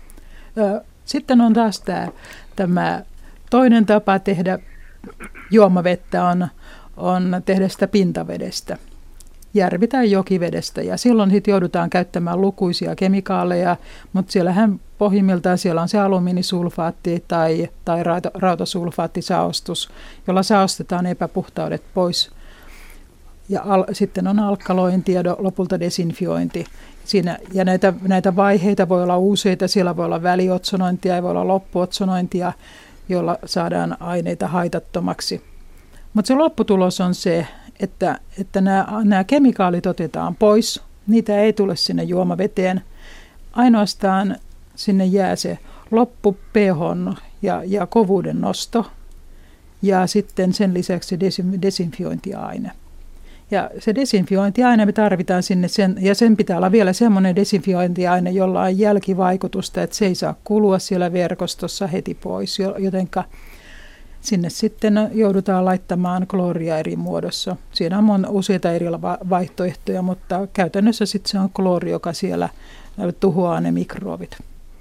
Sitten on taas tämä toinen tapa tehdä juomavettä on tehdä sitä pintavedestä, järvi- tai jokivedestä. Ja silloin joudutaan käyttämään lukuisia kemikaaleja, mutta siellähän pohjimmiltaan siellä on se alumiinisulfaatti tai rautasulfaattisaostus, jolla saostetaan epäpuhtaudet pois. Ja sitten on alkalointi ja lopulta desinfiointi. Ja näitä vaiheita voi olla useita. Siellä voi olla väliotsonointia ja voi olla loppuotsonointia, jolla saadaan aineita haitattomaksi. Mutta se lopputulos on se, että nämä kemikaalit otetaan pois. Niitä ei tule sinne juomaveteen. Ainoastaan sinne jää se loppu pH:n ja kovuuden nosto ja sitten sen lisäksi desinfiointiaine. Ja se desinfiointiaine me tarvitaan sinne, ja sen pitää olla vielä semmoinen desinfiointiaine, jolla on jälkivaikutusta, että se ei saa kulua siellä verkostossa heti pois, jotenka sinne sitten joudutaan laittamaan klooria eri muodossa. Siinä on useita eri vaihtoehtoja, mutta käytännössä sitten se on kloori, joka siellä tuhoaa ne mikrobit.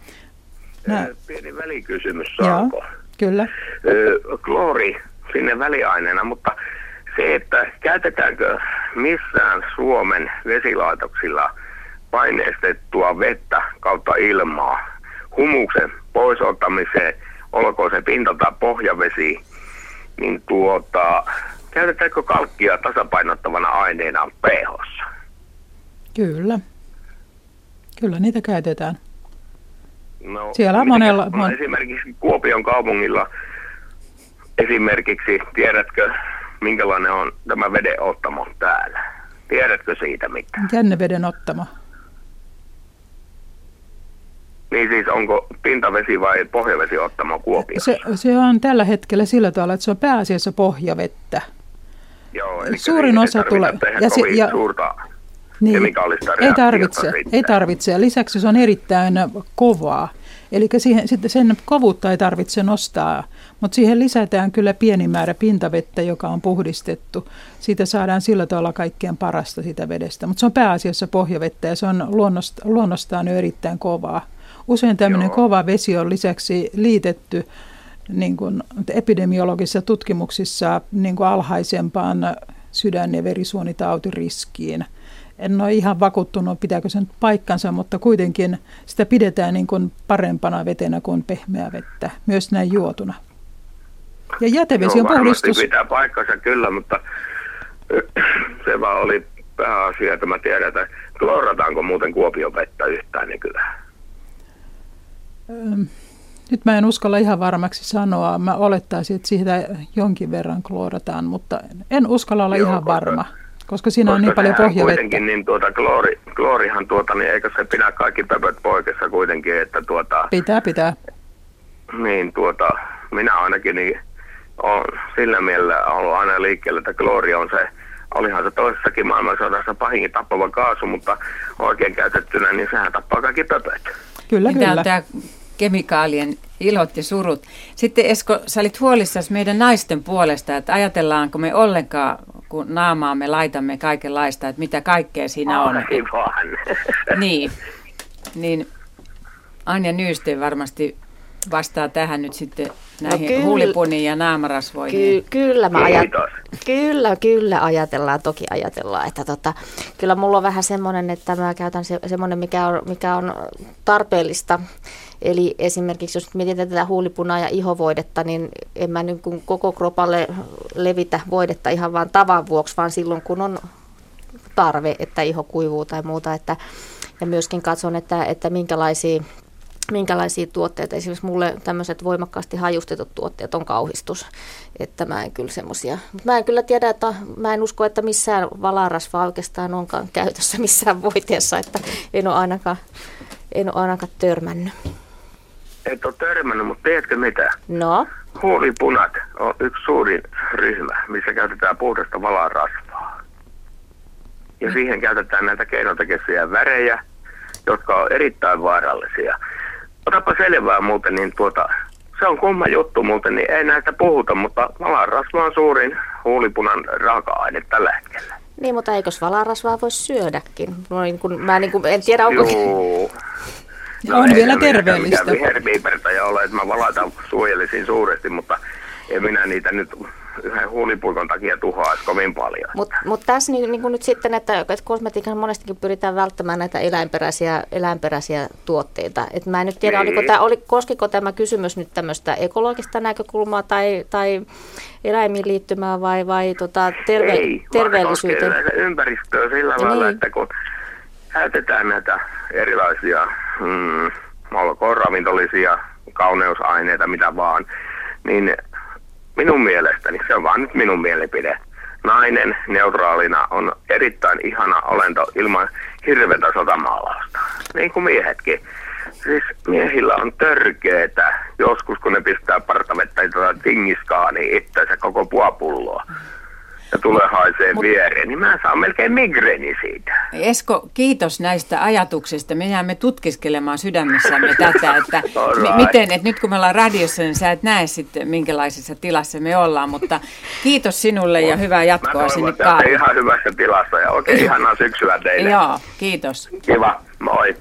Pieni välikysymys, saanko? Joo, kyllä. Kloori sinne väliaineena, mutta se, että käytetäänkö missään Suomen vesilaitoksilla paineistettua vettä kautta ilmaa humuksen poisottamiseen, olkoon se pinta- tai pohjavesi, niin käytetäänkö kalkkia tasapainottavana aineena pH:ssa? Kyllä. Kyllä niitä käytetään. No, siellä on monella. Esimerkiksi Kuopion kaupungilla esimerkiksi, tiedätkö, minkälainen on tämä vedenottamo täällä? Tiedätkö siitä mitään? Jänneveden ottamo. Niin siis onko pintavesi vai pohjavesi ottamo Kuopiossa? Se on tällä hetkellä sillä tavalla, että se on pääasiassa pohjavettä. Joo, eli suurin osa tulee ja suurta kemikaalista ei tarvitse. Ja lisäksi se on erittäin kovaa. Eli sen kovuutta ei tarvitse nostaa, mutta siihen lisätään kyllä pieni määrä pintavettä, joka on puhdistettu. Siitä saadaan sillä tavalla kaikkein parasta sitä vedestä, mutta se on pääasiassa pohjavettä ja se on luonnostaan jo erittäin kovaa. Usein tämmöinen kova vesi on lisäksi liitetty niin kuin epidemiologisissa tutkimuksissa niin kuin alhaisempaan sydän- ja verisuonitautiriskiin. En ole ihan vakuuttunut, pitääkö se nyt paikkansa, mutta kuitenkin sitä pidetään niin kuin parempana vetenä kuin pehmeä vettä, myös näin juotuna. Ja jätevesi on puhdistus. Pitää paikkansa kyllä, mutta se vaan oli pääasia, että mä tiedän, että kloorataanko muuten Kuopion vettä yhtään nykyään? Nyt mä en uskalla ihan varmaksi sanoa. Mä olettaisin, että siitä jonkin verran kloorataan, mutta en uskalla olla ihan varma. Koska siinä on niin paljon pohjavettä. Kuitenkin niin kloorihan niin eikö se pidä kaikki pöpöt poikessa kuitenkin, että Pitää. Niin minä ainakin niin on sillä mielellä ollut aina liikkeellä, että kloori on se, olihan se toisessakin maailmansodassa pahin tappava kaasu, mutta oikein käytettynä, niin sehän tappaa kaikki pöpöt. Kyllä. Tämä on tämä kemikaalien ilot ja surut. Sitten Esko, sä olit huolissasi meidän naisten puolesta, että ajatellaanko me ollenkaan, kun naamaamme laitamme kaikenlaista, että mitä kaikkea siinä on. Aivan. Niin Anja Nyysten varmasti vastaa tähän nyt sitten näihin huulipuniin ja naamarasvoihin. Kyllä ajatellaan, toki ajatellaan, että kyllä mulla on vähän semmoinen, että mä käytän semmoinen, mikä on tarpeellista. Eli esimerkiksi jos mietitään tätä huulipunaa ja ihovoidetta, niin en mä nyt koko kropalle levitä voidetta ihan vaan tavan vuoksi, vaan silloin kun on tarve, että iho kuivuu tai muuta. Ja myöskin katson, että minkälaisia tuotteita, esimerkiksi mulle tämmöiset voimakkaasti hajustetut tuotteet on kauhistus, että mä en kyllä semmoisia, mä en kyllä tiedä, että mä en usko, että missään valarasvaa oikeastaan onkaan käytössä missään voiteessa, että en ole ainakaan törmännyt. Et ole törmännyt, mutta tiedätkö mitä? No? Huulipunat on yksi suurin ryhmä, missä käytetään puhdasta valarasvaa. Ja siihen käytetään näitä keinotekoisia värejä, jotka on erittäin vaarallisia. Otapa selvää muuten, niin se on kumma juttu muuten, niin ei näistä puhuta, mutta valarasva on suurin huulipunan raaka-aine tällä hetkellä. Niin, mutta eikös valarasvaa voi syödäkin? Mä en tiedä, onko... Joo. On vielä terveellistä. Mikä viherpiipertäjä ole, että mä valata suojelisin suuresti, mutta en minä niitä nyt yhden huulipuikon takia tuhoaisi kovin paljon. Mutta tässä niin nyt sitten, että kosmetiikan monestikin pyritään välttämään näitä eläinperäisiä tuotteita. Et mä en nyt tiedä, koskiko tämä kysymys nyt tämmöistä ekologista näkökulmaa tai eläimiin liittymää vai terveellisyyteen? Ei, ympäristöä sillä lailla, että kun käytetään näitä erilaisia olkoon ravintollisia kauneusaineita, mitä vaan, niin minun mielestäni, se on vaan nyt minun mielipide, nainen neutraalina on erittäin ihana olento ilman hirveätä sotamaalausta. Niin kuin miehetkin. Siis miehillä on törkeetä joskus, kun ne pistää partavettä tai tingiskaaniin itseänsä koko puopulloa. Ja tulee haisee viereen, niin mä saan melkein migreeni siitä. Esko, kiitos näistä ajatuksista. Me jäämme tutkiskelemaan sydämessämme tätä, että miten, että nyt kun me ollaan radiossa, niin sä et näe sitten, minkälaisessa tilassa me ollaan, mutta kiitos sinulle ja hyvää jatkoa sinne Kaari. Mä toivon, ihan hyvässä tilassa ja oikein ihanaa syksyä teille. Joo, kiitos. Kiva, moi.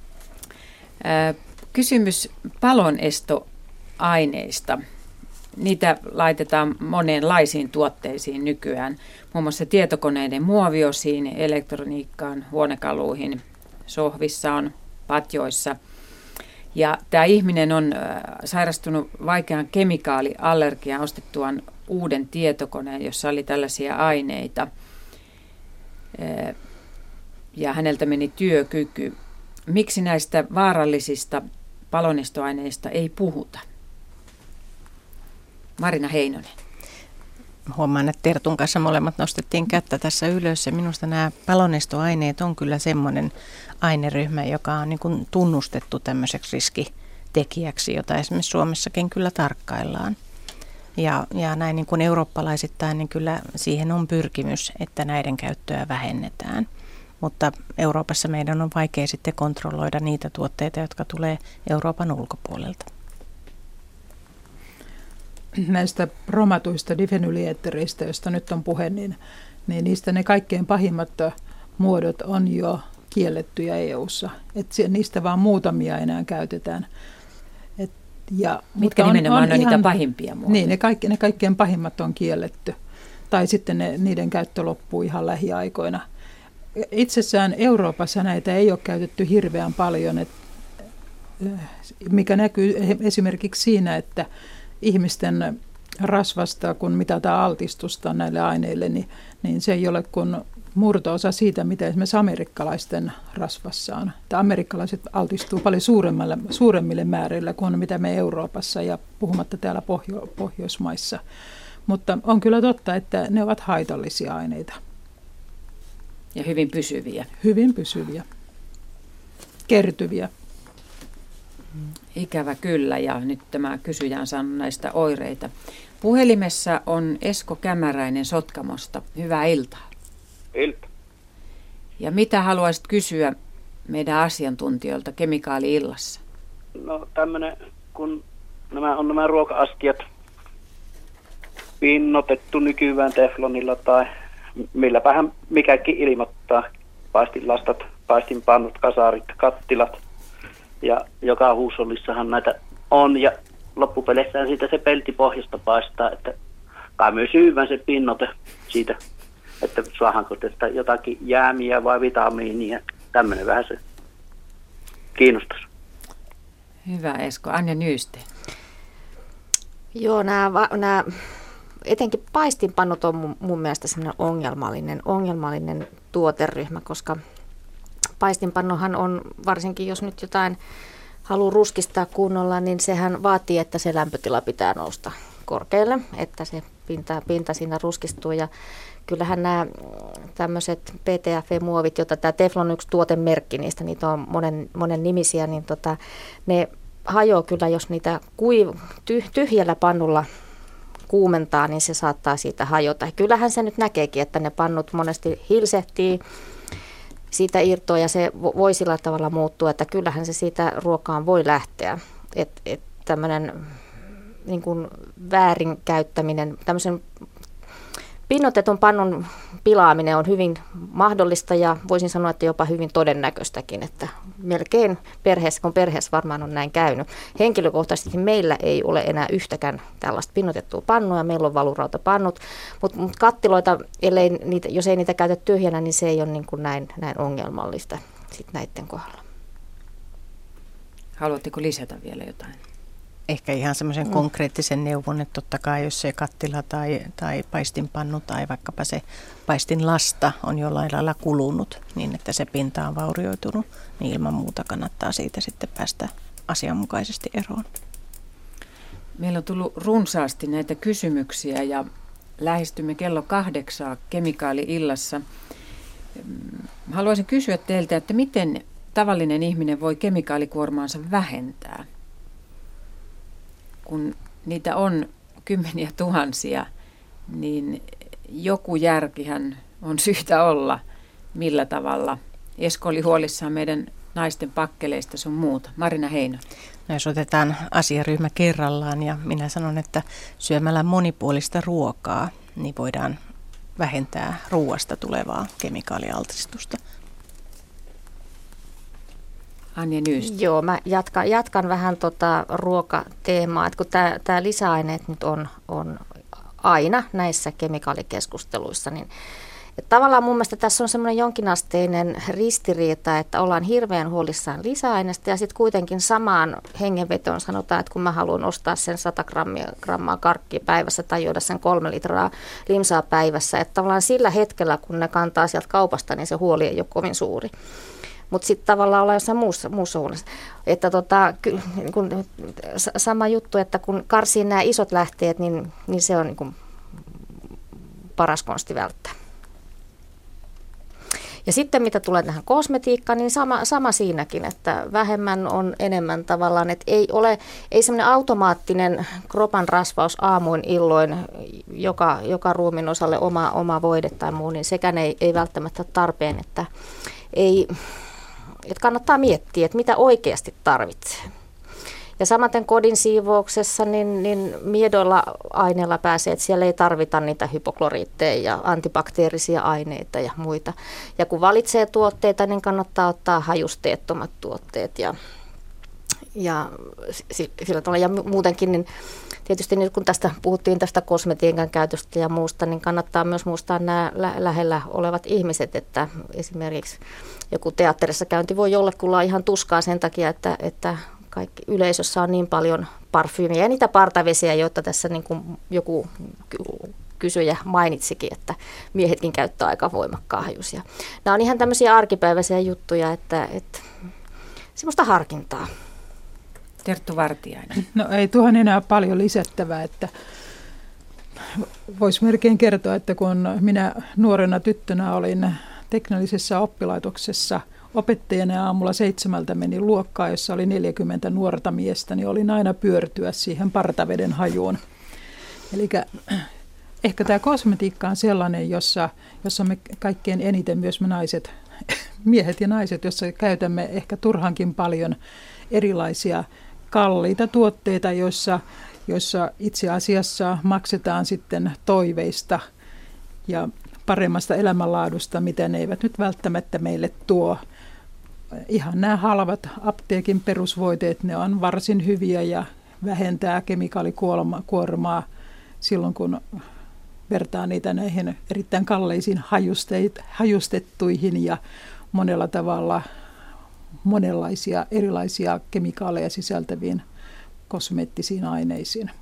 Kysymys palonestoaineista. Niitä laitetaan monenlaisiin tuotteisiin nykyään, muun muassa tietokoneiden muoviosiin, elektroniikkaan, huonekaluihin, sohvissa on, patjoissa. Ja tämä ihminen on sairastunut vaikeaan kemikaaliallergiaan ostettuaan uuden tietokoneen, jossa oli tällaisia aineita. Ja häneltä meni työkyky. Miksi näistä vaarallisista palonestoaineista ei puhuta? Marina Heinonen. Huomaan, että Tertun kanssa molemmat nostettiin kättä tässä ylös. Ja minusta nämä palonestoaineet on kyllä semmoinen aineryhmä, joka on niin kuin tunnustettu tämmöiseksi riskitekijäksi, jota esimerkiksi Suomessakin kyllä tarkkaillaan. Ja näin niin kuin eurooppalaisittain, niin kyllä siihen on pyrkimys, että näiden käyttöä vähennetään. Mutta Euroopassa meidän on vaikea sitten kontrolloida niitä tuotteita, jotka tulee Euroopan ulkopuolelta. Näistä bromatuista difenylieettereistä, joista nyt on puhe, niin niistä ne kaikkein pahimmat muodot on jo kiellettyjä EU:ssa. Että niistä vaan muutamia enää käytetään. Mitkä nimenomaan on niitä pahimpia muotoja? Niin, ne kaikkein pahimmat on kielletty. Tai sitten niiden käyttö loppuu ihan lähiaikoina. Itsessään Euroopassa näitä ei ole käytetty hirveän paljon, mikä näkyy esimerkiksi siinä, että ihmisten rasvasta, kun mitataan altistusta näille aineille, niin se ei ole kuin murto-osa siitä, mitä esimerkiksi amerikkalaisten rasvassa on. Amerikkalaiset altistuu paljon suuremmille määrillä kuin mitä me Euroopassa ja puhumatta täällä Pohjoismaissa. Mutta on kyllä totta, että ne ovat haitallisia aineita. Ja hyvin pysyviä. Hyvin pysyviä. Kertyviä. Ikävä kyllä, ja nyt tämä kysyjä on saanut näistä oireita. Puhelimessa on Esko Kämäräinen Sotkamosta. Hyvää iltaa. Ilta. Ja mitä haluaisit kysyä meidän asiantuntijoilta Kemikaali-illassa? No tämmöinen, kun nämä ruoka-astiat pinnotettu nykyään teflonilla tai milläpähän mikäkin ilmoittaa, paistinlastat, paistinpannut, kasarit, kattilat. Ja joka huushollissahan näitä on, ja loppupeleissään siitä se peltipohjasta paistaa, että kai myös hyvän se pinnote siitä, että saadaanko tästä jotakin jäämiä vai vitamiinia, tämmöinen vähän se kiinnostaisi. Hyvä Esko. Anja Nyysten. Joo, nämä etenkin paistinpannut on mun mielestä semmoinen ongelmallinen tuoteryhmä, koska paistinpannohan on, varsinkin jos nyt jotain haluaa ruskistaa kunnolla, niin sehän vaatii, että se lämpötila pitää nousta korkealle, että se pinta siinä ruskistuu. Ja kyllähän nämä tämmöiset PTFE-muovit, joita tämä Teflon on yksi tuotemerkki, niitä on monen nimisiä, niin ne hajoaa kyllä, jos niitä tyhjällä pannulla kuumentaa, niin se saattaa siitä hajota. Ja kyllähän se nyt näkeekin, että ne pannut monesti hilsehtii, siitä irtoa ja se voi sillä tavalla muuttua, että kyllähän se siitä ruokaan voi lähteä. Että tämmöinen niin kuin väärinkäyttäminen, tämmöisen Pinnotetun pannun pilaaminen on hyvin mahdollista ja voisin sanoa, että jopa hyvin todennäköistäkin, että melkein perheessä, kun perheessä varmaan on näin käynyt. Henkilökohtaisesti meillä ei ole enää yhtäkään tällaista pinnotettua pannua, meillä on valurautapannut, mutta kattiloita, jos ei niitä käytä tyhjänä, niin se ei ole niin kuin näin ongelmallista sit näiden kohdalla. Haluatteko lisätä vielä jotain? Ehkä ihan semmoisen konkreettisen neuvon, että totta kai jos se kattila tai paistinpannu tai vaikkapa se paistinlasta on jollain lailla kulunut niin, että se pinta on vaurioitunut, niin ilman muuta kannattaa siitä sitten päästä asianmukaisesti eroon. Meillä on tullut runsaasti näitä kysymyksiä ja lähestymme kello 8 kemikaali-illassa. Haluaisin kysyä teiltä, että miten tavallinen ihminen voi kemikaalikuormaansa vähentää? Kun niitä on kymmeniä tuhansia, niin joku järkihän on syytä olla, millä tavalla. Esko oli huolissaan meidän naisten pakkeleista sun muuta. Marina Heino. No jos otetaan asiaryhmä kerrallaan ja minä sanon, että syömällä monipuolista ruokaa, niin voidaan vähentää ruoasta tulevaa kemikaalialtistusta. Anja Nyysti. Joo, mä jatkan vähän ruokateemaa, että kun tämä lisäaineet nyt on aina näissä kemikaalikeskusteluissa, niin tavallaan mun mielestä tässä on semmoinen jonkinasteinen ristiriita, että ollaan hirveän huolissaan lisäaineesta ja sitten kuitenkin samaan hengenvetoon sanotaan, että kun mä haluan ostaa sen 100 grammaa karkkia päivässä tai juoda sen 3 litraa limsaa päivässä, että tavallaan sillä hetkellä, kun ne kantaa sieltä kaupasta, niin se huoli ei ole kovin suuri. Mutta sitten tavallaan ollaan jossain muussa huoneessa. Että sama juttu, että kun karsii nämä isot lähteet, niin se on niin paras konsti välttää. Ja sitten mitä tulee tähän kosmetiikkaan, niin sama siinäkin, että vähemmän on enemmän tavallaan, että ei semmoinen automaattinen kropan rasvaus aamuin illoin, joka ruumiin osalle oma voide tai muu, niin sekään ei välttämättä tarpeen, että kannattaa miettiä, että mitä oikeasti tarvitsee. Ja samaten kodin siivouksessa, niin miedoilla aineilla pääsee, että siellä ei tarvita niitä hypokloriitteja ja antibakteerisia aineita ja muita. Ja kun valitsee tuotteita, niin kannattaa ottaa hajusteettomat tuotteet ja sillä tavalla. Ja muutenkin, niin tietysti nyt kun puhuttiin tästä kosmetiikan käytöstä ja muusta, niin kannattaa myös muistaa nämä lähellä olevat ihmiset, että esimerkiksi joku teatterissa käynti voi jollekulla ihan tuskaa sen takia, että kaikki yleisössä on niin paljon parfyymiä ja niitä partavesiä, joita tässä niin kuin joku kysyjä mainitsikin, että miehetkin käyttää aika voimakkaan hajusia. Nämä on ihan tämmöisiä arkipäiväisiä juttuja, että semmoista harkintaa. Terttu Vartiainen. No ei tuohon enää paljon lisättävää, että voisi melkein kertoa, että kun minä nuorena tyttönä olin teknillisessä oppilaitoksessa opettajana ja aamulla 7 menin luokkaan, jossa oli 40 nuorta miestä, niin olin aina pyörtyä siihen partaveden hajuun. Eli ehkä tämä kosmetiikka on sellainen, jossa me kaikkein eniten myös me naiset, miehet ja naiset, jossa käytämme ehkä turhankin paljon erilaisia kalliita tuotteita, joissa itse asiassa maksetaan sitten toiveista ja paremmasta elämänlaadusta, mitä ne eivät nyt välttämättä meille tuo. Ihan nämä halvat apteekin perusvoiteet, ne on varsin hyviä ja vähentää kemikaalikuormaa silloin, kun vertaa niitä näihin erittäin kalleisiin hajustettuihin ja monella tavalla monenlaisia erilaisia kemikaaleja sisältäviin kosmeettisiin aineisiin.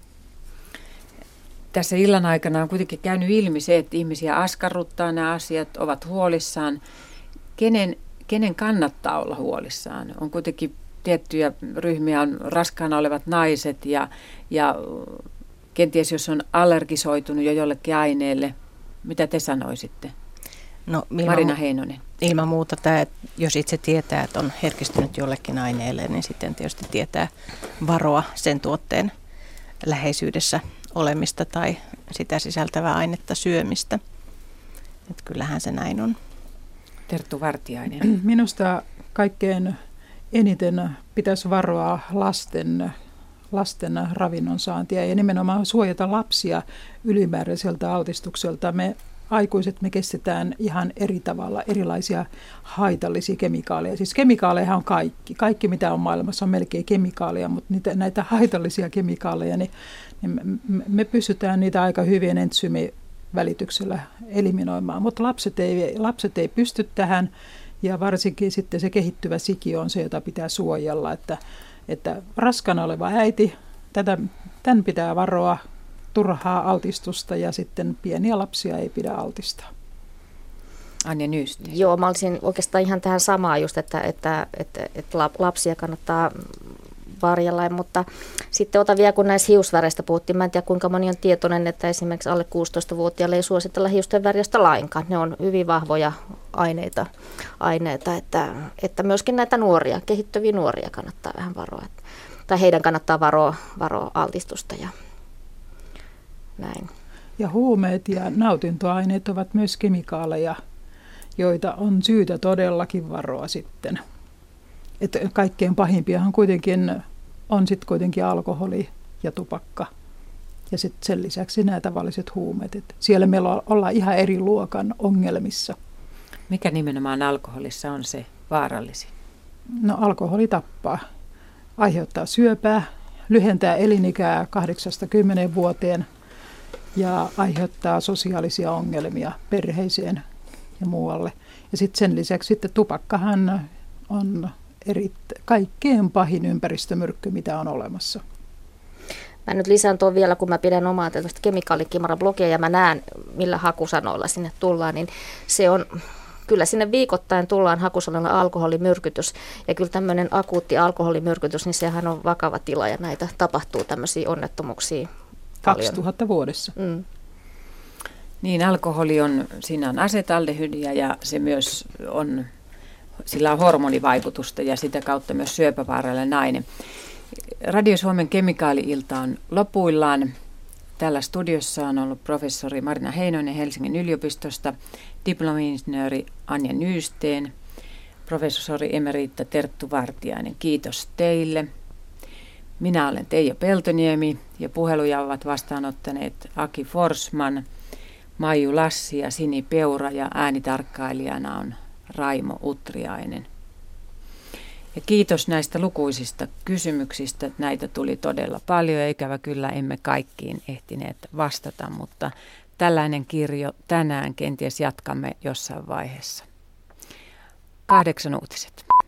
Tässä illan aikana on kuitenkin käynyt ilmi se, että ihmisiä askarruttaa nämä asiat, ovat huolissaan. Kenen kannattaa olla huolissaan? On kuitenkin tiettyjä ryhmiä, on raskaana olevat naiset ja kenties jos on allergisoitunut jo jollekin aineelle. Mitä te sanoisitte? No, Marina Heinonen. Ilman muuta tämä, jos itse tietää, että on herkistynyt jollekin aineelle, niin sitten tietysti tietää varoa sen tuotteen läheisyydessä olemista tai sitä sisältävää ainetta syömistä. Että kyllähän se näin on. Terttu Vartiainen. Minusta kaikkein eniten pitäisi varoa lasten lasten ravinnon saantia ja nimenomaan suojata lapsia ylimääräiseltä altistukselta. Me aikuiset me kestetään ihan eri tavalla erilaisia haitallisia kemikaaleja. Siis kemikaaleja on kaikki. Kaikki mitä on maailmassa on melkein kemikaaleja, mutta näitä haitallisia kemikaaleja, niin me pystytään niitä aika hyvin entsyymivälityksellä eliminoimaan. Mutta lapset ei pysty tähän ja varsinkin sitten se kehittyvä sikiö on se, jota pitää suojella. Että raskaana oleva äiti, tämän pitää varoa turhaa altistusta ja sitten pieniä lapsia ei pidä altistaa. Anja Nyysten. Joo, mä olisin oikeastaan ihan tähän samaan just, että lapsia kannattaa varjella, mutta sitten otan vielä, kun näistä hiusväreistä puhuttiin, mä en tiedä kuinka moni on tietoinen, että esimerkiksi alle 16-vuotiaille ei suositella hiusten värjästä lainkaan. Ne on hyvin vahvoja aineita että myöskin näitä nuoria, kehittyviä nuoria kannattaa vähän varoa. Tai heidän kannattaa varoa altistusta ja näin. Ja huumeet ja nautintoaineet ovat myös kemikaaleja, joita on syytä todellakin varoa sitten. Että kaikkein pahimpiahan kuitenkin on sitten kuitenkin alkoholi ja tupakka. Ja sitten sen lisäksi nämä tavalliset huumeet. Et siellä meillä ollaan ihan eri luokan ongelmissa. Mikä nimenomaan alkoholissa on se vaarallisin? No alkoholi tappaa. Aiheuttaa syöpää, lyhentää elinikää 8-10 vuoteen ja aiheuttaa sosiaalisia ongelmia perheeseen ja muualle. Ja sitten sen lisäksi sitten tupakkahan on kaikkein pahin ympäristömyrkky, mitä on olemassa. Mä nyt lisään tuon vielä, kun mä pidän omaa tällaista kemikaalikimara-blogia ja mä näen, millä hakusanoilla sinne tullaan, niin se on, kyllä sinne viikoittain tullaan hakusanoilla alkoholimyrkytys. Ja kyllä tämmöinen akuutti alkoholimyrkytys, niin sehän on vakava tila ja näitä tapahtuu tämmöisiä onnettomuuksia 2000 vuodessa. Mm. Niin, alkoholi siinä on asetaldehydia ja se myös sillä on hormonivaikutusta ja sitä kautta myös syöpävaarallinen nainen. Radio Suomen kemikaali-ilta on lopuillaan. Täällä studiossa on ollut professori Marina Heinonen Helsingin yliopistosta, diplomi-insinööri Anja Nyysten, professori emerita Terttu Vartiainen. Kiitos teille. Minä olen Teija Peltoniemi ja puheluja ovat vastaanottaneet Aki Forsman, Maiju Lassi ja Sini Peura ja äänitarkkailijana on Raimo Utriainen. Ja kiitos näistä lukuisista kysymyksistä. Näitä tuli todella paljon, ikävä kyllä emme kaikkiin ehtineet vastata, mutta tällainen kirjo tänään kenties jatkamme jossain vaiheessa. 8 uutiset.